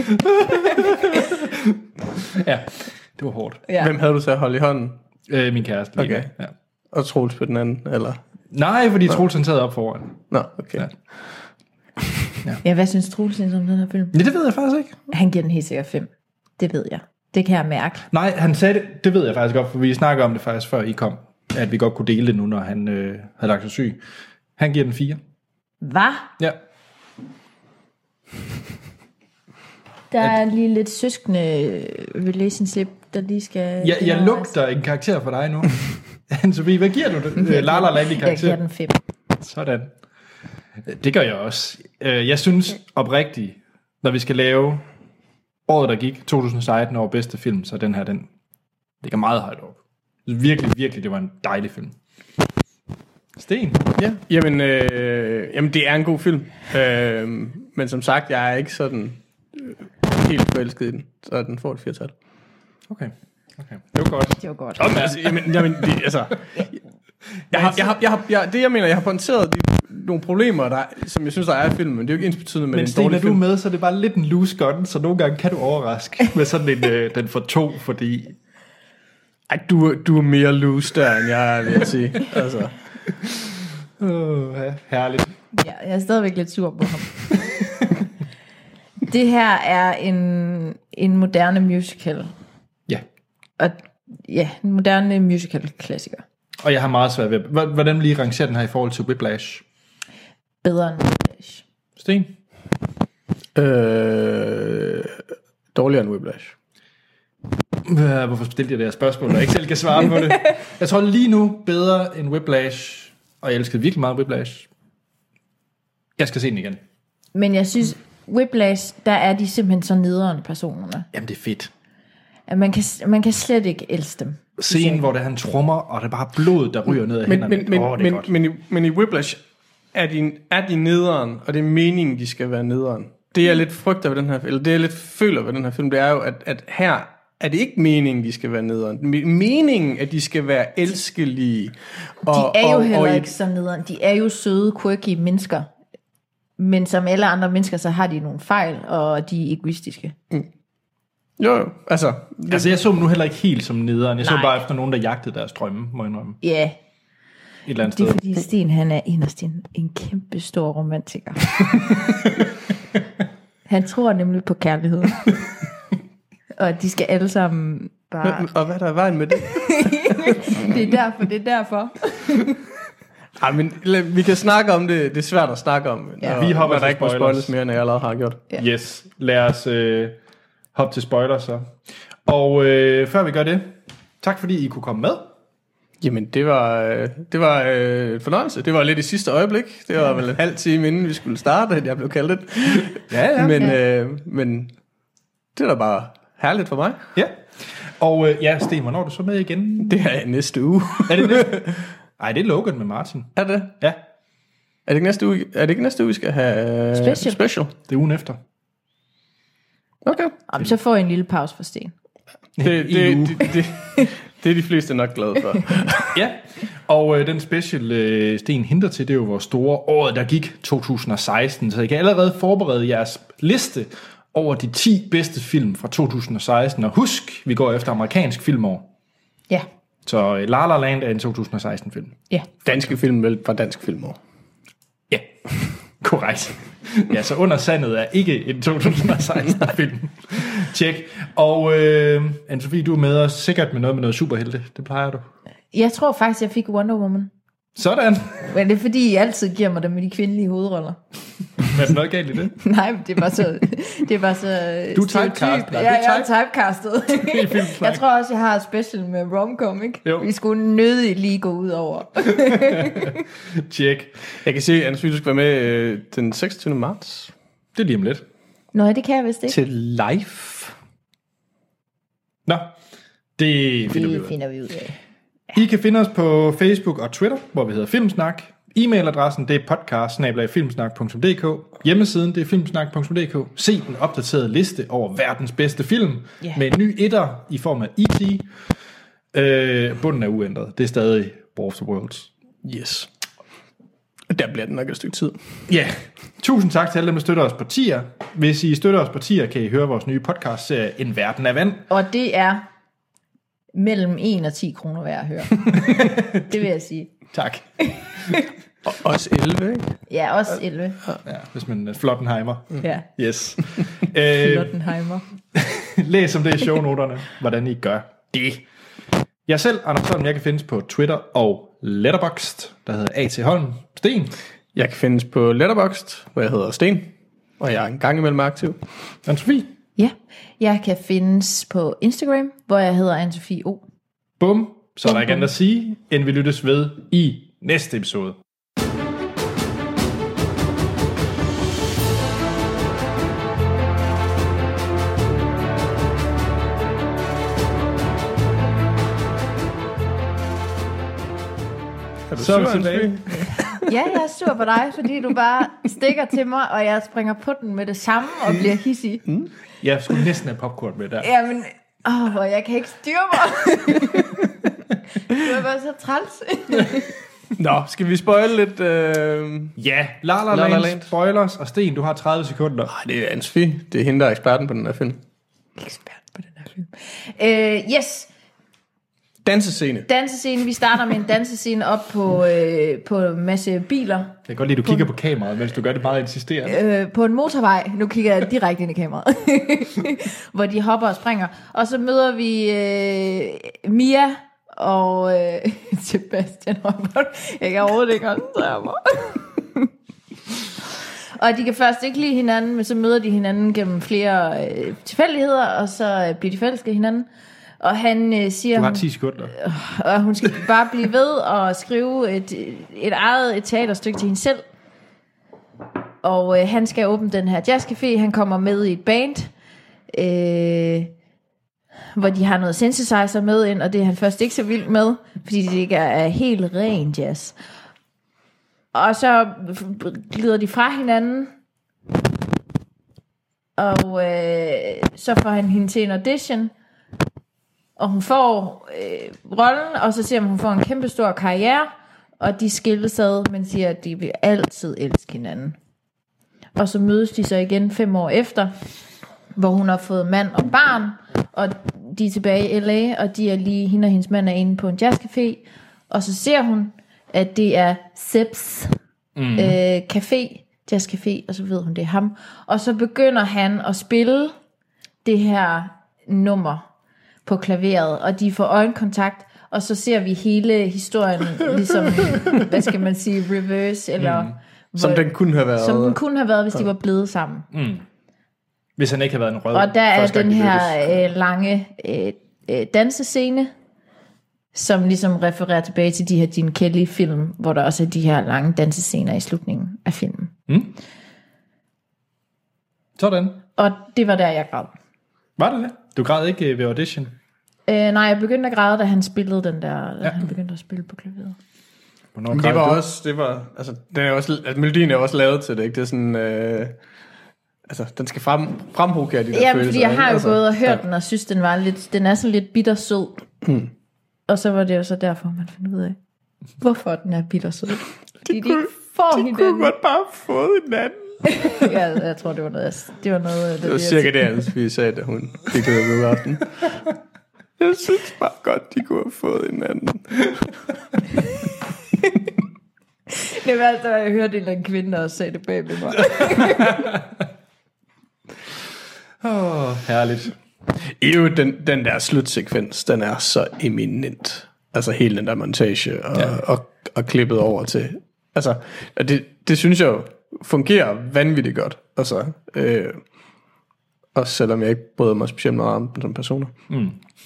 Ja, det var hårdt. Ja. Hvem havde du så at holde i hånden? Øh, min kæreste. Okay. Ja. Og Troels på den anden, eller? Nej, fordi Troels han sad op foran. Nå, okay. Ja. Ja. Ja, hvad synes Troels om den her film? Ja, det ved jeg faktisk ikke. Han giver den helt sikkert fem. Det ved jeg. Det kan jeg mærke. Nej, han sagde det, det ved jeg faktisk godt, for vi snakkede om det faktisk før I kom, at vi godt kunne dele det nu, når han øh, havde lagt sig syg. Han giver den fire. Hvad? Ja. Der er lige lidt søskende relationship, der lige skal... Ja, jeg lugter en karakter for dig nu. Anne-Sophie, hvad giver du den? Lala Landi karakter. Jeg giver den fem. Sådan. Det gør jeg også. Jeg synes oprigtigt, når vi skal lave året, der gik, to tusind og seksten over bedste film, så den her, den ligger meget højt op. Virkelig, virkelig, det var en dejlig film. Sten? Ja, jamen, øh, jamen det er en god film. Øh, men som sagt, jeg er ikke sådan øh, helt forelsket i den, så den får et firtal. Okay. Okay. Det var godt. Det var godt. Jamen, altså, jamen, jamen det, altså, jeg har, jeg har, jeg har, jeg, det jeg mener, jeg har pointeret de, nogle problemer, der, som jeg synes, der er i filmen, men det er jo ikke ensbetydende med men en Sten, dårlig film. Men Sten, er du med, så det er bare lidt en loose gun, så nogle gange kan du overraske med sådan en, øh, den for to, fordi... Ej, du, du er mere loose der, end jeg er, vil jeg sige. Altså... Uh, ja, herligt. Ja, jeg er stadigvæk lidt sur på ham. Det her er en, en moderne musical. Ja. Og ja, en moderne musical-klassiker. Og jeg har meget svært ved... Hvordan lige rangerer den her i forhold til Whiplash? Bedre end Whiplash. Sten? Øh, dårligere end Whiplash. Hvorfor stillede jeg det her spørgsmål, når jeg ikke selv kan svare på det? Jeg tror lige nu bedre end Whiplash... Og jeg elskede virkelig meget Whiplash. Jeg skal se den igen. Men jeg synes, Whiplash, der er de simpelthen så nederen personerne. Jamen, det er fedt. At man kan, man kan slet ikke elske dem. Scenen, hvor det han trommer, og det er bare blod, der ryger ned af men, hænderne. Men, men, oh, men, men, i, men i Whiplash er de, er de nederen, og det er meningen, de skal være nederen. det jeg lidt frygter ved den her, eller det jeg lidt føler ved den her film, det er jo, at, at her er det ikke meningen, de skal være nederen. Meningen, at de skal være elskelige. Og, De er jo og, heller og, ikke så nederen. De er jo søde, quirky mennesker. Men som alle andre mennesker, så har de nogle fejl, og de er egoistiske. Jo, jo, altså... Det, Altså, jeg så dem nu heller ikke helt som nederen. Jeg så Nej. bare efter nogen, der jagtede deres drømme, må jeg indrømme. Ja, yeah. Et eller andet Det er sted. fordi Sten, han er inderst en, en kæmpe stor romantiker. Han tror nemlig på kærlighed. Og de skal alle sammen bare... og hvad er der i vejen med det? Det er derfor, det er derfor. Ej, men lad- vi kan snakke om det. Det er svært at snakke om. Ja. og Vi hopper når der til ikke må spoilers. spoilers mere, end jeg allerede har gjort. Ja. Yes, lad os øh, hoppe til spoilers så. Og øh, før vi gør det, tak fordi I kunne komme med. Jamen, det var, øh, det var øh, en fornøjelse. Det var lidt i sidste øjeblik. Det var vel en halv time inden vi skulle starte, at jeg blev kaldt det. Ja, ja. Men, øh, men det er da bare herligt for mig. Ja. Og øh, ja, Sten, hvornår er du så med igen? Det er næste uge. Er det det? Ej, det er Logan med Martin. Er det? Ja, Er det ikke næste uge, er det ikke næste uge, vi skal have øh, Special. special? det er ugen efter. Okay. Jamen, så får I en lille pause for Sten. Det, det, En uge. det, det, det er de fleste nok glade for. Ja, og øh, den special øh, Sten hinter til, det er jo vores store året, der gik to tusind og seksten. Så I kan allerede forberede jeres liste over de ti bedste film fra to tusind og seksten. Og husk, vi går efter amerikansk filmår. Ja, Så øh, La La Land er en to tusind og seksten film. ja. Danske film vel fra dansk filmår. Ja, korrekt. Ja, så Under Sandet er ikke en to tusind og seksten film. Tjek. Og øh, Anne-Sophie, du er med os sikkert med noget med noget superhelte. Det plejer du. Jeg tror faktisk, jeg fik Wonder Woman. Sådan. Men det er fordi, I altid giver mig dem med de kvindelige hovedroller. Hvad er der noget galt i det? Nej, men det er bare så... Det er bare så Du er stereotyp. typecast, nej, Ja, du er jeg er type- typecastet. I filmsnak. Jeg tror også, jeg har et special med romcom, ikke? Jo. Vi skulle nødigt lige gå ud over. Tjek. Jeg kan se, at Anne-Sophie, du skal være med øh, den seksogtyvende marts Det er lige om lidt. Nå, det kan jeg vist ikke. til live. Nå, det finder vi ud Det af. finder vi ud af. I kan finde os på Facebook og Twitter, hvor vi hedder Filmsnak. E-mailadressen, det er podcast snabel-a filmsnak punktum d k. Hjemmesiden, det er filmsnak punktum d k. Se den opdaterede liste over verdens bedste film, Ja. med en ny etter i form af E T Øh, bunden er uændret. Det er stadig War of the Worlds. Yes. Og der bliver den nok et stykke tid. Ja, yeah. Tusind tak til alle dem, der støtter os på tier. Hvis I støtter os på tier, kan I høre vores nye podcast-serie En Verden af Vand. Og det er mellem en og ti kroner værd at høre. Det vil jeg sige. Tak. Og også elleve, ikke? Ja, også elleve. Ja, hvis man er Flottenheimer. Ja, Yes. øh, Lottenheimer. læs om det i shownoterne, hvordan I gør det. Jeg selv, Anders Holm, jeg kan findes på Twitter og Letterboxd, der hedder A T Holm Sten. Jeg kan findes på Letterboxd, hvor jeg hedder Sten. Og jeg er en gang imellem aktiv. Anne-Sophie. Ja, jeg kan findes på Instagram, hvor jeg hedder Anne-Sophie O. Bum. Så er der Bum, ikke andet at sige, end vi lyttes ved i næste episode. Er du Så er vi sur, tilbage. Anne-Sophie? Ja, jeg er sur på dig, fordi du bare stikker til mig, og jeg springer på den med det samme og bliver hissig. Jeg skulle næsten have popcorn med der. Jamen, åh, hvor jeg kan ikke styre mig. Du er bare så træls. Nå, skal vi spoile lidt? Øh... Ja, La La La La Land, Land. spoilers, og Sten, du har tredive sekunder. Nej, det er Anne-Sophie. Det er hende, der er eksperten på den her film. Ekspert på den her film. Øh, yes, Dansescene. dansescene. Vi starter med en dansescene op på, øh, på en masse biler. Jeg kan godt lide, at du kigger på kameraet, mens du gør det meget insisterende. Øh, på en motorvej. Nu kigger jeg direkte ind i kameraet. Hvor de hopper og springer. Og så møder vi øh, Mia og øh, Sebastian Robert. Jeg kan overhovedet ikke koncentrere mig. Og de kan først ikke lide hinanden, men så møder de hinanden gennem flere øh, tilfældigheder, og så øh, bliver de forelskede i hinanden. Og han øh, siger, Du har hun, ti sekunder. og hun skal bare blive ved og skrive et, et eget et teaterstykke til hende selv. Og øh, han skal åbne den her jazzcafé. Han kommer med i et band, øh, hvor de har noget synthesizer med ind, og det er han først ikke så vild med, fordi det ikke er helt ren jazz. Og så glider de fra hinanden, Og øh, så får han hende til en audition, og hun får øh, rollen, og så siger man, hun får en kæmpe stor karriere, og de skilles ad, men siger, at de vil altid elske hinanden. Og så mødes de så igen fem år efter, hvor hun har fået mand og barn, og de er tilbage i L A, og de er lige, hende og hendes mand er inde på en jazzcafé, og så ser hun, at det er Seps mm. øh, café, jazzcafé, og så ved hun, det er ham. Og så begynder han at spille det her nummer på klaveret, og de får øjenkontakt, og så ser vi hele historien, ligesom, hvad skal man sige, reverse, eller... Mm. Som den kunne have været. Som den kunne have været, hvis de var blevet sammen. Mm. Hvis han ikke havde været en rød. Og der er den her øh, lange øh, øh, dansescene, som ligesom refererer tilbage til de her Gene Kelly-film, hvor der også er de her lange dansescener i slutningen af filmen. Mm. Sådan. Og det var der, jeg græd. Var det det? Du græd ikke ved audition? Øh, nej, jeg begyndte at græde, da han spillede den der, da ja. han begyndte at spille på klaveret. Hvornår det var du? også, det var, altså, den er også, altså, melodien er også lavet til det, ikke? Det er sådan, øh, altså, den skal frem, fremprovokere de der ja, følelser. Fordi jeg har jo altså, gået og hørt ja. den, og synes, den var lidt, den er sådan lidt bittersød. Hmm. Og så var det jo så derfor, man finder ud af, hvorfor den er bittersød. Fordi de, de kunne, får de hinanden. kunne godt bare have fået hinanden. ja, jeg tror, det var noget, det var noget, det, det var cirka det, altså, vi sagde, da hun fik ud af mødeaften. Jeg synes bare godt, de kunne have fået hinanden. Det var altså, jeg hørte en eller anden kvinde, der også sagde det bag ved mig. Åh, oh, herligt. Jo, den, den der slutsekvens, den er så eminent. Altså hele den der montage og, ja. og, og, og klippet over til. Altså, det, det synes jeg jo fungerer vanvittigt godt. Altså, øh, også selvom jeg ikke bryder mig specielt meget om som personer. Mm.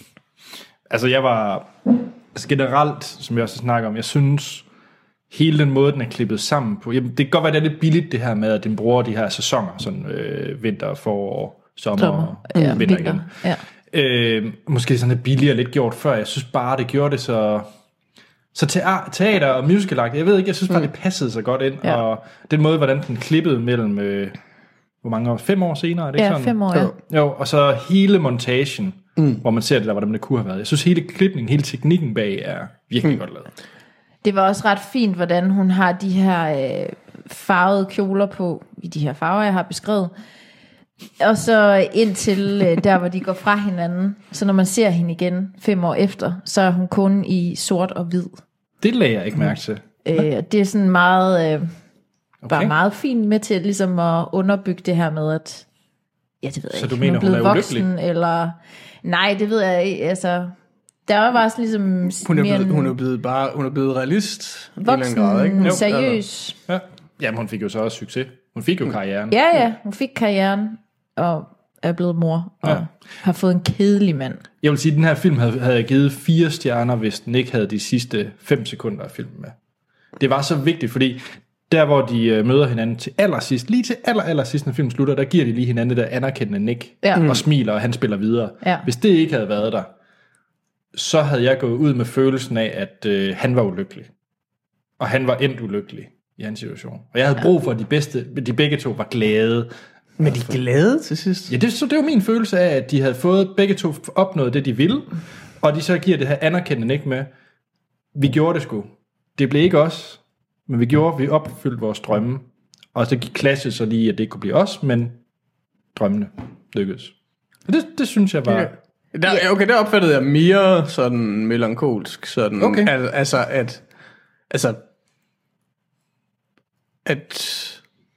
Altså jeg var, altså generelt, som jeg også snakker om, jeg synes, hele den måde, den er klippet sammen på, jamen, det kan godt være, det er lidt billigt det her med, at den bruger de her sæsoner, sådan øh, vinter, forår, sommer, sommer. og ja, vinter igen. Ja. Øh, måske sådan lidt billigere lidt gjort før. Jeg synes bare, det gjorde det så... Så teater og musicalagtigt, jeg ved ikke, jeg synes bare, mm. det passede så godt ind. Ja. Og den måde, hvordan den klippede mellem, øh, hvor mange år? Fem år senere, er det ikke ja, sådan? fem år, ja. Jo, og så hele montagen, mm. hvor man ser det der, hvordan det kunne have været. Jeg synes, hele klipningen, hele teknikken bag er virkelig mm. godt lavet. Det var også ret fint, hvordan hun har de her øh, farvede kjoler på, i de her farver, jeg har beskrevet. Og så indtil øh, der, hvor de går fra hinanden. Så når man ser hende igen fem år efter, så er hun kun i sort og hvid. Det lagde jeg ikke mærke til. Øh, det er sådan meget, øh, okay. bare meget fint med til ligesom at underbygge det her med, at ja, det ved jeg så ikke, du mener, hun er blevet hun er voksen, ulykkelig? Eller nej, det ved jeg ikke. Altså, der var bare sådan ligesom hun er blevet, hun er blevet bare, hun er blevet realist. Voksen, grad, ikke? seriøs. Ja. Jamen, hun fik jo så også succes. Hun fik jo karrieren. Ja, ja, hun fik karrieren og er blevet mor og ja. har fået en kedelig mand. Jeg vil sige, at den her film havde, havde jeg givet fire stjerner, hvis den ikke havde de sidste fem sekunder af filmen med. Det var så vigtigt, fordi der, hvor de øh, møder hinanden til allersidst, lige til aller, aller sidst, når filmen slutter, der giver de lige hinanden det der anerkendende nik, ja. og smiler, og han spiller videre. Ja. Hvis det ikke havde været der, så havde jeg gået ud med følelsen af, at øh, han var ulykkelig. Og han var endt ulykkelig i hans situation. Og jeg havde brug for, at de, bedste, de begge to var glade. Men de glade til sidst? Ja, det, så det var min følelse af, at de havde fået begge to opnået det, de ville, og de så giver det her anerkendende ikke med, vi gjorde det sgu. Det blev ikke os, men vi gjorde, vi opfyldte vores drømme. Og så gik klasse så lige, at det ikke kunne blive os, men drømmene lykkedes. Og det, det synes jeg var... Der, okay, der opfattede jeg mere sådan melankolsk, sådan, okay. al, altså at, altså, at,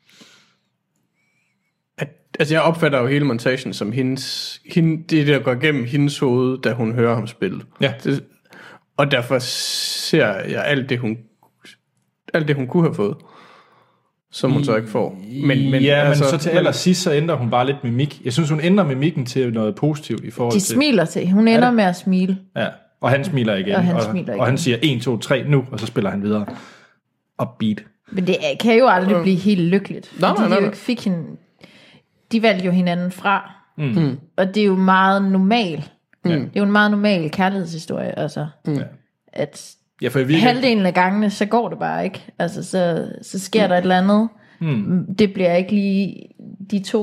at, altså jeg opfatter jo hele montagen som hendes, hende, det der går igennem hendes hoved, da hun hører ham spille. Ja. Det, og derfor ser jeg alt det, hun, alt det, hun kunne have fået, som hun så ikke får. Men, men, ja, altså, men så til allersidst, så ændrer hun bare lidt mimik. Jeg synes, hun ændrer mimikken til noget positivt i forhold De til... De smiler til. Hun ender med at smile. Ja, og han smiler igen. Og han, og, smiler igen. Og han siger en, to, tre nu, og så spiller han videre. Upbeat. Men det kan jo aldrig blive helt lykkeligt. Nej, nej, nej. De jo ikke fik hende... De valgte jo hinanden fra. Mm. Og det er jo meget normal. Mm. Det er jo en meget normal kærlighedshistorie. Altså, mm. at ja, for virker... halvdelen af gangene, så går det bare ikke. Altså, så, så sker mm. der et eller andet. Mm. Det bliver ikke lige de to.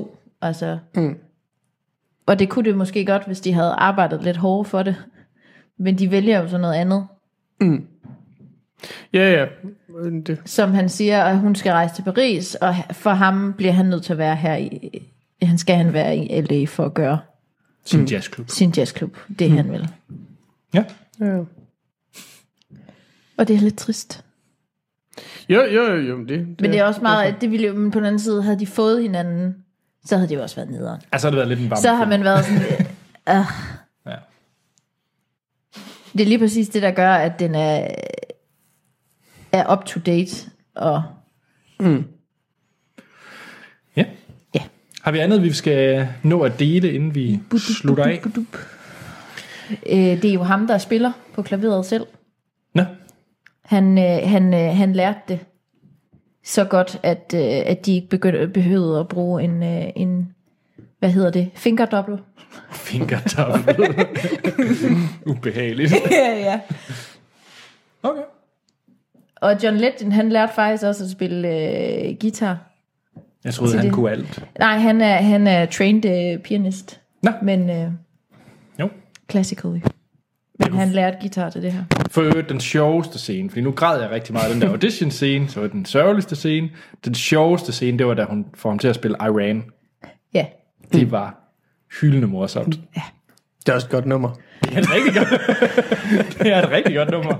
Altså, mm. Og det kunne det måske godt, hvis de havde arbejdet lidt hårdere for det. Men de vælger jo så noget andet. Mm. Ja, ja. Det. Som han siger, at hun skal rejse til Paris, og for ham bliver han nødt til at være her i... Han skal han være i L A for at gøre sin mm. jazzklub. Sin jazzklub, det mm. han vil. Ja. ja. Og det er lidt trist. Jo, jo, jo. Det, det, men det er også meget, at det ville jo, men på den anden side, havde de fået hinanden, så havde det jo også været nederen. Altså, det været lidt en varme. Så har man været sådan, øh. ja. Det er lige præcis det, der gør, at den er, er up to date, og... Mm. Ja. Ja. Har vi andet, vi skal nå at dele, inden vi budup, slutter af? Budup, budup. Øh, det er jo ham, der spiller på klaveret selv. Nå. Han, øh, han, øh, han lærte det så godt, at, øh, at de ikke begyndte, behøvede at bruge en, øh, en hvad hedder det, fingerdouble. Fingerdouble. Ubehageligt. ja, ja. Okay. Og John Legend, han lærte faktisk også at spille øh, guitar. Jeg troede, han det. kunne alt. Nej, han er, han er trained øh, pianist. Nå. Men øh, jo. Classically. Men han lærte guitar til det her. For øvrigt den sjoveste scene, fordi nu græd jeg rigtig meget den der audition scene, så var den sørgeligste scene. Den sjoveste scene, det var da hun får ham til at spille Iran. Ja. Det var hyldende morsomt. Ja. Det er også et godt nummer. Det er et rigtig godt, det er et rigtig godt nummer.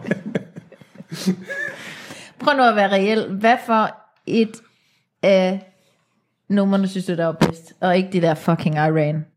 Prøv nu at være reel. Hvad for et af numrene synes du, der var bedst? Og ikke det der fucking Iran.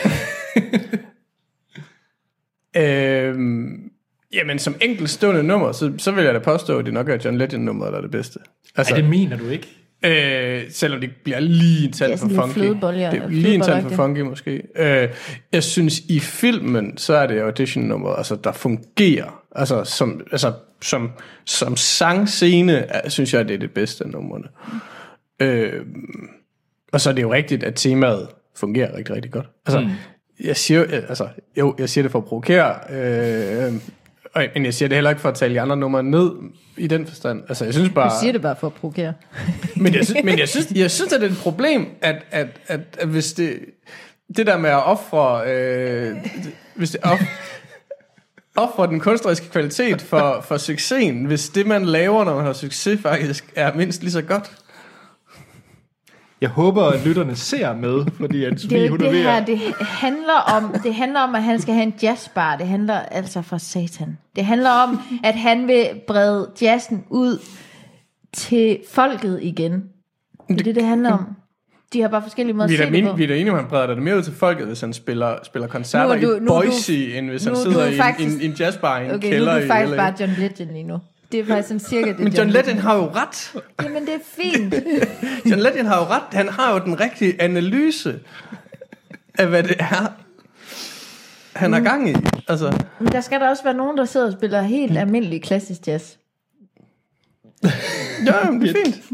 øhm, jamen, som enkeltstående nummer, så, så vil jeg da påstå, at det nok er John Legend-nummeret, der er det bedste. Altså, Ej, det mener du ikke? Øh, selvom det bliver lige en tand for funky. Det er lige en tand for funky måske. Øh, jeg synes i filmen, så er det audition-nummeret, altså der fungerer. Altså som, altså, som, som sangscene, synes jeg, det er det bedste af numrene. Øh, og så er det jo rigtigt, at temaet fungerer rigtig, rigtig godt. Altså, mm. jeg siger altså, jo, jeg siger det for at provokere, øh, men jeg siger det heller ikke for at tale de andre numre ned i den forstand. Altså, jeg synes bare... Du siger det bare for at provokere. men jeg synes, men jeg synes, jeg synes at det er et problem, at, at, at, at hvis det... Det der med at ofre... Øh, hvis det off, ofre den kunstneriske kvalitet for, for succesen, hvis det, man laver, når man har succes, faktisk er mindst lige så godt. Jeg håber, at lytterne ser med, fordi at det, det her, det handler om, det handler om, at han skal have en jazzbar. Det handler altså for satan. Det handler om, at han vil brede jazzen ud til folket igen. Det er det, det handler om. De har bare forskellige måder at se det på. Vi er da enige, om han breder det mere ud til folket, hvis han spiller, spiller koncerter du, i Boise, end hvis han sidder i faktisk, en, en jazzbar i en okay, kælder i Okay, nu er du faktisk bare John Legend lige nu. Det er faktisk sådan cirka det. Men John, John Legend har jo ret. Jamen det er fint. John Legend har jo ret. Han har jo den rigtige analyse af hvad det er han mm. har gang i. Altså. Men der skal der også være nogen, der sidder og spiller helt almindelig klassisk jazz. Ja, men det er fint.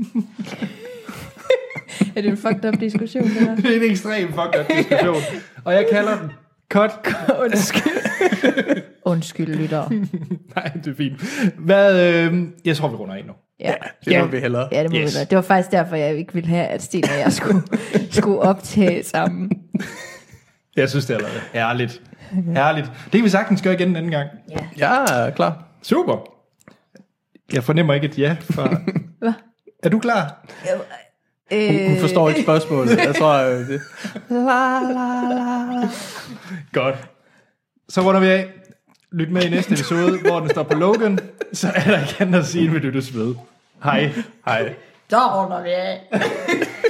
Er det en fucked up diskussion det her? Det er en ekstrem fucked up diskussion. Og jeg kalder den cut. Undskyld. Undskyld, lytter. Nej, det er fint. Hvad, øh, jeg tror, vi runder af nu. Ja, det må ja. vi hellere. Ja, det må yes. vi hellere. Det var faktisk derfor, jeg ikke ville have, at Sten og jeg skulle, skulle optage sammen. Jeg synes, det er allerede herligt. Herligt. Det kan vi sagtens gøre igen en anden gang. Ja, jeg er klar. Super. Jeg fornemmer ikke et ja fra... Hvad? Er du klar? Øh... Hun, hun forstår ikke spørgsmålet. Jeg tror, øh, det... La, la, la. Godt. Så runder vi af. Lyt med i næste episode, hvor den står på Logan. Så er der ikke andet at sige, end vi lyttes ved. Hej. Hej. Så runder vi af.